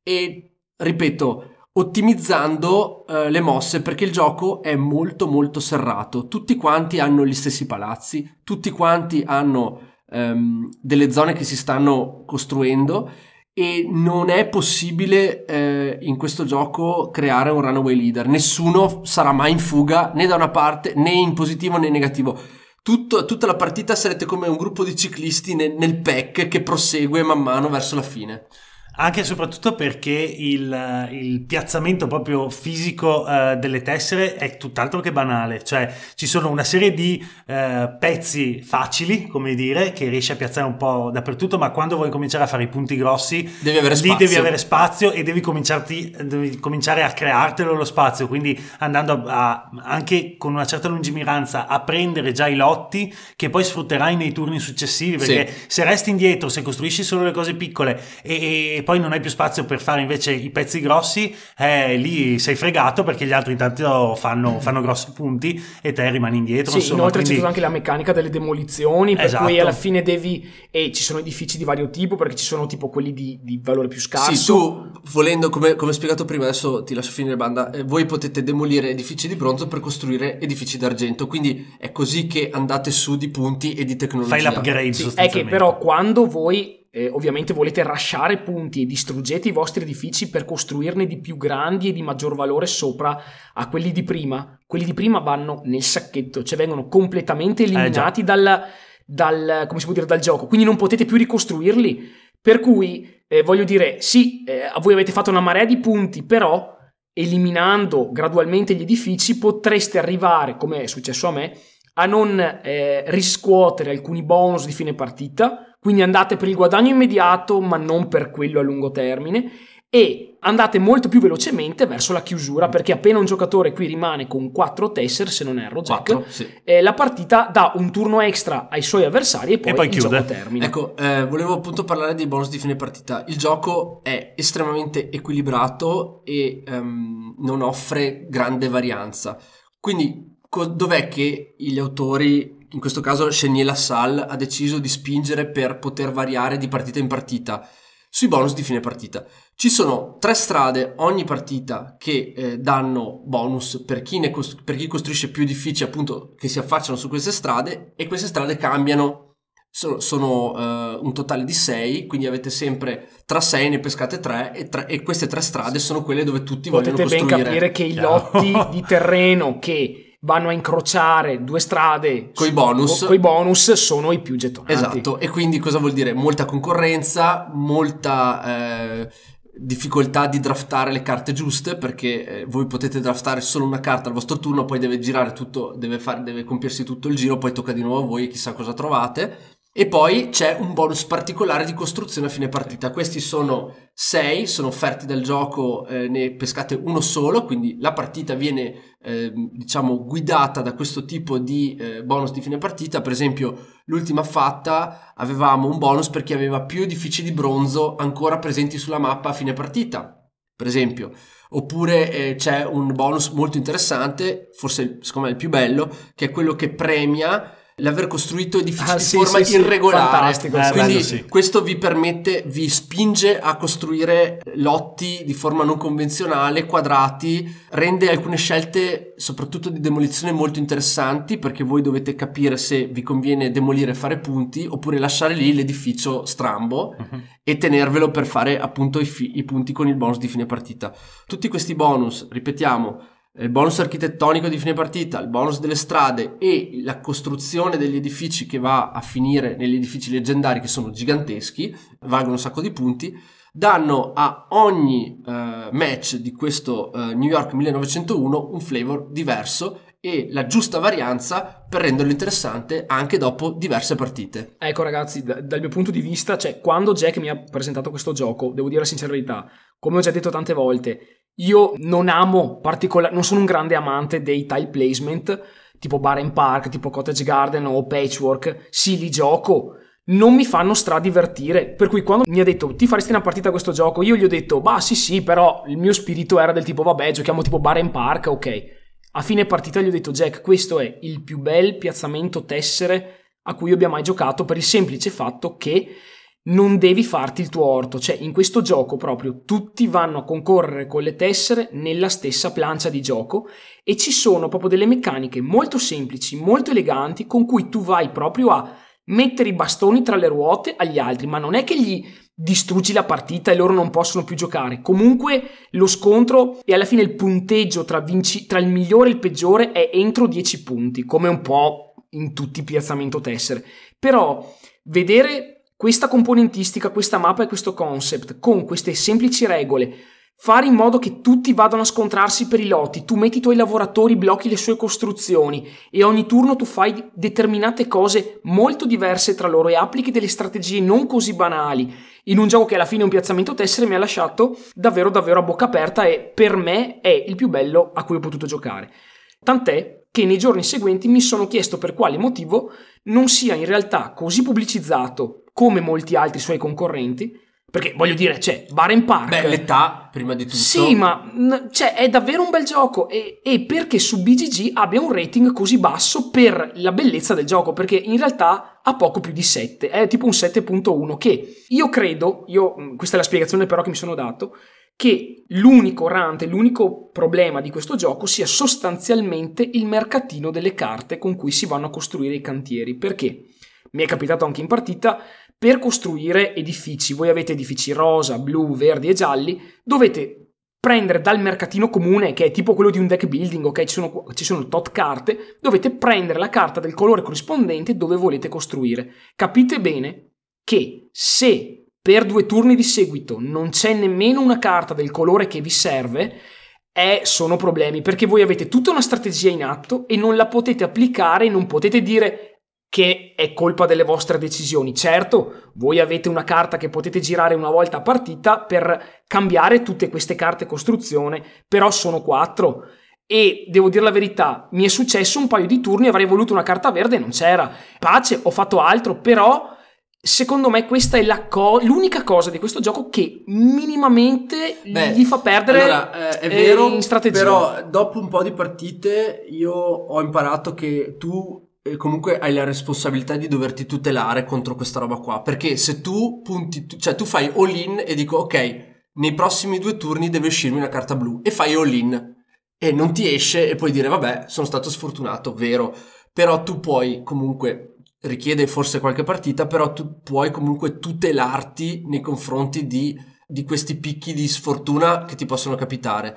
e, ripeto, ottimizzando eh, le mosse, perché il gioco è molto molto serrato. Tutti quanti hanno gli stessi palazzi, tutti quanti hanno ehm, delle zone che si stanno costruendo e non è possibile eh, in questo gioco creare un runaway leader. Nessuno sarà mai in fuga né da una parte, né in positivo né in negativo. Tutto, tutta la partita sarete come un gruppo di ciclisti nel, nel pack che prosegue man mano verso la fine. Anche e soprattutto perché il, il piazzamento proprio fisico uh, delle tessere è tutt'altro che banale, cioè ci sono una serie di uh, pezzi facili, come dire, che riesci a piazzare un po' dappertutto, ma quando vuoi cominciare a fare i punti grossi devi avere lì spazio. devi avere spazio e devi, cominciarti, devi cominciare a creartelo lo spazio, quindi andando a, a, anche con una certa lungimiranza a prendere già i lotti che poi sfrutterai nei turni successivi, perché sì. se resti indietro, se costruisci solo le cose piccole e, e poi non hai più spazio per fare invece i pezzi grossi, eh, lì sei fregato, perché gli altri intanto fanno, fanno grossi punti e te rimani indietro. Sì, insomma, inoltre quindi... c'è anche la meccanica delle demolizioni, per esatto. cui alla fine devi, e ci sono edifici di vario tipo, perché ci sono tipo quelli di, di valore più scarso. Sì, tu volendo, come, come spiegato prima, adesso ti lascio finire banda, eh, voi potete demolire edifici di bronzo per costruire edifici d'argento, quindi è così che andate su di punti e di tecnologia. Fai l'upgrade, sì, sostanzialmente. È che però quando voi Eh, ovviamente volete rasciare punti e distruggete i vostri edifici per costruirne di più grandi e di maggior valore sopra a quelli di prima, quelli di prima vanno nel sacchetto, cioè vengono completamente eliminati eh, dal, dal, come si può dire, dal gioco, quindi non potete più ricostruirli, per cui eh, voglio dire, sì, eh, voi avete fatto una marea di punti, però eliminando gradualmente gli edifici potreste arrivare, come è successo a me, a non eh, riscuotere alcuni bonus di fine partita, quindi andate per il guadagno immediato ma non per quello a lungo termine, e andate molto più velocemente verso la chiusura, perché appena un giocatore qui rimane con quattro tesser, se non erro Jack, quattro, sì. eh, la partita dà un turno extra ai suoi avversari e poi, e poi il chiude. gioco termina. Ecco, eh, volevo appunto parlare dei bonus di fine partita. Il gioco è estremamente equilibrato e um, non offre grande varianza, quindi dov'è che gli autori, in questo caso Chenier LaSalle, ha deciso di spingere per poter variare di partita in partita? Sui bonus di fine partita. Ci sono tre strade ogni partita che eh, danno bonus per chi, ne costru- per chi costruisce più edifici, appunto, che si affacciano su queste strade, e queste strade cambiano. Sono, sono uh, un totale di sei, quindi avete sempre tra sei, ne pescate tre, e, tre, e queste tre strade sono quelle dove tutti Potete vogliono costruire. Potete ben capire che i lotti di terreno che vanno a incrociare due strade coi bonus, coi bonus sono i più gettonati. Esatto, e quindi cosa vuol dire? Molta concorrenza, molta eh, difficoltà di draftare le carte giuste, perché eh, voi potete draftare solo una carta al vostro turno, poi deve girare tutto, deve, fare, deve compiersi tutto il giro, poi tocca di nuovo a voi, chissà cosa trovate. E poi c'è un bonus particolare di costruzione a fine partita. Questi sono sei, sono offerti dal gioco, eh, ne pescate uno solo, quindi la partita viene eh, diciamo guidata da questo tipo di eh, bonus di fine partita. Per esempio l'ultima fatta avevamo un bonus per chi aveva più edifici di bronzo ancora presenti sulla mappa a fine partita, per esempio. Oppure eh, c'è un bonus molto interessante, forse secondo me il più bello, che è quello che premia l'aver costruito edifici ah, di sì, forma sì, irregolare. Fantastico, eh, quindi bello, sì. questo vi permette, vi spinge a costruire lotti di forma non convenzionale, quadrati, rende alcune scelte soprattutto di demolizione molto interessanti, perché voi dovete capire se vi conviene demolire e fare punti oppure lasciare lì l'edificio strambo uh-huh. e tenervelo per fare appunto i, fi- i punti con il bonus di fine partita. Tutti questi bonus, ripetiamo, il bonus architettonico di fine partita, il bonus delle strade e la costruzione degli edifici che va a finire negli edifici leggendari, che sono giganteschi, valgono un sacco di punti, danno a ogni uh, match di questo uh, New York millenovecentouno un flavor diverso e la giusta varianza per renderlo interessante anche dopo diverse partite. Ecco ragazzi, d- dal mio punto di vista, cioè quando Jack mi ha presentato questo gioco, devo dire la sincera verità, come ho già detto tante volte, io non amo particolare, non sono un grande amante dei tile placement tipo Bar and Park, tipo Cottage Garden o Patchwork. Sì, li gioco, non mi fanno stradivertire, per cui quando mi ha detto ti faresti una partita a questo gioco, io gli ho detto bah sì sì, però il mio spirito era del tipo vabbè, giochiamo tipo Bar and Park, ok. A fine partita gli ho detto Jack, questo è il più bel piazzamento tessere a cui io abbia mai giocato, per il semplice fatto che non devi farti il tuo orto, cioè in questo gioco proprio tutti vanno a concorrere con le tessere nella stessa plancia di gioco e ci sono proprio delle meccaniche molto semplici, molto eleganti, con cui tu vai proprio a mettere i bastoni tra le ruote agli altri, ma non è che gli distruggi la partita e loro non possono più giocare. Comunque lo scontro e alla fine il punteggio tra, vinci- tra il migliore e il peggiore è entro dieci punti, come un po' in tutti i piazzamento tessere. Però vedere questa componentistica, questa mappa e questo concept con queste semplici regole, fare in modo che tutti vadano a scontrarsi per i lotti, tu metti i tuoi lavoratori, blocchi le sue costruzioni e ogni turno tu fai determinate cose molto diverse tra loro e applichi delle strategie non così banali in un gioco che alla fine è un piazzamento tessere, mi ha lasciato davvero davvero a bocca aperta e per me è il più bello a cui ho potuto giocare. Tant'è che nei giorni seguenti mi sono chiesto per quale motivo non sia in realtà così pubblicizzato come molti altri suoi concorrenti. Perché voglio dire, c'è Baren Park. Beh, l'età, prima di tutto. Sì, ma cioè, è davvero un bel gioco. E, e perché su B G G abbia un rating così basso per la bellezza del gioco? Perché in realtà ha poco più di sette. È tipo un sette virgola uno. Che io credo, io questa è la spiegazione però che mi sono dato, che l'unico rante, l'unico problema di questo gioco sia sostanzialmente il mercatino delle carte con cui si vanno a costruire i cantieri. Perché? Mi è capitato anche in partita. Per costruire edifici, voi avete edifici rosa, blu, verdi e gialli, dovete prendere dal mercatino comune, che è tipo quello di un deck building, ok? Ci sono, ci sono tot carte, dovete prendere la carta del colore corrispondente dove volete costruire. Capite bene che se per due turni di seguito non c'è nemmeno una carta del colore che vi serve, eh, sono problemi, perché voi avete tutta una strategia in atto e non la potete applicare, non potete dire che è colpa delle vostre decisioni. Certo, voi avete una carta che potete girare una volta a partita per cambiare tutte queste carte costruzione, però sono quattro e devo dire la verità, mi è successo un paio di turni, avrei voluto una carta verde e non c'era. Pace, ho fatto altro, però secondo me questa è la co- l'unica cosa di questo gioco che minimamente Beh, gli fa perdere allora, eh, è vero, in strategia. Però dopo un po' di partite io ho imparato che tu e comunque hai la responsabilità di doverti tutelare contro questa roba qua, perché se tu punti, cioè tu fai all in e dico ok, nei prossimi due turni deve uscirmi una carta blu e fai all in e non ti esce e puoi dire vabbè sono stato sfortunato, vero, però tu puoi comunque, richiede forse qualche partita, però tu puoi comunque tutelarti nei confronti di, di questi picchi di sfortuna che ti possono capitare.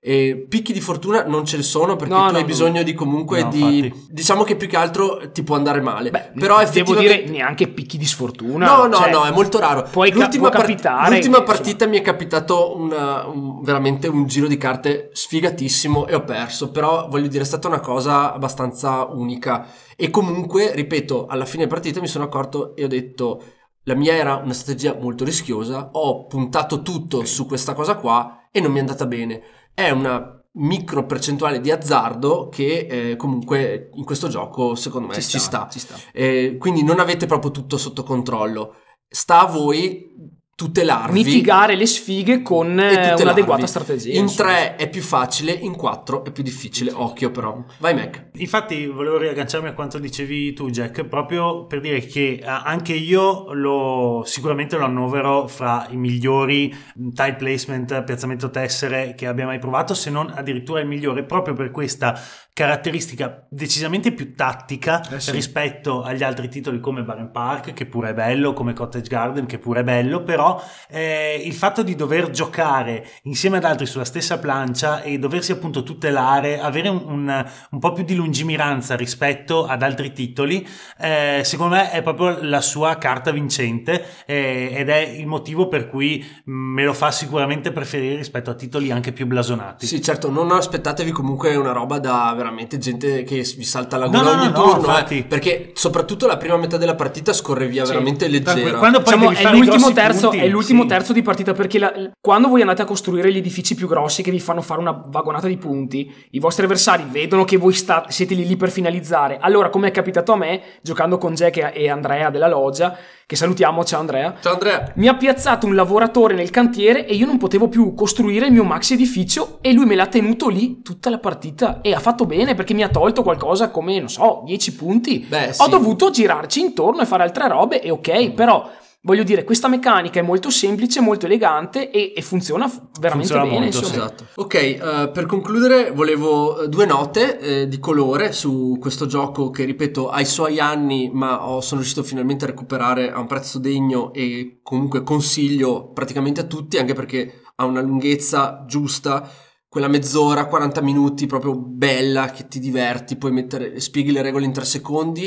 E picchi di fortuna non ce ne sono perché no, tu no, hai no. bisogno di comunque no, di infatti. diciamo che più che altro ti può andare male. Beh, però effettivamente devo dire neanche picchi di sfortuna. no no cioè, no è molto raro. Puoi l'ultima, può capitare part- l'ultima che, partita insomma, mi è capitato una, un, veramente un giro di carte sfigatissimo e ho perso, però voglio dire è stata una cosa abbastanza unica e comunque ripeto alla fine partita mi sono accorto e ho detto la mia era una strategia molto rischiosa, ho puntato tutto su questa cosa qua e non mi è andata bene. È una micro percentuale di azzardo che eh, comunque in questo gioco secondo me ci ci sta, sta, ci sta. Eh, quindi non avete proprio tutto sotto controllo, sta a voi tutelarvi, mitigare le sfighe con e tutelarvi. un'adeguata strategia. In insomma. tre è più facile, in quattro è più difficile, occhio però. Vai Mac. Infatti volevo riagganciarmi a quanto dicevi tu Jack, proprio per dire che anche io lo sicuramente lo annovero fra i migliori tile placement, piazzamento tessere che abbia mai provato, se non addirittura il migliore, proprio per questa caratteristica decisamente più tattica eh sì. rispetto agli altri titoli come Baren Park, che pure è bello, come Cottage Garden, che pure è bello, però eh, il fatto di dover giocare insieme ad altri sulla stessa plancia e doversi appunto tutelare, avere un, un, un po' più di lungimiranza rispetto ad altri titoli, eh, secondo me è proprio la sua carta vincente eh, ed è il motivo per cui me lo fa sicuramente preferire rispetto a titoli anche più blasonati. Sì, certo, non aspettatevi comunque una roba da veramente gente che vi salta la gola No, no, ogni no, turno, infatti. eh, perché soprattutto la prima metà della partita scorre via Sì, veramente leggera. Quando poi Diciamo, devi è fare i l'ultimo, grossi terzo, punti, è l'ultimo sì. terzo di partita perché la, quando voi andate a costruire gli edifici più grossi che vi fanno fare una vagonata di punti, i vostri avversari vedono che voi sta, siete lì lì per finalizzare. Allora, come è capitato a me giocando con Jack e Andrea della Loggia, che salutiamo, ciao Andrea, Ciao Andrea. mi ha piazzato un lavoratore nel cantiere e io non potevo più costruire il mio maxi edificio e lui me l'ha tenuto lì tutta la partita e ha fatto bene perché mi ha tolto qualcosa come, non so, dieci punti. Beh, Ho sì. dovuto girarci intorno e fare altre robe e ok, però voglio dire, questa meccanica è molto semplice, molto elegante e, e funziona f- veramente Funziona bene. molto, insomma. sì. Esatto. Ok, eh, per concludere volevo eh, due note eh, di colore su questo gioco che ripeto ha i suoi anni ma ho, sono riuscito finalmente a recuperare a un prezzo degno e comunque consiglio praticamente a tutti anche perché ha una lunghezza giusta, quella mezz'ora, quaranta minuti proprio bella che ti diverti, puoi mettere, spieghi le regole in tre secondi,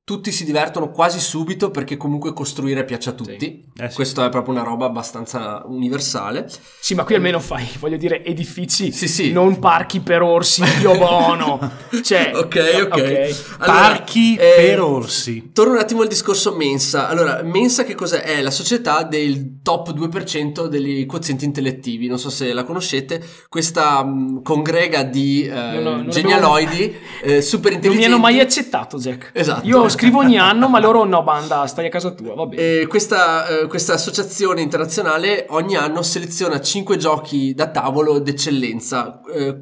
tutti si divertono quasi subito perché comunque costruire piace a tutti. Sì. Eh sì. Questo è proprio una roba abbastanza universale. Sì, ma qui almeno fai, voglio dire, edifici, Sì, sì. non parchi per orsi, Dio buono. Cioè, Ok, ok. Allora, Parchi eh, per orsi. Torno un attimo al discorso Mensa. Allora, Mensa che cos'è? È la società del top due per cento degli quozienti intellettivi. Non so se la conoscete. Questa mh, congrega di eh, No, no, non genialoidi eh, super Non intelligenti. mi hanno mai accettato, Jack. Esatto. Io scrivo ogni anno, ma loro no, banda, stai a casa tua, va bene. E questa, eh, questa associazione internazionale ogni anno seleziona cinque giochi da tavolo d'eccellenza. Eh,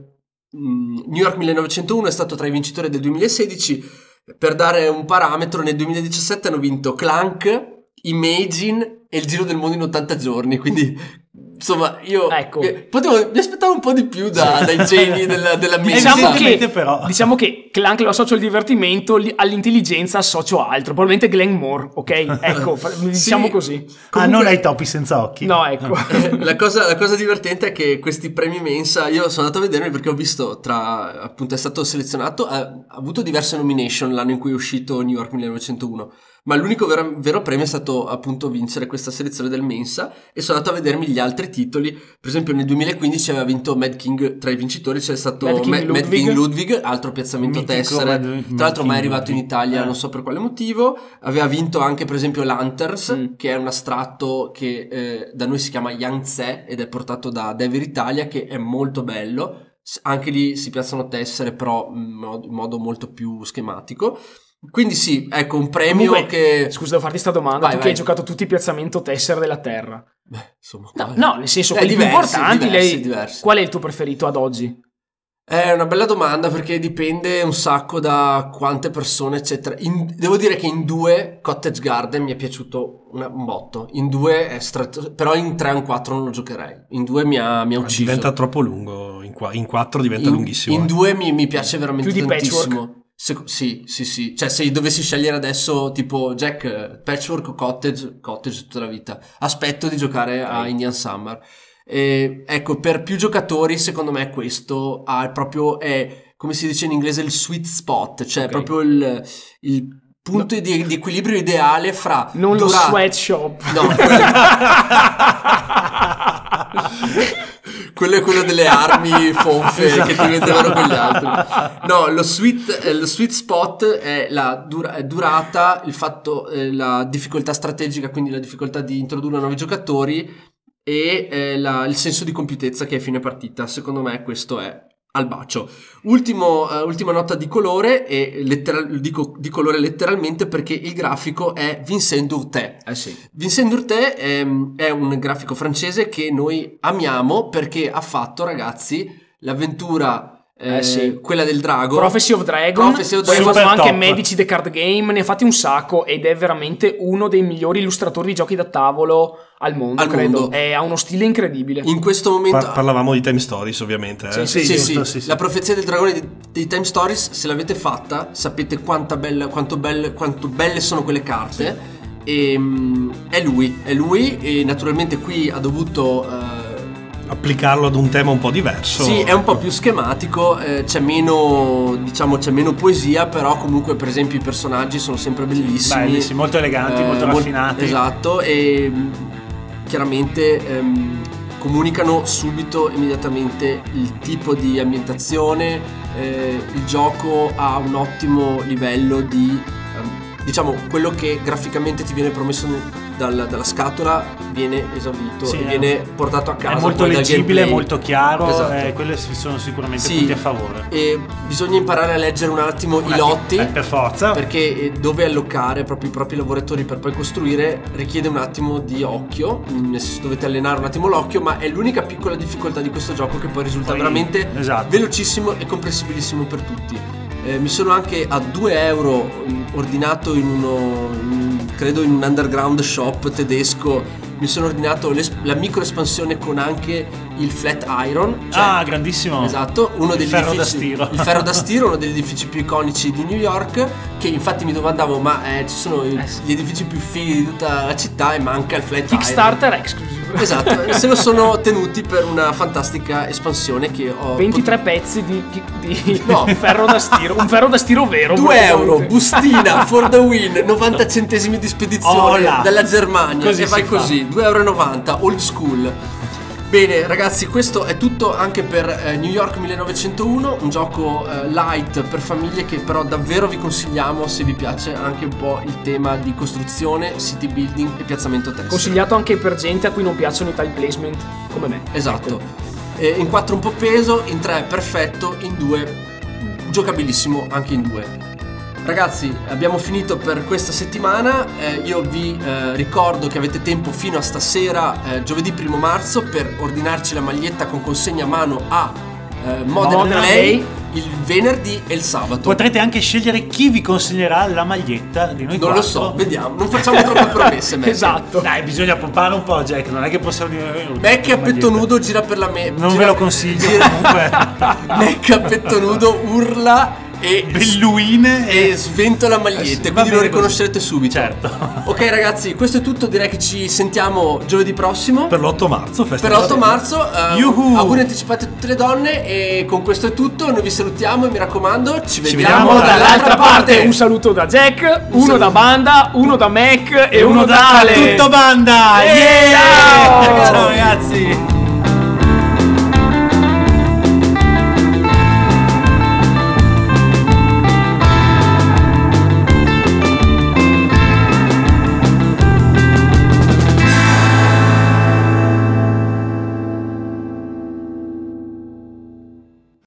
mh, New York millenovecentouno è stato tra i vincitori del duemilasedici. Per dare un parametro, nel duemiladiciassette hanno vinto Clank, Imagine e il Giro del Mondo in ottanta giorni. Quindi, insomma, io Ecco. eh, potevo, mi aspettavo un po' di più da- dai geni della, della Mensa. Diciamo Evidentemente che, però. diciamo che Clank lo associo al divertimento, li- all'intelligenza associo altro. Probabilmente Glenn Moore, ok? Ecco, fa- diciamo Sì. così. Ah, non hai topi senza occhi? No, ecco. La cosa, la cosa divertente è che questi premi Mensa, io sono andato a vedermi perché ho visto tra, appunto è stato selezionato, ha, ha avuto diverse nomination l'anno in cui è uscito New York millenovecentouno, ma l'unico vero, vero premio è stato appunto vincere questa selezione del Mensa, e sono andato a vedermi gli altri titoli. Per esempio nel duemilaquindici aveva vinto Mad King, tra i vincitori c'è stato Mad King Ma- Mad Ludwig. King Ludwig, altro piazzamento Mitico tessere, Mad- tra l'altro mai King arrivato in Ludwig. Italia, Eh. non so per quale motivo. Aveva vinto anche per esempio Lanterns, Mm. che è un astratto che eh, da noi si chiama Yangtze ed è portato da Dever Italia, che è molto bello. S- anche lì si piazzano tessere, però in modo, in modo molto più schematico. Quindi sì, ecco, un premio Comunque, che... Scusa, devo farti sta domanda. Vai, tu che vai. hai giocato tutti i piazzamento tessere della Terra. Beh, insomma, No, quale? no, nel senso, Eh, quelli più diversi, importanti. diversi, lei- diversi. Qual è il tuo preferito ad oggi? È una bella domanda perché dipende un sacco da quante persone eccetera. In- devo dire che in due Cottage Garden mi è piaciuto una- un botto, in due è stretto, però in tre o in quattro non lo giocherei, in due mi ha, mi ha ucciso. Diventa troppo lungo, in, qua- in quattro diventa in, lunghissimo. in eh. due mi, mi piace veramente Più di tantissimo. Se- sì, sì, sì. Cioè, se dovessi scegliere adesso, tipo Jack, eh, Patchwork o Cottage, Cottage tutta la vita. Aspetto di giocare a Indian Summer. E, ecco, per più giocatori, secondo me, questo ha proprio, è, come si dice in inglese, il sweet spot, cioè Ok. proprio il, il punto di, di equilibrio ideale fra. Non lo durata- sweatshop. No, quello è quello delle armi fonfe Esatto. che ti vendevano quegli altri. No, lo sweet, eh, lo sweet spot è la dura- è durata, il fatto, eh, la difficoltà strategica, quindi la difficoltà di introdurre nuovi giocatori e eh, la- il senso di compiutezza che è fine partita. Secondo me questo è al bacio. Ultimo, eh, ultima nota di colore, e letteral- dico di colore letteralmente perché il grafico è Vincent Durté. Eh sì. Vincent Durté è, è un grafico francese che noi amiamo perché ha fatto, ragazzi, l'avventura eh, Eh sì. quella del drago, Prophecy of Dragon, Prophecy of poi ha Dragon. fatto Super anche top. Medici the Card Game, ne ha fatti un sacco ed è veramente uno dei migliori illustratori di giochi da tavolo al mondo, Al credo. mondo. E ha uno stile incredibile. In questo momento Par- parlavamo di Time Stories, ovviamente. eh. Sì, Sì, sì, giusto, sì. sì, sì. La profezia del dragone di, di Time Stories, se l'avete fatta, sapete quanta bella, quanto, belle, quanto belle sono quelle carte. E, mm, è lui, è lui, e naturalmente qui ha dovuto. eh, Applicarlo ad un tema un po' diverso. Sì, è un po' più schematico, eh, c'è meno, diciamo, c'è meno poesia, però comunque per esempio i personaggi sono sempre bellissimi. Belli, sì, molto eleganti, eh, molto mol- raffinati. Esatto, e mh, chiaramente ehm, comunicano subito, immediatamente il tipo di ambientazione, eh, il gioco ha un ottimo livello di, ehm, diciamo, quello che graficamente ti viene promesso dal- dalla scatola viene esaudito Sì, e è- viene portato a casa. È molto poi dal leggibile, gameplay. molto chiaro, Esatto. e quelle sono sicuramente Sì. punti a favore. E bisogna imparare a leggere un attimo i lotti, Eh, per forza. perché eh, dove allocare proprio i propri lavoratori per poi costruire richiede un attimo di occhio, mm, nel senso dovete allenare un attimo l'occhio, ma è l'unica piccola difficoltà di questo gioco che poi risulta Poi- veramente esatto. velocissimo e comprensibilissimo per tutti. Eh, mi sono anche a due euro mm, ordinato in uno, mm, credo in un underground shop tedesco, mi sono ordinato l'es- la micro espansione con anche il flat iron, cioè- Ah, grandissimo. Esatto, uno Il degli ferro da edifici, stiro. il ferro da stiro, uno degli edifici più iconici di New York, che infatti mi domandavo, ma eh, ci sono i- Eh sì. gli edifici più fighi di tutta la città e manca il flat iron. Kickstarter exclusive. Esatto, se lo sono tenuti per una fantastica espansione che ho ventitré potuto... pezzi di, di, di No. ferro da stiro, un ferro da stiro vero. due euro, bustina, for the win, novanta centesimi di spedizione Hola. dalla Germania. Così e vai si fa. così, due euro e novanta, old school. Bene ragazzi, questo è tutto anche per eh, New York millenovecentouno, un gioco eh, light per famiglie che però davvero vi consigliamo se vi piace anche un po' il tema di costruzione, city building e piazzamento tessere. Consigliato anche per gente a cui non piacciono i tile placement come me. Esatto. Ecco. Eh, in quattro un po' peso, in tre perfetto, in due giocabilissimo anche in due. Ragazzi, abbiamo finito per questa settimana, eh, io vi eh, ricordo che avete tempo fino a stasera, eh, giovedì primo marzo, per ordinarci la maglietta con consegna a mano a eh, Modern Modern Lay Lay. il venerdì e il sabato. Potrete anche scegliere chi vi consiglierà la maglietta di noi Non quattro. lo so, vediamo, non facciamo troppe promesse. Mac. Esatto. Dai, bisogna pompare un po', Jack, non è che possiamo dire... Mac a petto nudo gira per la me. Non gira- ve lo consiglio gira- comunque. Mac a petto nudo urla e Belluine e e... svento la maglietta, Eh sì, va quindi lo bene riconoscerete subito. Certo. Ok ragazzi, questo è tutto, direi che ci sentiamo giovedì prossimo Per l'otto marzo, festa per l'otto della donna. marzo. eh, Yuhu! Auguri anticipati a tutte le donne e con questo è tutto, noi vi salutiamo e mi raccomando ci, vediamo vediamo dall'altra parte. Un saluto da Jack, uno saluto. da Banda, uno da Mac e, E uno da Ale. tutto banda. Eh, Yeah! ciao, Ciao ragazzi. ragazzi.